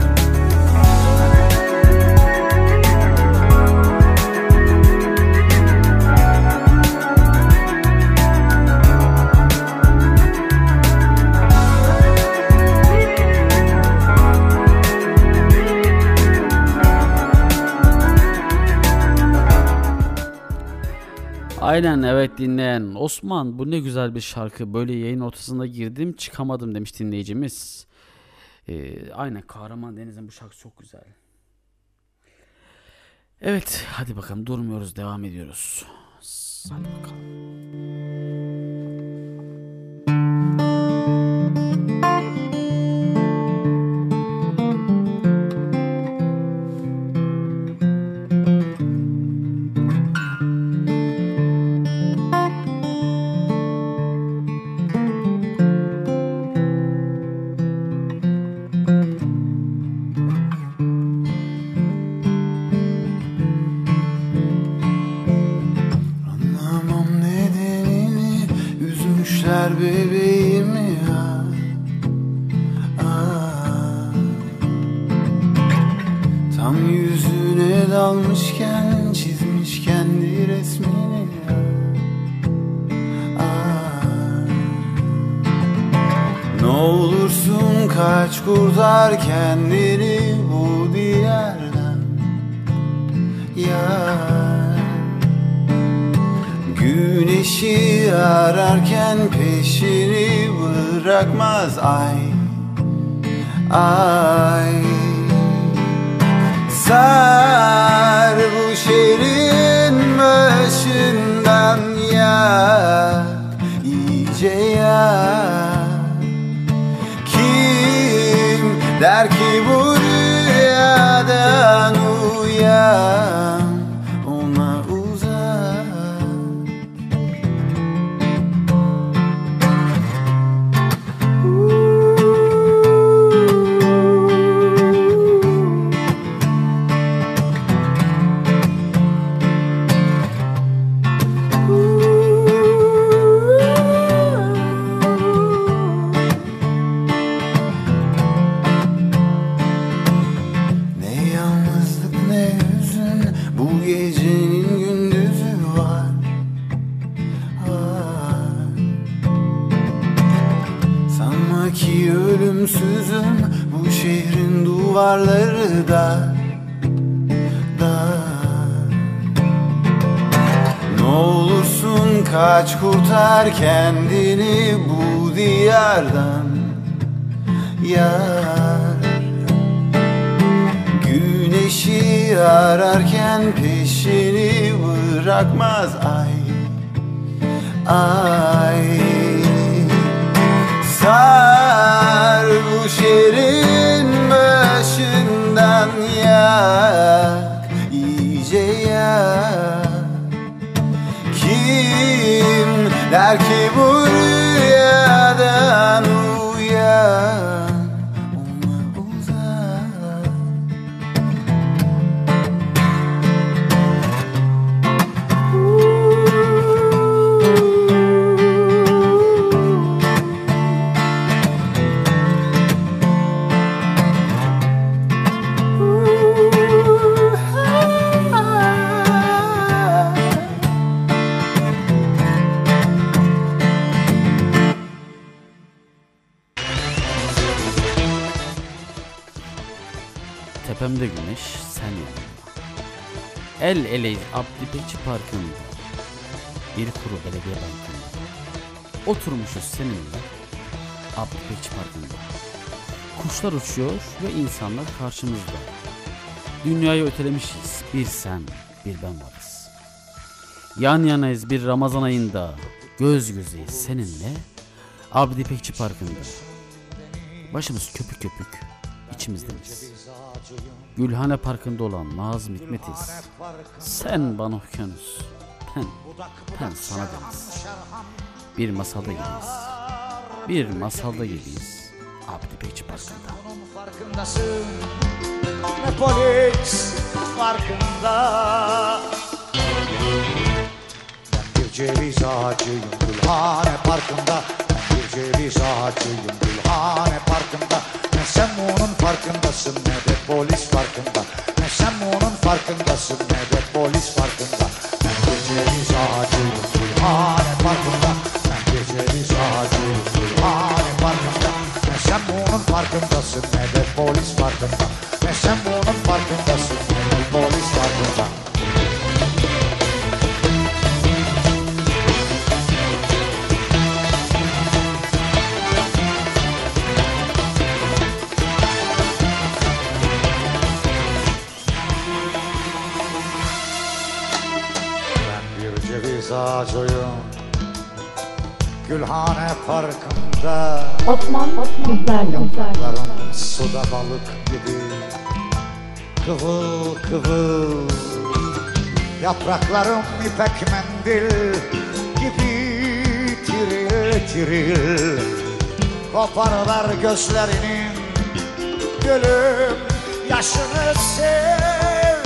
Aynen, evet, dinleyen Osman, bu ne güzel bir şarkı, böyle yayın ortasında girdim çıkamadım demiş dinleyicimiz. Ee, aynen, Kahraman Deniz'in bu şarkısı çok güzel. Evet, hadi bakalım, durmuyoruz, devam ediyoruz. Hadi bakalım. Bebeğim ya, aa, tam yüzüne dalmışken çizmiş kendi resmini ya, aa, ne olursun kaç, kurtar kendini bu diyardan ya. Güneşi ararken peşini bırakmaz ay, ay. Sar bu şehrin başından ya, iyice ya. Kim der ki bu rüyadan uyan, ona uzak. duvarları da da. Ne olursun kaç, kurtar kendini bu diyardan yar. Güneşi ararken peşini bırakmaz ay ay. Sarhoş yerin başından yak, iyice yak. Kim der ki bu rüyadan uyan, ona uzak. Tepemde güneş, sen yanımda. El eleyiz Abdi Bekçi Parkı'nda. Bir kuru belediye bankında. Oturmuşuz seninle Abdi Bekçi Parkı'nda. Kuşlar uçuyor ve insanlar karşımızda. Dünyayı ötelemişiz, bir sen, bir ben varız. Yan yanayız bir Ramazan ayında. Göz gözeyiz seninle Abdi Bekçi Parkı'nda. Başımız köpük köpük, içimizdeniz. Gülhane Parkı'nda olan Nazım Hikmetiz. Sen bana okyanus, ben, ben sana deniz. Bir masalda gibiyiz, bir masalda gibiyiz Abdi Bekçi Parkı'nda. Farkındasın, ne polis farkında. Ben bir ceviz ağacıyım Gülhane Parkı'nda. Ben bir ceviz ağacıyım Gülhane Parkı'nda. Ne sen bunun farkındasın ne de polis farkında. Ne sen bunun farkındasın ne de polis farkında. Ben bir ceviz ağacıyım Gülhane Parkı'nda. Ben bir ceviz ağacıyım Gülhane Parkı'nda. Ne sen bunun farkındasın ne de polis farkında. Ne sen bunun farkındasın ne de polis farkında. Ağacıyım Gülhane Parkı'nda. Osman Osman Yapraklarım suda balık gibi kıvıl kıvıl. Yapraklarım ipek mendil gibi tiril tiril. Koparlar gözlerinin gülüm yaşını sev.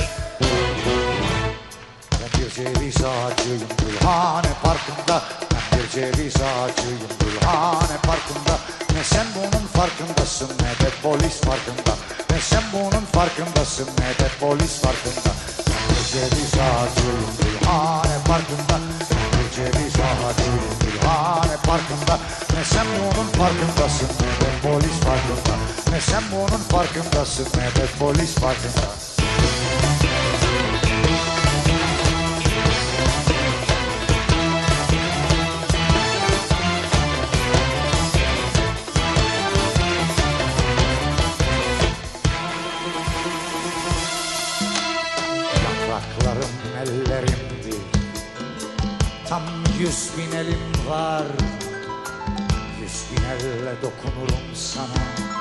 Ben bir ceviz ağacıyım Gülhane Parkı'nda. Ben bir ceviz ağacıyım Gülhane Parkı'nda. Ne sen bunun farkındasın ne de polis farkında. Ne sen bunun farkındasın ne de polis farkında. Ben bir ceviz ağacıyım Gülhane Parkı'nda. Ben bir ceviz ağacıyım Gülhane Parkı'nda. Ne sen bunun farkındasın ne de polis farkında. Ne sen bunun farkındasın ne de polis farkında. Ellerimdir, tam yüz bin elim var. Yüz bin elle dokunurum sana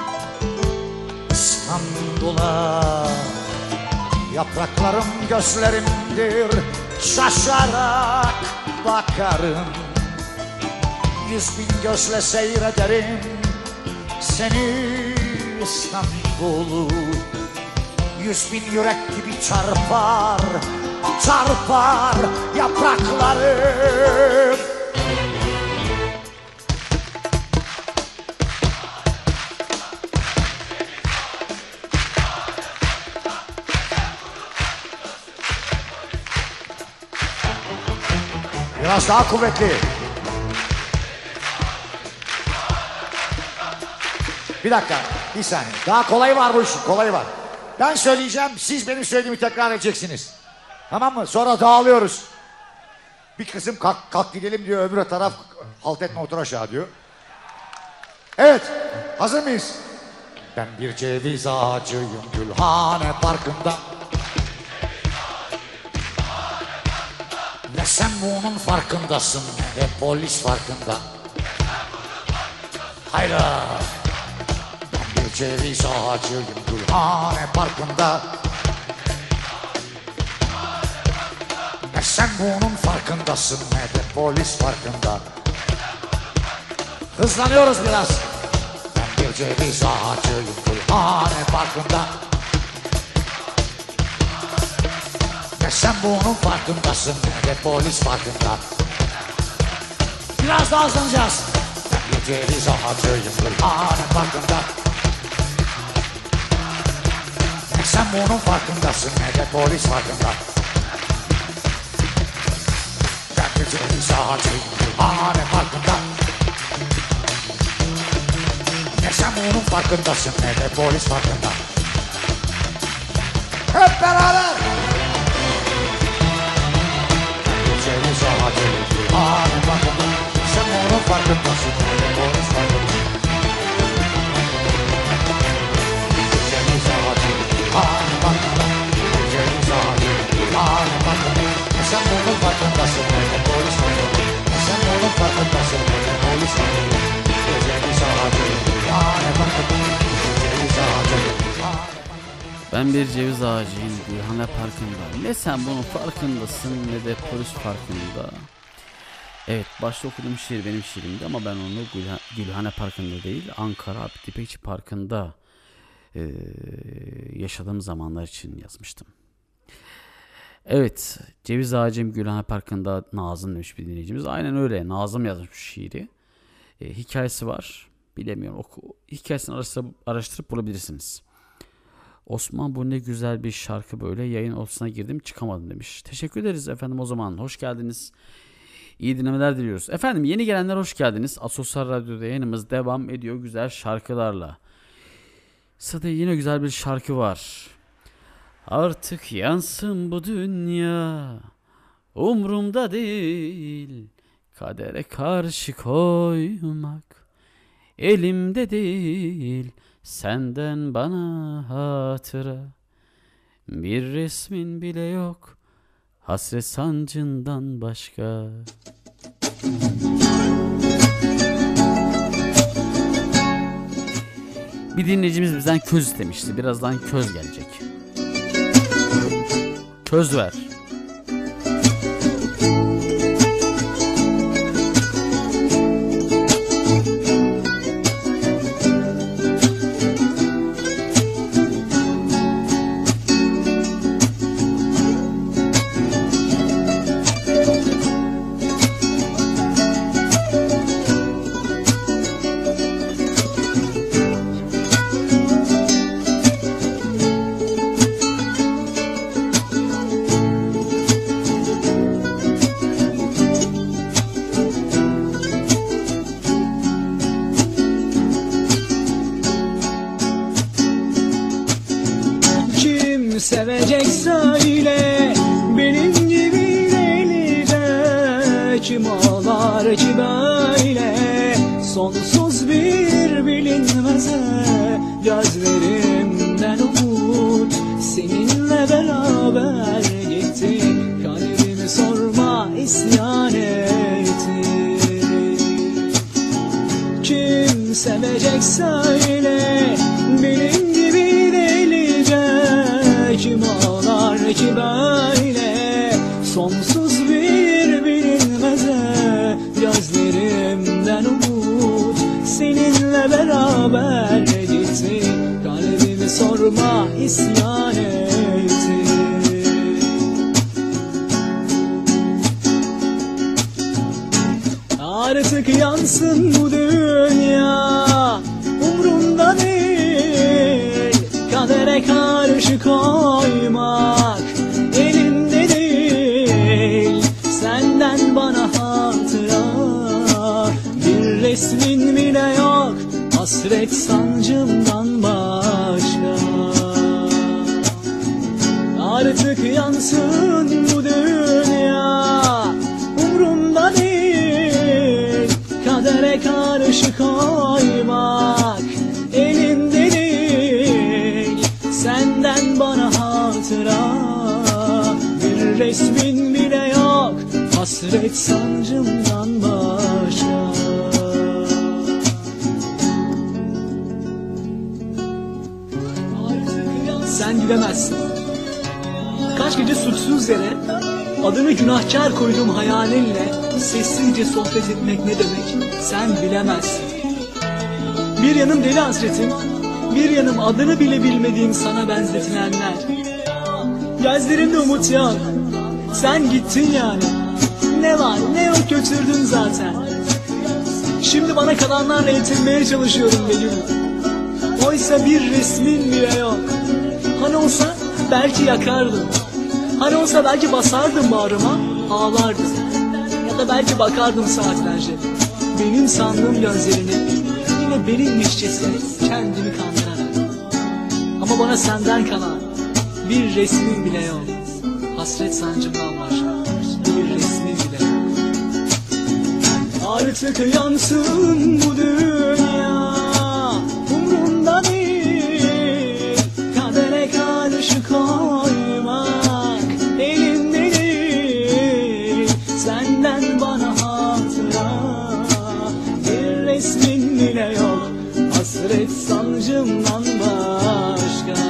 İstanbul'a. Yapraklarım gözlerimdir, şaşarak bakarım. Yüz bin gözle seyrederim seni İstanbul'u. Yüz bin yürek gibi çarpar, çarpar yapraklarım. Biraz daha kuvvetli. Bir dakika. Bir saniye. Daha kolayı var bu işin, kolayı var. Ben söyleyeceğim, siz benim söylediğimi tekrar edeceksiniz. Tamam mı? Sonra dağılıyoruz. Bir kısım kalk, kalk gidelim diyor, öbür taraf halt etme otur aşağı diyor. Evet, hazır mıyız? Ben bir ceviz ağacıyım Gülhane Parkı'nda. Ne sen bunun farkındasın ne de polis farkında. Hayra. Ben bir ceviz ağacıyım Gülhane Parkı'nda. Ne sen bunun farkındasın ne de polis farkında. Hızlanıyoruz biraz. Ben bir ceviz ağacıyım Gülhane Parkı'nda. Ne sen bunun farkındasın ne de polis farkında. Biraz daha hızlanacağız. Ben bir ceviz ağacıyım Gülhane Parkı'nda. Ne sen bunun farkındasın ne de polis farkında. Ben bir ceviz ağacıyım Gülhane Parkı'nda. Ne sen bunun farkındasın ne de polis farkında. Hep beraber. Ceviz ağacıyım Gülhane Parkı'nda. Sen bunun farkındasın ne de polis farkında. Ceviz ağacıyım Gülhane Parkı'nda. Ceviz ağacıyım Gülhane Parkı'nda. Sen bunun farkındasın ne de polis farkında. Sen bunun farkındasın ne de polis farkında. Ceviz ağacıyım Gülhane Parkı'nda. Ceviz ağacıyım Gülhane. Ben bir ceviz ağacıyım Gülhane Parkı'nda. Ne sen bunun farkındasın ne de polis farkında. Evet, başta okuduğum şiir benim şiirimdi ama ben onu Gülha Gülhane Parkı'nda değil, Ankara Abdi İpekçi Parkı'nda e, yaşadığım zamanlar için yazmıştım. Evet, ceviz ağacıyım Gülhane Parkı'nda Nazım demiş bir dinleyicimiz. Aynen öyle, Nazım yazmış şiiri. E, hikayesi var, bilemiyorum. Oku, hikayesini araştırıp, araştırıp bulabilirsiniz. Osman bu ne güzel bir şarkı böyle, yayın odasına girdim çıkamadım demiş. Teşekkür ederiz efendim, o zaman hoş geldiniz. İyi dinlemeler diliyoruz. Efendim yeni gelenler hoş geldiniz. Asosyal Radyo'da yayınımız devam ediyor güzel şarkılarla. Sırada yine güzel bir şarkı var. Artık yansın bu dünya, umrumda değil, kadere karşı koymak elimde değil. Senden bana hatıra, bir resmin bile yok, hasret sancından başka. Bir dinleyicimiz bizden köz istemişti. Birazdan köz gelecek. Köz ver. Sevecek söyle benim gibi delice. Kim ağlar ki böyle sonsuz bir bilinmeze. Gözlerimden umut seninle beraber gitti. Kalbimi sorma isyan etti. Kim sevecek söyle benim gibi delice. Kim ağlar ki böyle sonsuz bir bilinmeze. Gözlerimden umut seninle beraber gitti. Kalbimi sorma isyan etti. Artık yansın bu dünya, umrumda değil, kadere karşı koymak elimde değil. Senden bana hatıra, bir resmin bile yok, hasret sancımdan bana. resmin bile yok, hasret sancımdan başka. Sen gidemezsin. Kaç gece suçsuz yere adını günahkar koyduğum hayalinle sessizce sohbet etmek ne demek sen bilemezsin. Bir yanım deli hasretim, bir yanım adını bile bilmediğim sana benzetilenler. Gözlerimde umut yok, sen gittin yani. Ne var ne yok götürdün zaten. Şimdi bana kalanlarla yetinmeye çalışıyorum benim. Oysa bir resmin bile yok. Hani olsa belki yakardım. Hani olsa belki basardım bağrıma, ağlardım. Ya da belki bakardım saatlerce benim sandığım gözlerine, yine benimmişçesine kendimi kandırarak. Ama bana senden kalan bir resmin bile yok, hasret sancımdan başka bir resmin bile yok. Artık yansın bu dünya, umrumda değil, kadere karşı koymak elimde değil. Senden bana hatıra bir resmin bile yok, hasret sancımdan başka.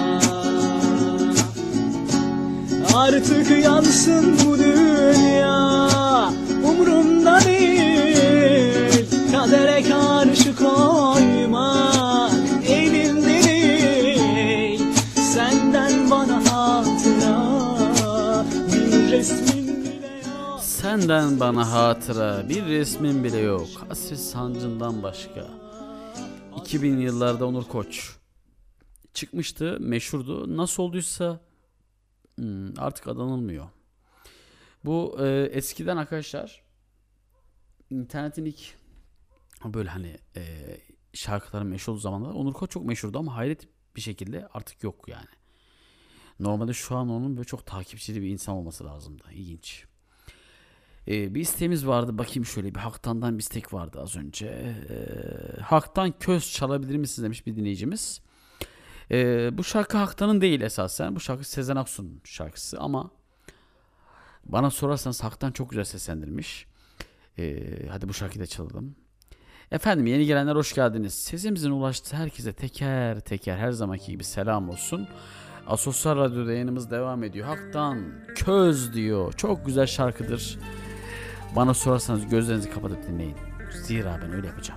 Artık yansın bu dünya, umrumda değil, kadere karşı koymak elimde değil. Senden bana hatıra bir resmin bile yok. Senden bana hatıra bir resmin bile yok, hasret sancından başka. iki bin yıllarda Onur Koç çıkmıştı, meşhurdu. Nasıl olduysa hmm, artık adanılmıyor. Bu e, eskiden arkadaşlar internetin ilk böyle hani e, şarkıların meşhur olduğu zamanlarda Onur Koç çok meşhurdu ama hayret bir şekilde artık yok yani. Normalde şu an onun böyle çok takipçili bir insan olması lazımdı. İlginç. Ee, bir isteğimiz vardı. Bakayım şöyle bir Haktan'dan bir istek vardı az önce. Ee, Haktan Köz çalabilir misiniz demiş bir dinleyicimiz. Ee, bu şarkı Haktan'ın değil esasen. Bu şarkı Sezen Aksu'nun şarkısı ama bana sorarsanız Haktan çok güzel seslendirmiş. Ee, hadi bu şarkıyı da çalalım. Efendim yeni gelenler hoş geldiniz. Sesimizin ulaştığı herkese teker teker her zamanki gibi selam olsun. Asosyal Radyo'da yayınımız devam ediyor. Haktan Köz diyor. Çok güzel şarkıdır. Bana sorarsanız gözlerinizi kapatıp dinleyin. Zira ben öyle yapacağım.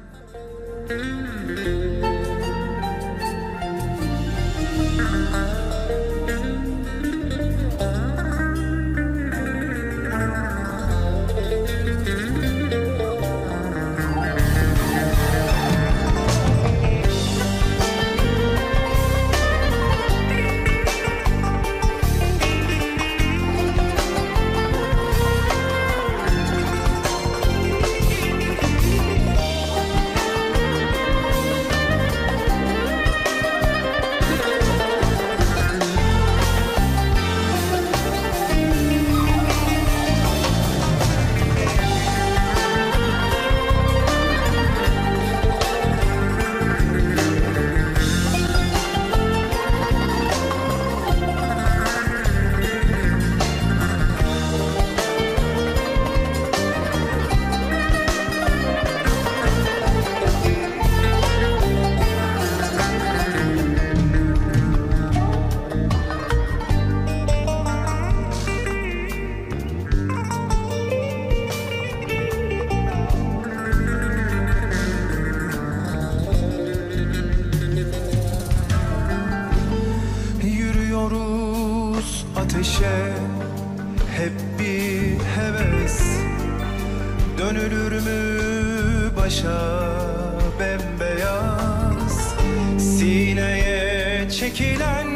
ateşe hep bir heves. Dönülür mü başa bembeyaz, sineye çekilen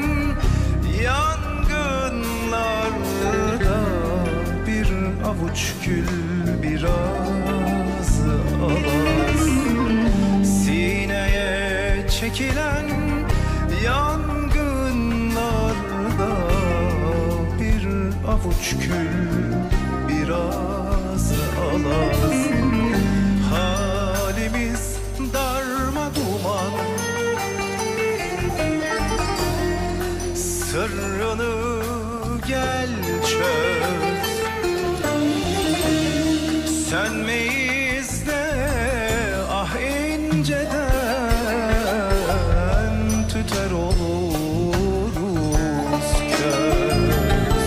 yangınlarda bir avuç kül biraz alaz. Sineye çekilen yangınlarda bir avuç kül biraz alaz. Halimiz darmaduman, sırrını gel çöz. Sönmeyiz de ah inceden tüter oluruz köz.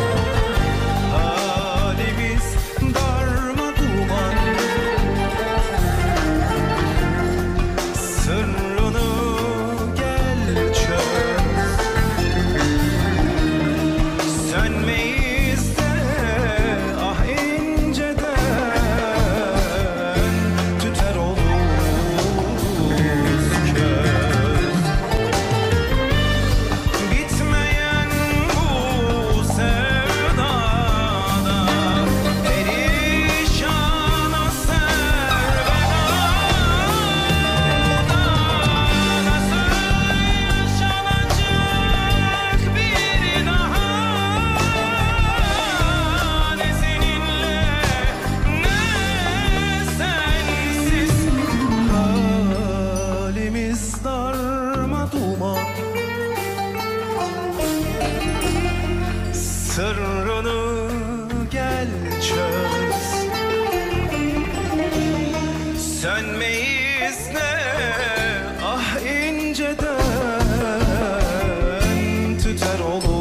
Halimiz darma duman, sırrını gel çöz. Sönmeyiz de ah inceden tüter oluruz köz. Bitmeyen bu sevdada perişana servedada nasıl yaşanacak bir daha, ne seninle ne sensiz. Halimiz darma duman, sırrını gel çöz. Sönmeyiz de ah inceden tüter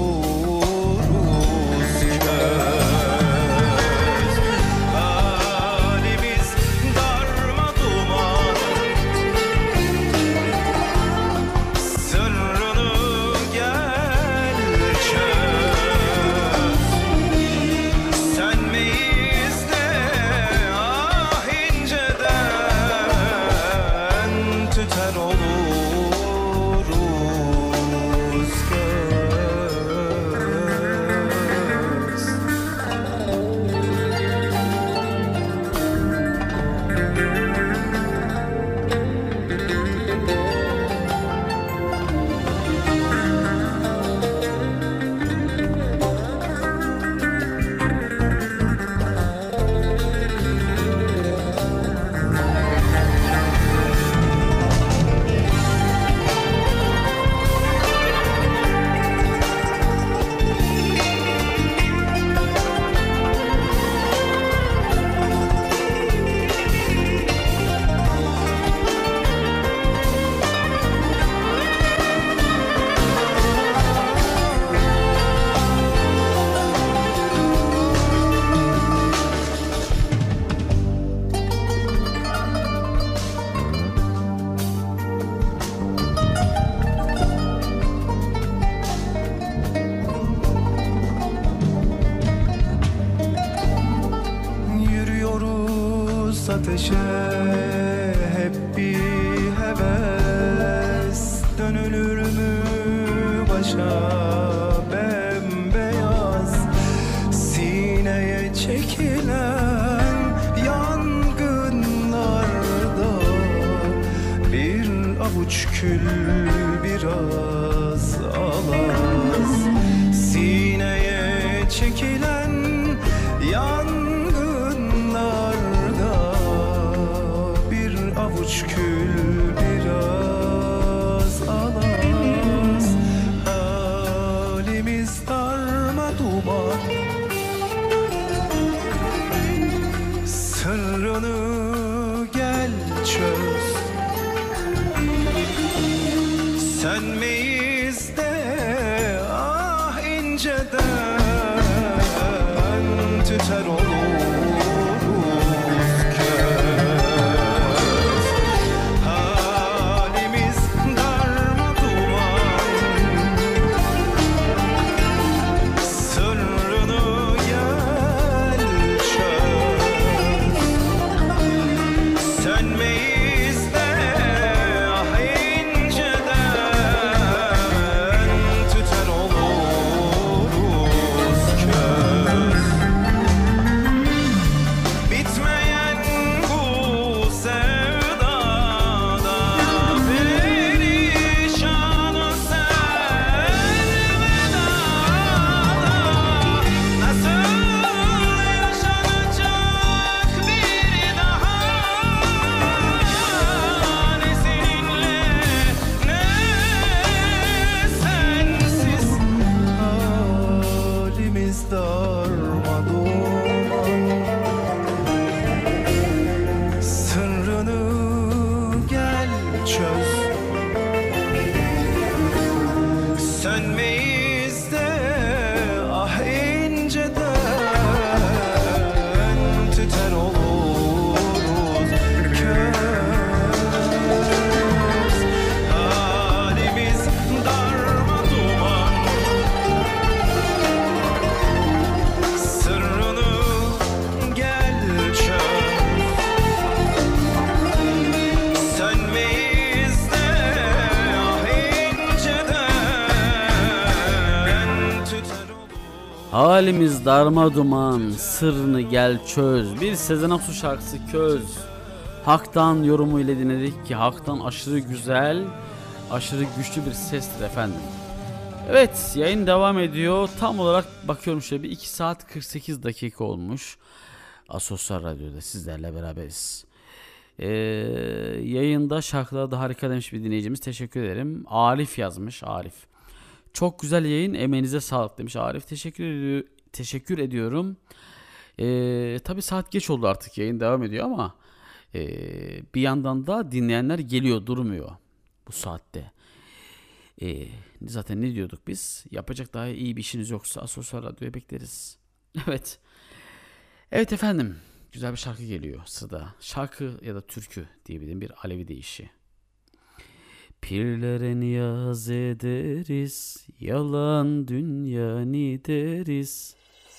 oluruz köz. Halimiz darma duman, sırrını gel çöz. Sönmeyiz de ah inceden tüter oluruz köz. Yürüyoruz ateşe hep bir heves, dönülür mü başa bembeyaz, sineye çekilen yangınlarda bir avuç kül biraz alaz. Sineye çekilen yangınlarda bir avuç kül biraz alaz. Halimiz darma duman, sırrını gel çöz. Sönmeyiz de ah inceden tüter oluruz köz. Halimiz darma duman, sırrını gel çöz. Bir Sezen Aksu şarkısı Köz. Hak'tan yorumu ile dinledik ki Hak'tan aşırı güzel, aşırı güçlü bir sestir efendim. Evet, yayın devam ediyor. Tam olarak bakıyorum şöyle bir iki saat kırk sekiz dakika olmuş. Asosyal Radyo'da sizlerle beraberiz. Ee, yayında şarkılarda harika demiş bir dinleyicimiz. Teşekkür ederim. Arif yazmış. Arif. Çok güzel yayın. Emeğinize sağlık demiş Arif. Teşekkür ediyor, teşekkür ediyorum. Ee, tabii saat geç oldu artık. Yayın devam ediyor ama e, bir yandan da dinleyenler geliyor, durmuyor bu saatte. Ee, zaten ne diyorduk biz? Yapacak daha iyi bir işiniz yoksa Asosyal Radyo'ya bekleriz. Evet. Evet efendim. Güzel bir şarkı geliyor sırada. Şarkı ya da türkü diyebilirim, bir Alevi deyişi. Pirlere niyaz ederiz, yalan dünya ni deriz.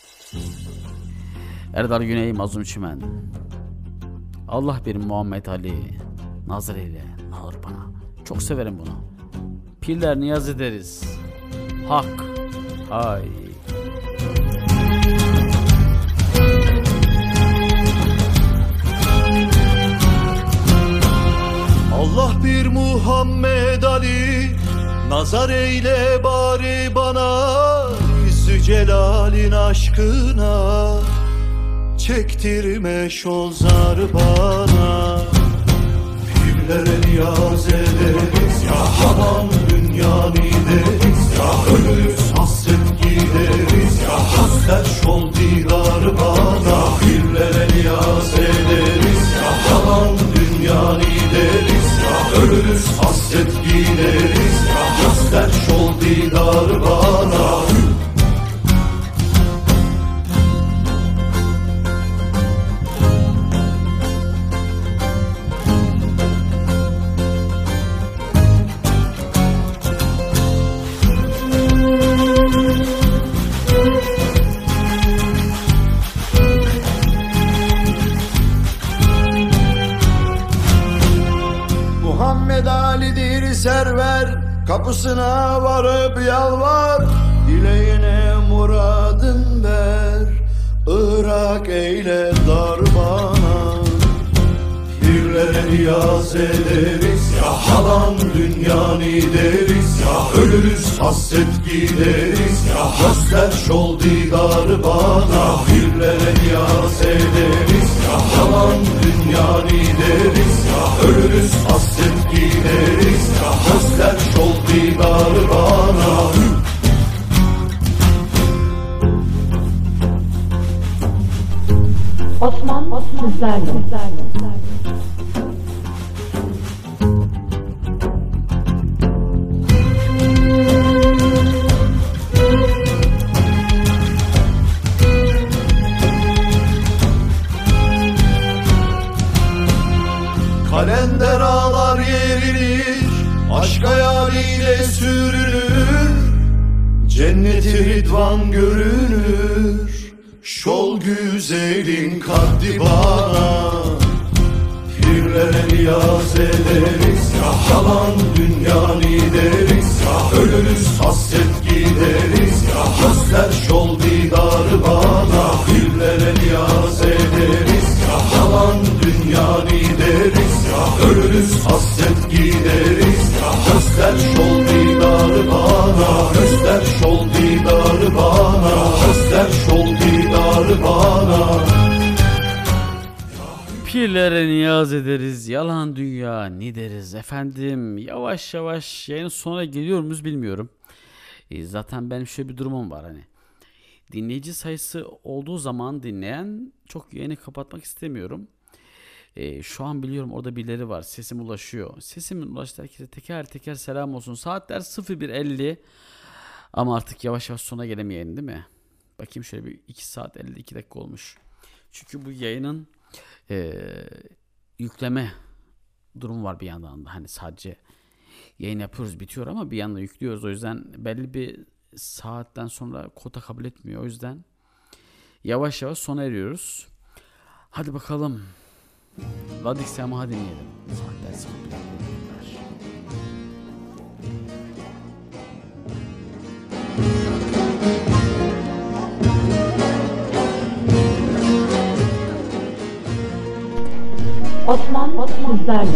Erdal Güney, Mazlum Çimen. Allah bir Muhammed Ali nazar eyle, ne olur bana. Çok severim bunu. Pirler niyaz ederiz. Hak. Ay. Allah bir Muhammed Ali nazar eyle bari bana, yüzü celalin aşkına çektirme şol zar bana. Pirlere niyaz ederiz ya haram dünyanı deriz ya, ölürüz hasret gideriz ya, hasret şol didar bana. Pirlere niyaz ederiz ya haram dünyanı deriz ya, ölürüz hasret gideriz ya, hasret şol didar bana. Muhammed Ali'dir server, kapısına varıp yalvar, dileğine muradın ver, Irak eyle dar bana. Pirlere niyaz ederiz ya halan dünyanı deriz ya, ölürüz hasret gideriz ya, hasret şol didar bana. Pirlere niyaz ederiz ya halan dünyanı deriz ya, ölürüz hasret gideriz ya, hasret şol didar bana. Osman Sizlerle. Kalender ağlar yerilir, aşk hayaliyle sürünür, cenneti ridvan görünür, şol güzelin kaddi bana. Pirlere niyaz ederiz ya halan dünyanı deriz ya, ölürüz hasret gideriz ya, hasret şol didar bana. Pirlere niyaz ederiz ya halan dünyanı deriz ya, ölürüz hasret gideriz ya, hasret şol didar bana, hasret şol didar bana, hasret şol didar bana. Pirlere niyaz ederiz, yalan dünya ne deriz efendim. Yavaş yavaş yayının sonuna geliyor muyuz bilmiyorum. E, zaten benim şöyle bir durumum var, hani dinleyici sayısı olduğu zaman dinleyen çok yayını kapatmak istemiyorum. E, şu an biliyorum orada birileri var, sesim ulaşıyor. Sesimin ulaştığı herkese teker teker selam olsun. Saatler sıfır bir elli ama artık yavaş yavaş sona gelemeyelim değil mi? Bakayım şöyle bir iki saat elli iki dakika olmuş. Çünkü bu yayının e, yükleme durumu var bir yandan da. Hani sadece yayın yapıyoruz bitiyor ama bir yandan yüklüyoruz. O yüzden belli bir saatten sonra kota kabul etmiyor. O yüzden yavaş yavaş sona eriyoruz. Hadi bakalım. Ladik Semah'ı dinleyelim. Saatler sıfır bir. Osman Sizlerle.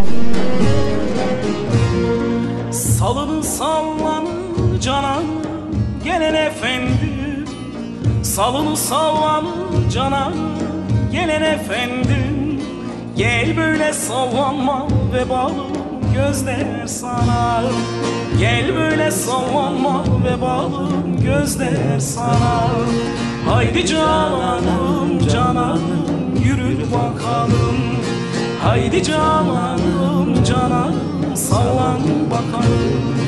Salını sallanı canan gelen efendim, salını sallanı canan gelen efendim. Gel böyle sallanma ve bağlı gözler sana. Gel böyle sallanma ve bağlı gözler sana. Haydi cananım cananım yürü bakalım. Haydi cananım cananım sallan bakalım.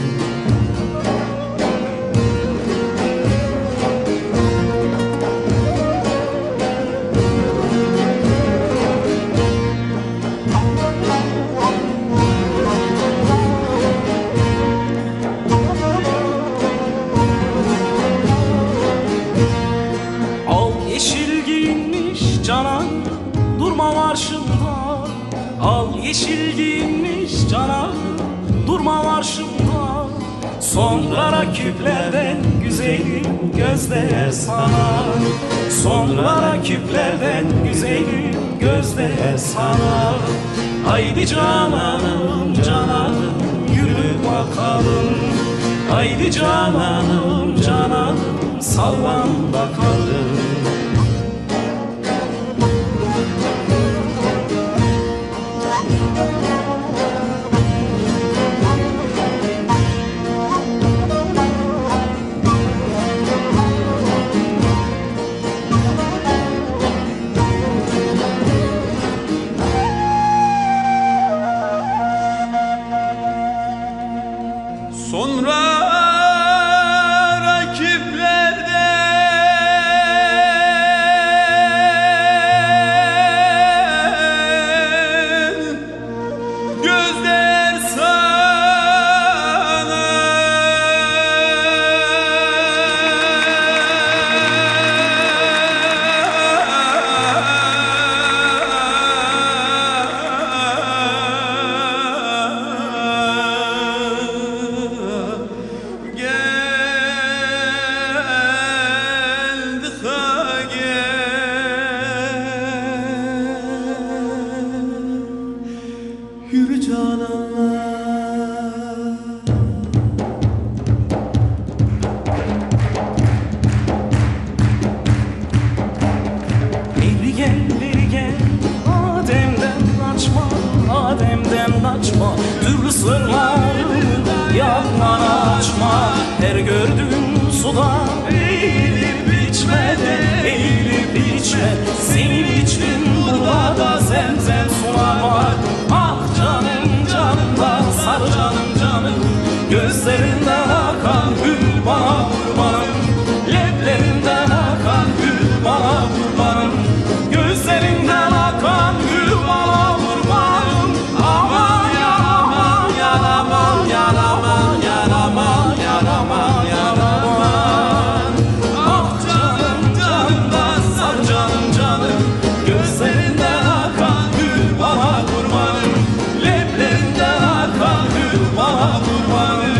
Al yeşil giyinmiş canan durma karşımda. Al yeşil giyinmiş canan durma karşımda. Sonra rakiplerden güzelim gözler sana. Sonra rakiplerden güzelim gözler sana. Haydi cananım cananım yürü bakalım. Haydi cananım cananım sallan bakalım. Sonra rakiplerden gözler sana. Geldi ha gel, yürü cananlar. Beri gel, beri gel, Adem'den kaçma, Adem'den kaçma. Türlü sırları yandan açma. Her gördüğün suda eğilip içme de, eğilip içme. Senin için burada da zemzem sular var. Ah canım canımdan sar canım canım. Gözlerinden akan gül bana kurbanım. Leblerinden akan gül bana kurbanım. Gözlerinden akan gül bana kurbanım. Aman yaramam yaramam yaramam yaramam yaramam yaramam. Ah canım canımdan sar canım canım. Gözlerinden akan gül bana kurbanım. Leblerinden akan gül bana kurbanım.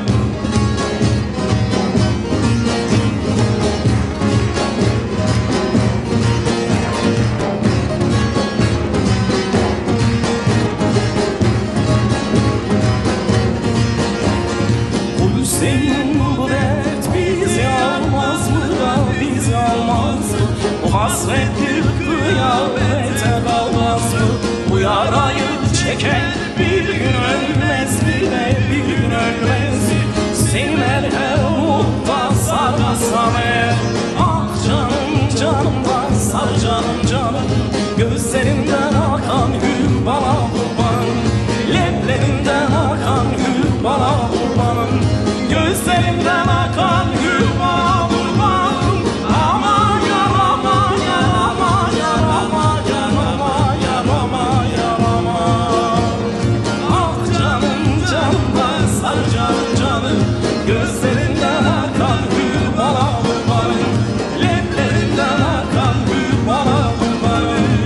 Bu Hüseyin bu dert bizi almaz mı da bizi almaz mı? Bu hasretli kıyamete kalmaz mı? Bu yarayı çeken bir gün ölmez mi de bir gün ölmez mi? Seni merhemuttan sarmasam eğer. Ah canım canımdan sar canım canım. Gözlerinden akan gül bana kurbanım. Leblerinden akan gül bana kurbanım. Gözlerimden akan gül bana kurbanım. Aman yarama yarama yarama yarama yarama yarama. Ah canım canımdan sar canım canım. Gözlerinden akan gül bana kurbanım. Leblerinden akan gül bana kurbanım.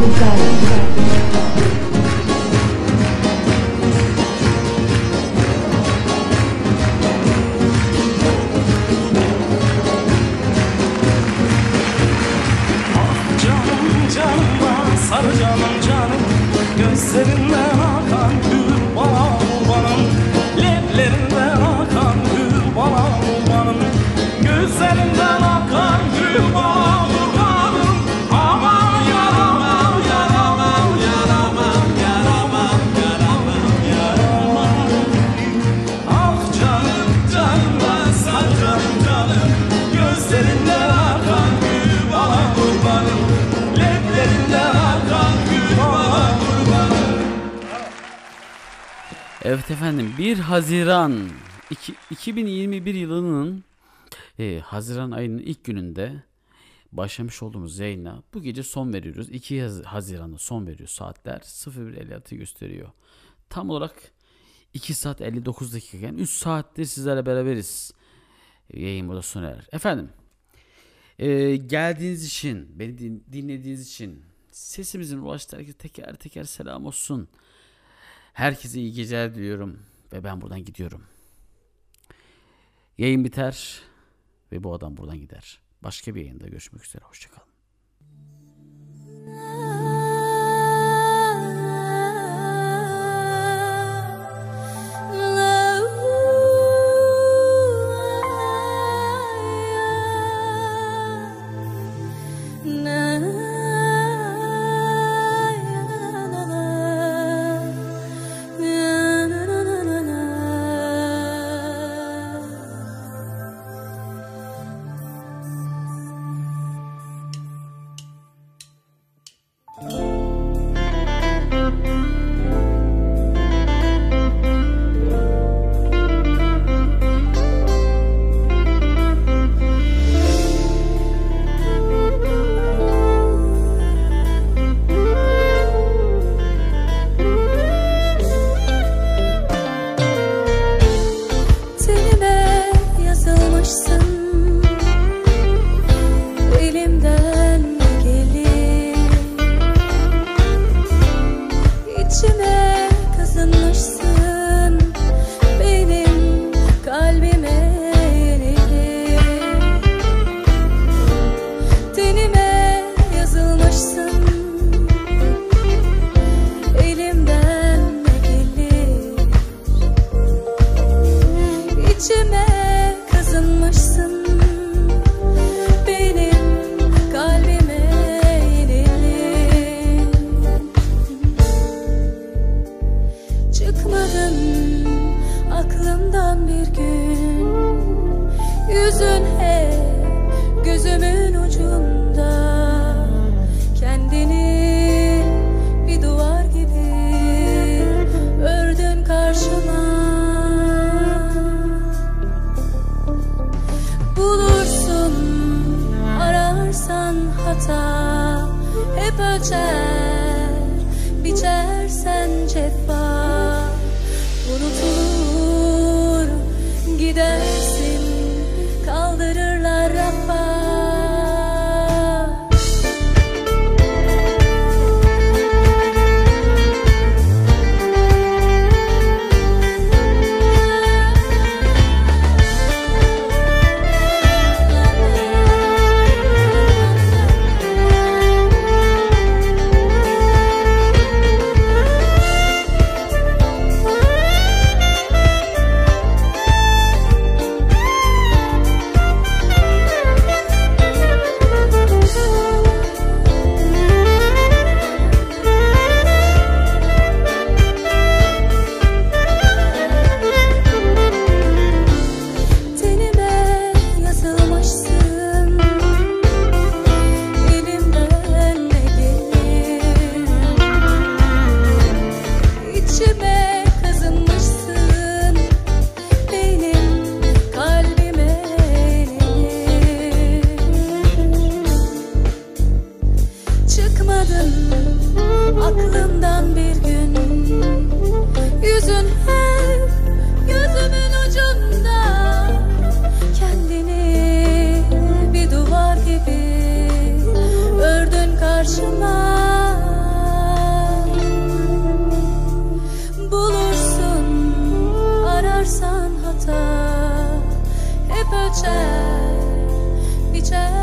Bizlerle. Sarı canım canım, gözlerinden akan gül bana kurbanım, leblerinden akan gül bana kurbanım, gözlerinden akan gül bana kurbanım. Aman yaramam yaramam yaramam yaramam yaramam yaramam. Ah canım canım ben sarı canım canım, gözlerinden akan gül bana kurbanım, leblerinden akan gül bana kurbanım. Evet efendim, bir Haziran iki- 2021 yılının e, Haziran ayının ilk gününde başlamış olduğumuz yayına bu gece son veriyoruz. iki Haziran'da son veriyor. Saatler sıfır bir elli altı gösteriyor. Tam olarak iki saat elli dokuz dakika, üç saattir sizlerle beraberiz. Yayın burada sona erer. Efendim, e, geldiğiniz için, beni din- dinlediğiniz için, sesimizin ulaştığı herkese teker teker selam olsun. Herkese iyi geceler diliyorum ve ben buradan gidiyorum. Yayın biter ve bu adam buradan gider. Başka bir yayında görüşmek üzere. Hoşçakalın.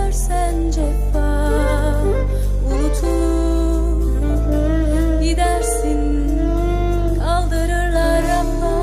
edersen cefa unutulur gidersin kaldırırlar rafa.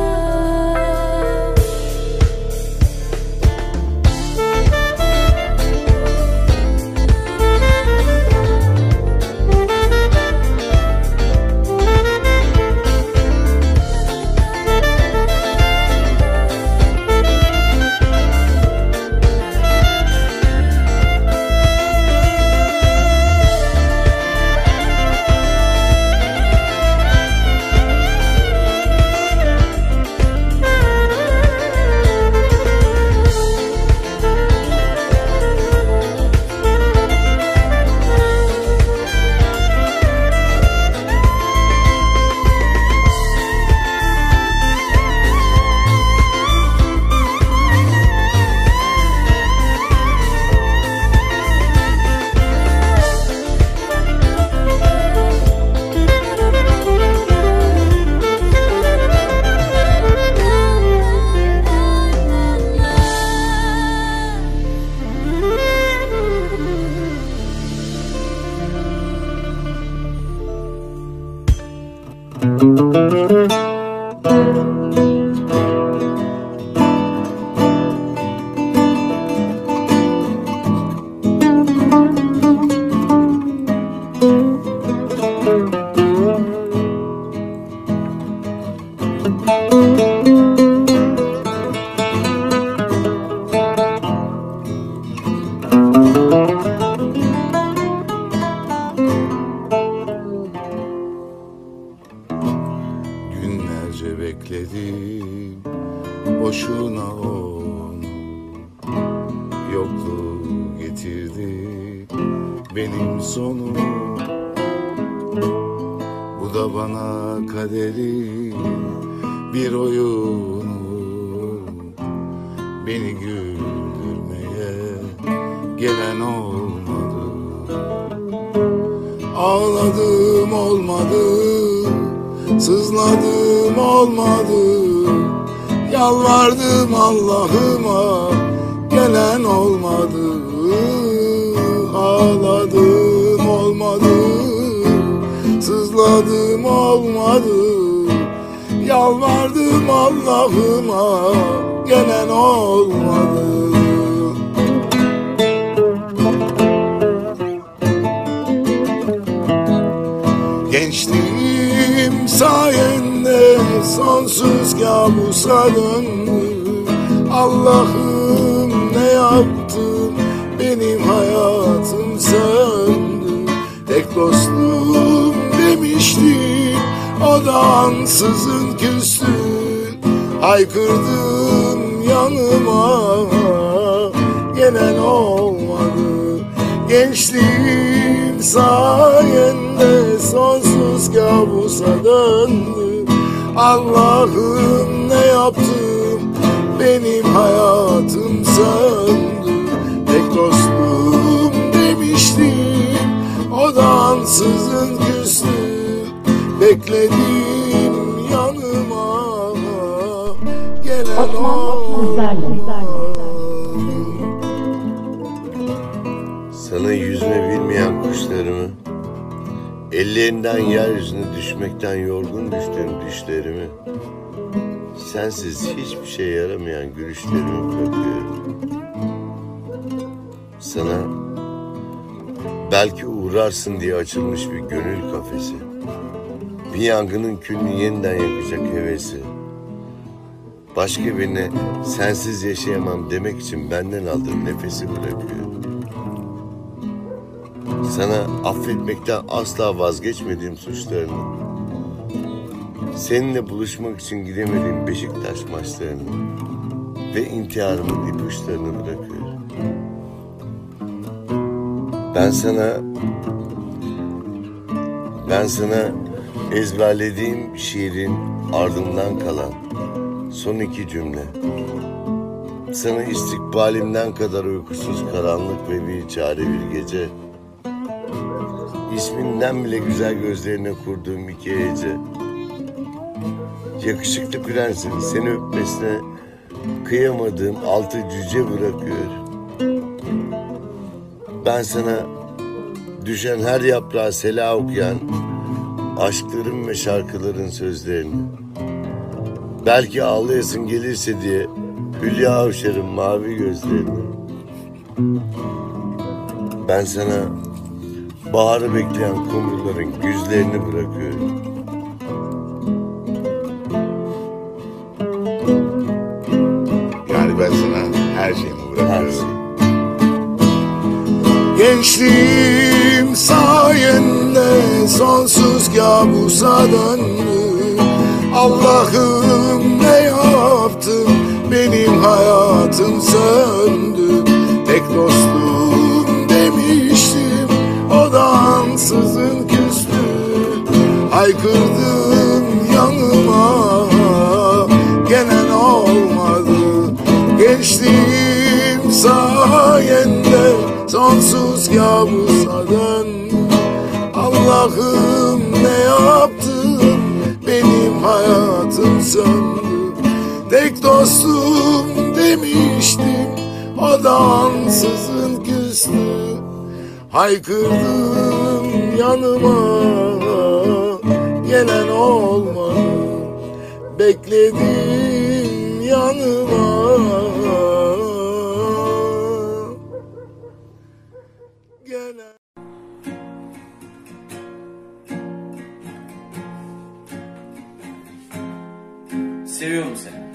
Günlerce bekledim boşuna onu, yokluğu getirdi benim sonum. Bu da bana kaderin bir oyunu, beni güldürmeye gelen olmadı. Ağladım olmadı, sızladım olmadı, yalvardım Allah'ıma gelen olmadı. Ağladım olmadı, sızladım olmadı, yalvardım Allah'ıma gelen olmadı. Gençliğim sayende sonsuz kabusa döndü. Allah'ım ne yaptım, benim hayatım söndü. Tek dostum demiştim, o da ansızın küstü. Haykırdım yanıma, gelen olmadı. Gençliğim sayende sonsuz kabusa döndü. Allah'ım ne yaptım, benim hayatım söndü. Tek dostum demiştim, o da ansızın küstü. Bekledim yanıma, gelen olmadı. Sana yüzme bilmeyen kuşlarımı, ellerinden yeryüzüne düşmekten yorgun düştüğüm düşlerimi, sensiz hiçbir şey yaramayan gülüşlerimi bırakıyorum. Sana belki uğrarsın diye açılmış bir gönül kafesi, bir yangının külünü yeniden yakacak hevesi, başka birine sensiz yaşayamam demek için benden aldığım nefesi bırakıyorum. Sana affetmekten asla vazgeçmediğim suçlarını, seninle buluşmak için gidemediğim Beşiktaş maçlarını ve intiharımın ipuçlarını bırakıyorum. Ben sana, ben sana ezberlediğim şiirin ardından kalan son iki cümle, sana istikbalimden kadar uykusuz karanlık ve bir çare bir gece, İsminden bile güzel gözlerine kurduğum iki hece, yakışıklı prensin seni öpmesine kıyamadığım altı cüce bırakıyor. Ben sana düşen her yaprağa sela okuyan aşkların ve şarkıların sözlerini, belki ağlayasın gelirse diye hülya avşarın mavi gözlerini, ben sana baharı bekleyen kumruların güzlerini bırakıyorum. Yani ben sana her şeyimi bırakıyorum. Her şey. Gençliğim sayende sonsuz kabusa döndü. Allah'ım ne yaptın, benim hayatım söndü. Tek dostum demiştim, o da ansızın küstü. Haykırdın yanıma, gelen olmadı. Gençliğim sayende sonsuz kabusa döndü. Allah'ım ne yaptın, benim hayatım söndü. Tek dostum demiştim, o da ansızın küstü. Haykırdım yanıma, gelen olmadı. Bekledim yanıma, gelen. Seviyorum seni.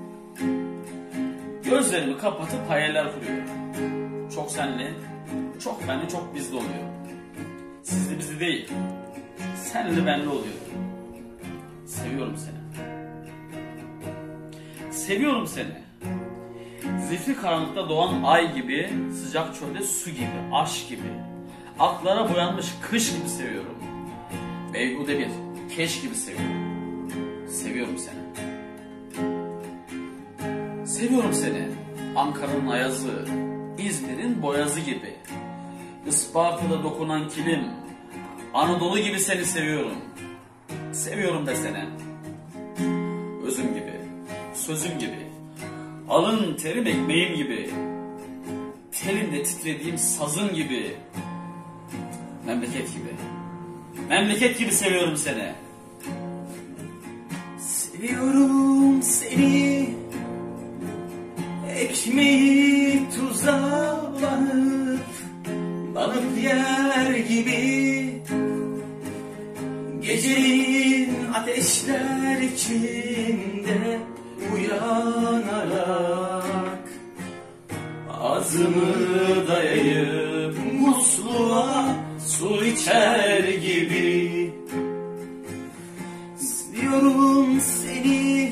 Gözlerimi kapatıp hayaller kuruyorum. Çok senle, çok benle, çok bizde oluyor. Sizli bizli değil. Senle benle oluyor. Seviyorum seni. Seviyorum seni. Zifiri karanlıkta doğan ay gibi, sıcak çölde su gibi, aşk gibi, aklara boyanmış kış gibi seviyorum. Beyhude bir keş gibi seviyorum. Seviyorum seni. Seviyorum seni. Ankara'nın ayazı, İzmir'in boyazı gibi, Isparta'da dokunan kilim, Anadolu gibi seni seviyorum. Seviyorum da seni. Özüm gibi, sözüm gibi, alın terim ekmeğim gibi, telinde titrediğim sazın gibi, memleket gibi, memleket gibi seviyorum seni. Seviyorum seni, ekmeği tuza banıp, banıp yer gibi, gecenin ateşler içinde uyanarak, ağzımı dayayıp musluğa su içer gibi. Seviyorum seni,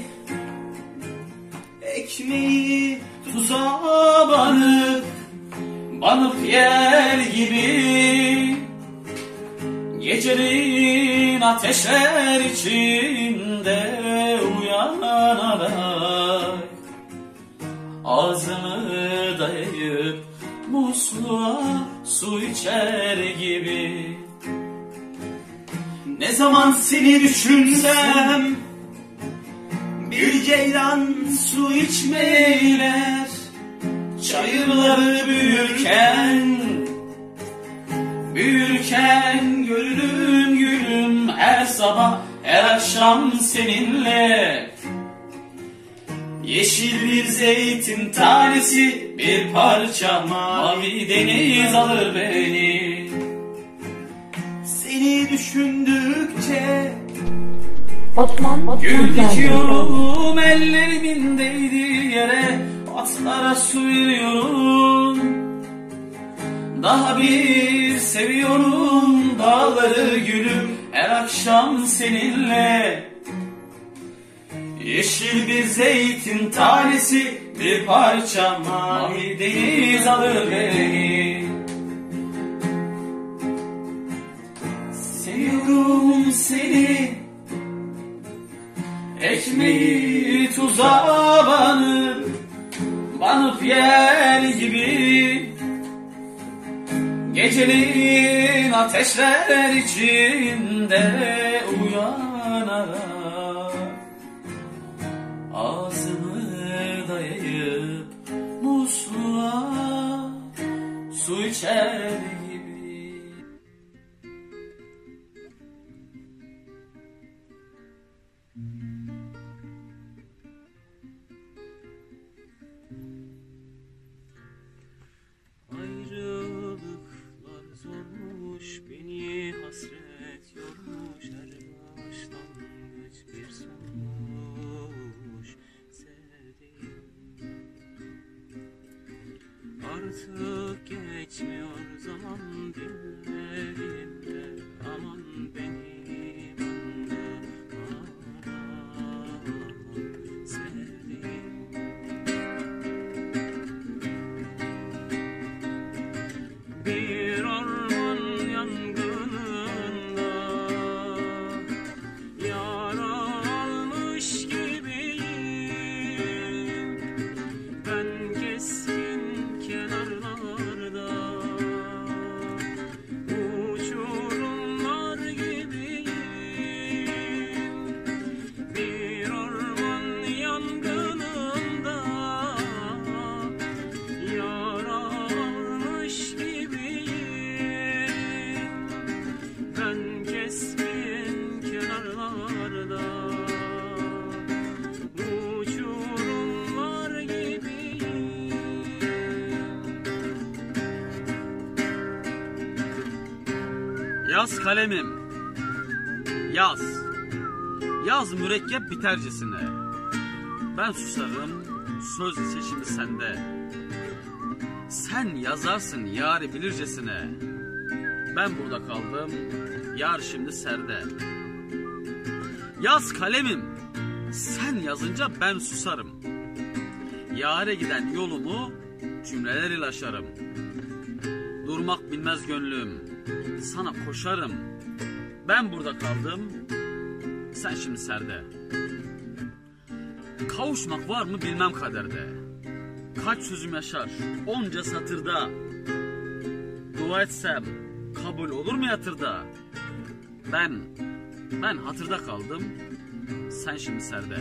ekmeği tuza banıp, banıp yer gibi, gecenin ateşler içinde uyanarak, ağzımı dayayıp musluğa su içer gibi. Ne zaman seni düşünsem bir ceylan su içmeyler, çayırları büyürken, büyürken görürüm gülüm her sabah her akşam seninle. Yeşil bir zeytin tanesi, bir parça mavi deniz alır beni. Seni düşündükçe Osman, gül dikiyorum ellerimin değdiği yere, atlara su veriyorum. Daha bir seviyorum dağları gülüm her akşam seninle. Yeşil bir zeytin tanesi, bir parça mavi deniz alır beni. Seviyorum seni, ekmeği tuza banıp, banıp yer gibi, gecenin ateşler içinde uyanarak, ağzımı dayayıp musluğa su içer gibi. Ayrılıklar zormuş, beni hasret yormuş, her başlangıç bir sonmuş sevdiğim. Artık geçmiyor zaman dinlerimde, aman benim anlamadan sevdiğim. Bir orman yangınında yara almış gibiyim. Ben keskin kenarlarda uçurumlar gibiyim. Bir orman yangınında yara almış gibiyim. Ben keskin kenarlarda uçurumlar gibiyim. Yaz kalemim, yaz. Yaz mürekkep bitercesine. Ben susarım, söz seçimi sende. Sen yazarsın yâri bilircesine. Ben burada kaldım, yar şimdi serde. Yaz kalemim, sen yazınca ben susarım. Yâre giden yolumu cümleler ile aşarım. Durmak bilmez gönlüm, sana koşarım. Ben burada kaldım, sen şimdi serde. Kavuşmak var mı bilmem kaderde. Kaç sözüm yaşar onca satırda. Dua etsem kabul olur mu yatırda? Ben, ben hatırda kaldım, sen şimdi serde.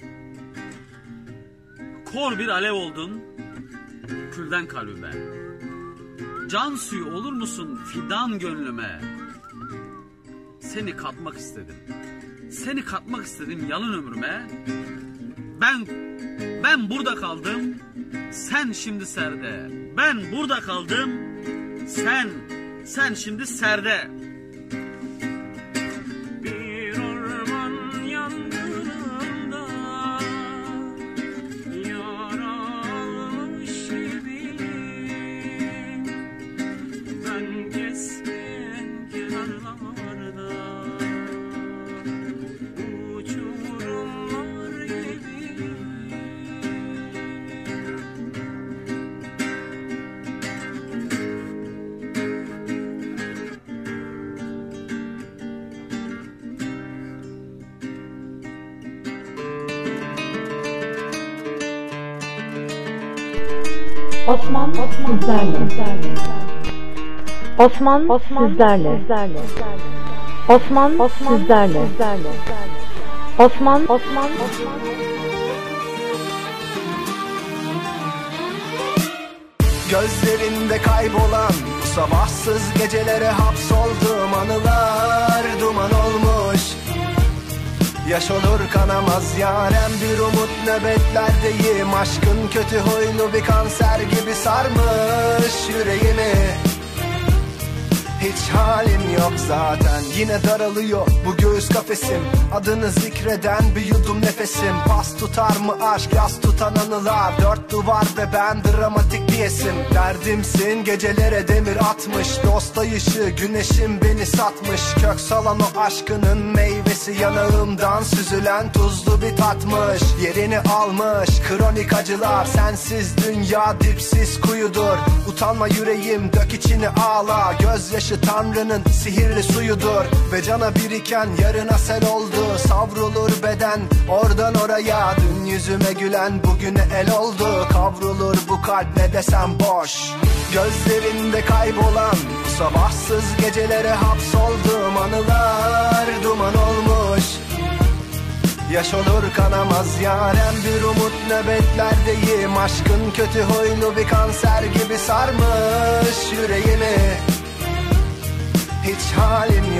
Kor bir alev oldun, külden kalbime. Can suyu olur musun fidan gönlüme? Seni katmak istedim, seni katmak istedim yalın ömrüme. Ben, ben burada kaldım, sen şimdi serde. Ben burada kaldım, sen, sen şimdi serde. Bir orman yangınında yara almış gibiyim. Ben keskin kenarlarda uçurumlar gibiyim. Osman, Osman sizlerle. Osman, Osman sizlerle. Osman, Osman sizlerle. Osman, Osman, Osman. Gözlerinde kaybolan bu sabahsız gecelere hapsoldum, anılar duman olmuş. Yaş olur kanamaz yarem, bir umut nöbetlerdeyim. Aşkın kötü huylu bir kanser gibi sarmış yüreğimi. Hiç halim yok zaten, yine daralıyor bu göğüs kafesim. Adını zikreden bir yudum nefesim. Pas tutar mı aşk, yas tutan anılar. Dört duvar ve ben dramatik bir isim. Derdimsin gecelere demir atmış. Dost ayışı güneşim beni satmış. Kök salan o aşkının meyvesi yanağımdan süzülen tuzlu bir tatmış. Yerini almış kronik acılar. Sensiz dünya dipsiz kuyudur. Utanma yüreğim, dök içini ağla. Gözyaşı Tanrı'nın sihirli suyudur. Ve cana biriken yarına sel oldu. Savrulur beden oradan oraya. Dün yüzüme gülen bugüne el oldu. Kavrulur bu kalp ne desem boş. Gözlerinde kaybolan bu sabahsız gecelere hapsoldum, anılar duman olmuş. Yaş olur kanamaz yarem, bir umut nöbetlerdeyim. Aşkın kötü huylu bir kanser gibi sarmış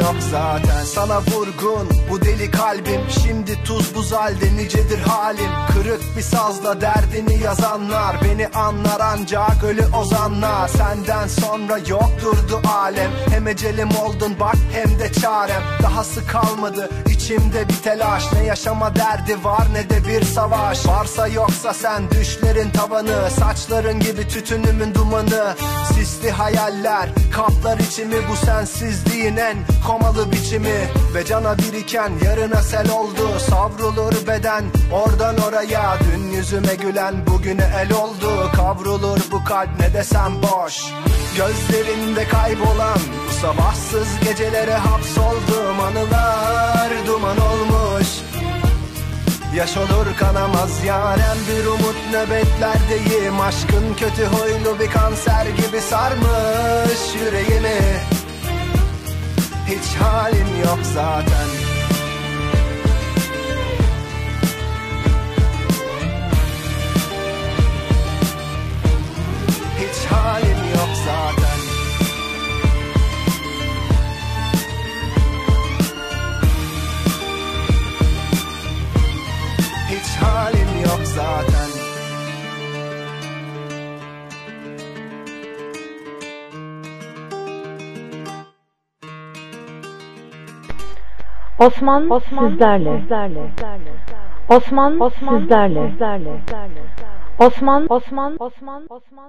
yok zaten. Sana vurgun bu deli kalbim, şimdi tuz buz halde nicedir halim. Kırık bir sazla derdini yazanlar beni anlar ancak ölü ozanlar. Senden sonra yok durdu alem, hem ecelim oldun bak hem de çarem. Dahası kalmadı içimde bir telaş, ne yaşama derdi var ne de bir savaş. Varsa yoksa sen düşlerin tavanı, saçların gibi tütünümün dumanı. Sisli hayaller kaplar içimi, bu sensizliğin en komalı biçimi. Ve cana biriken yarına sel oldu, savrulur beden oradan oraya. Dün yüzüme gülen bugüne el oldu, kavrulur bu kalp ne desem boş. Gözlerinde kaybolan bu sabahsız gecelere hapsoldum. Anılar duman olmuş, yaş olur kanamaz yarem, bir umut nöbetlerdeyim. Aşkın kötü huylu bir kanser gibi sarmış yüreğimi. Hiç halim yok zaten. Hiç halim yok zaten. Hiç halim yok zaten. Osman, Osman sizlerle. Osman, Osman sizlerle. Osman, Osman, Osman, Osman.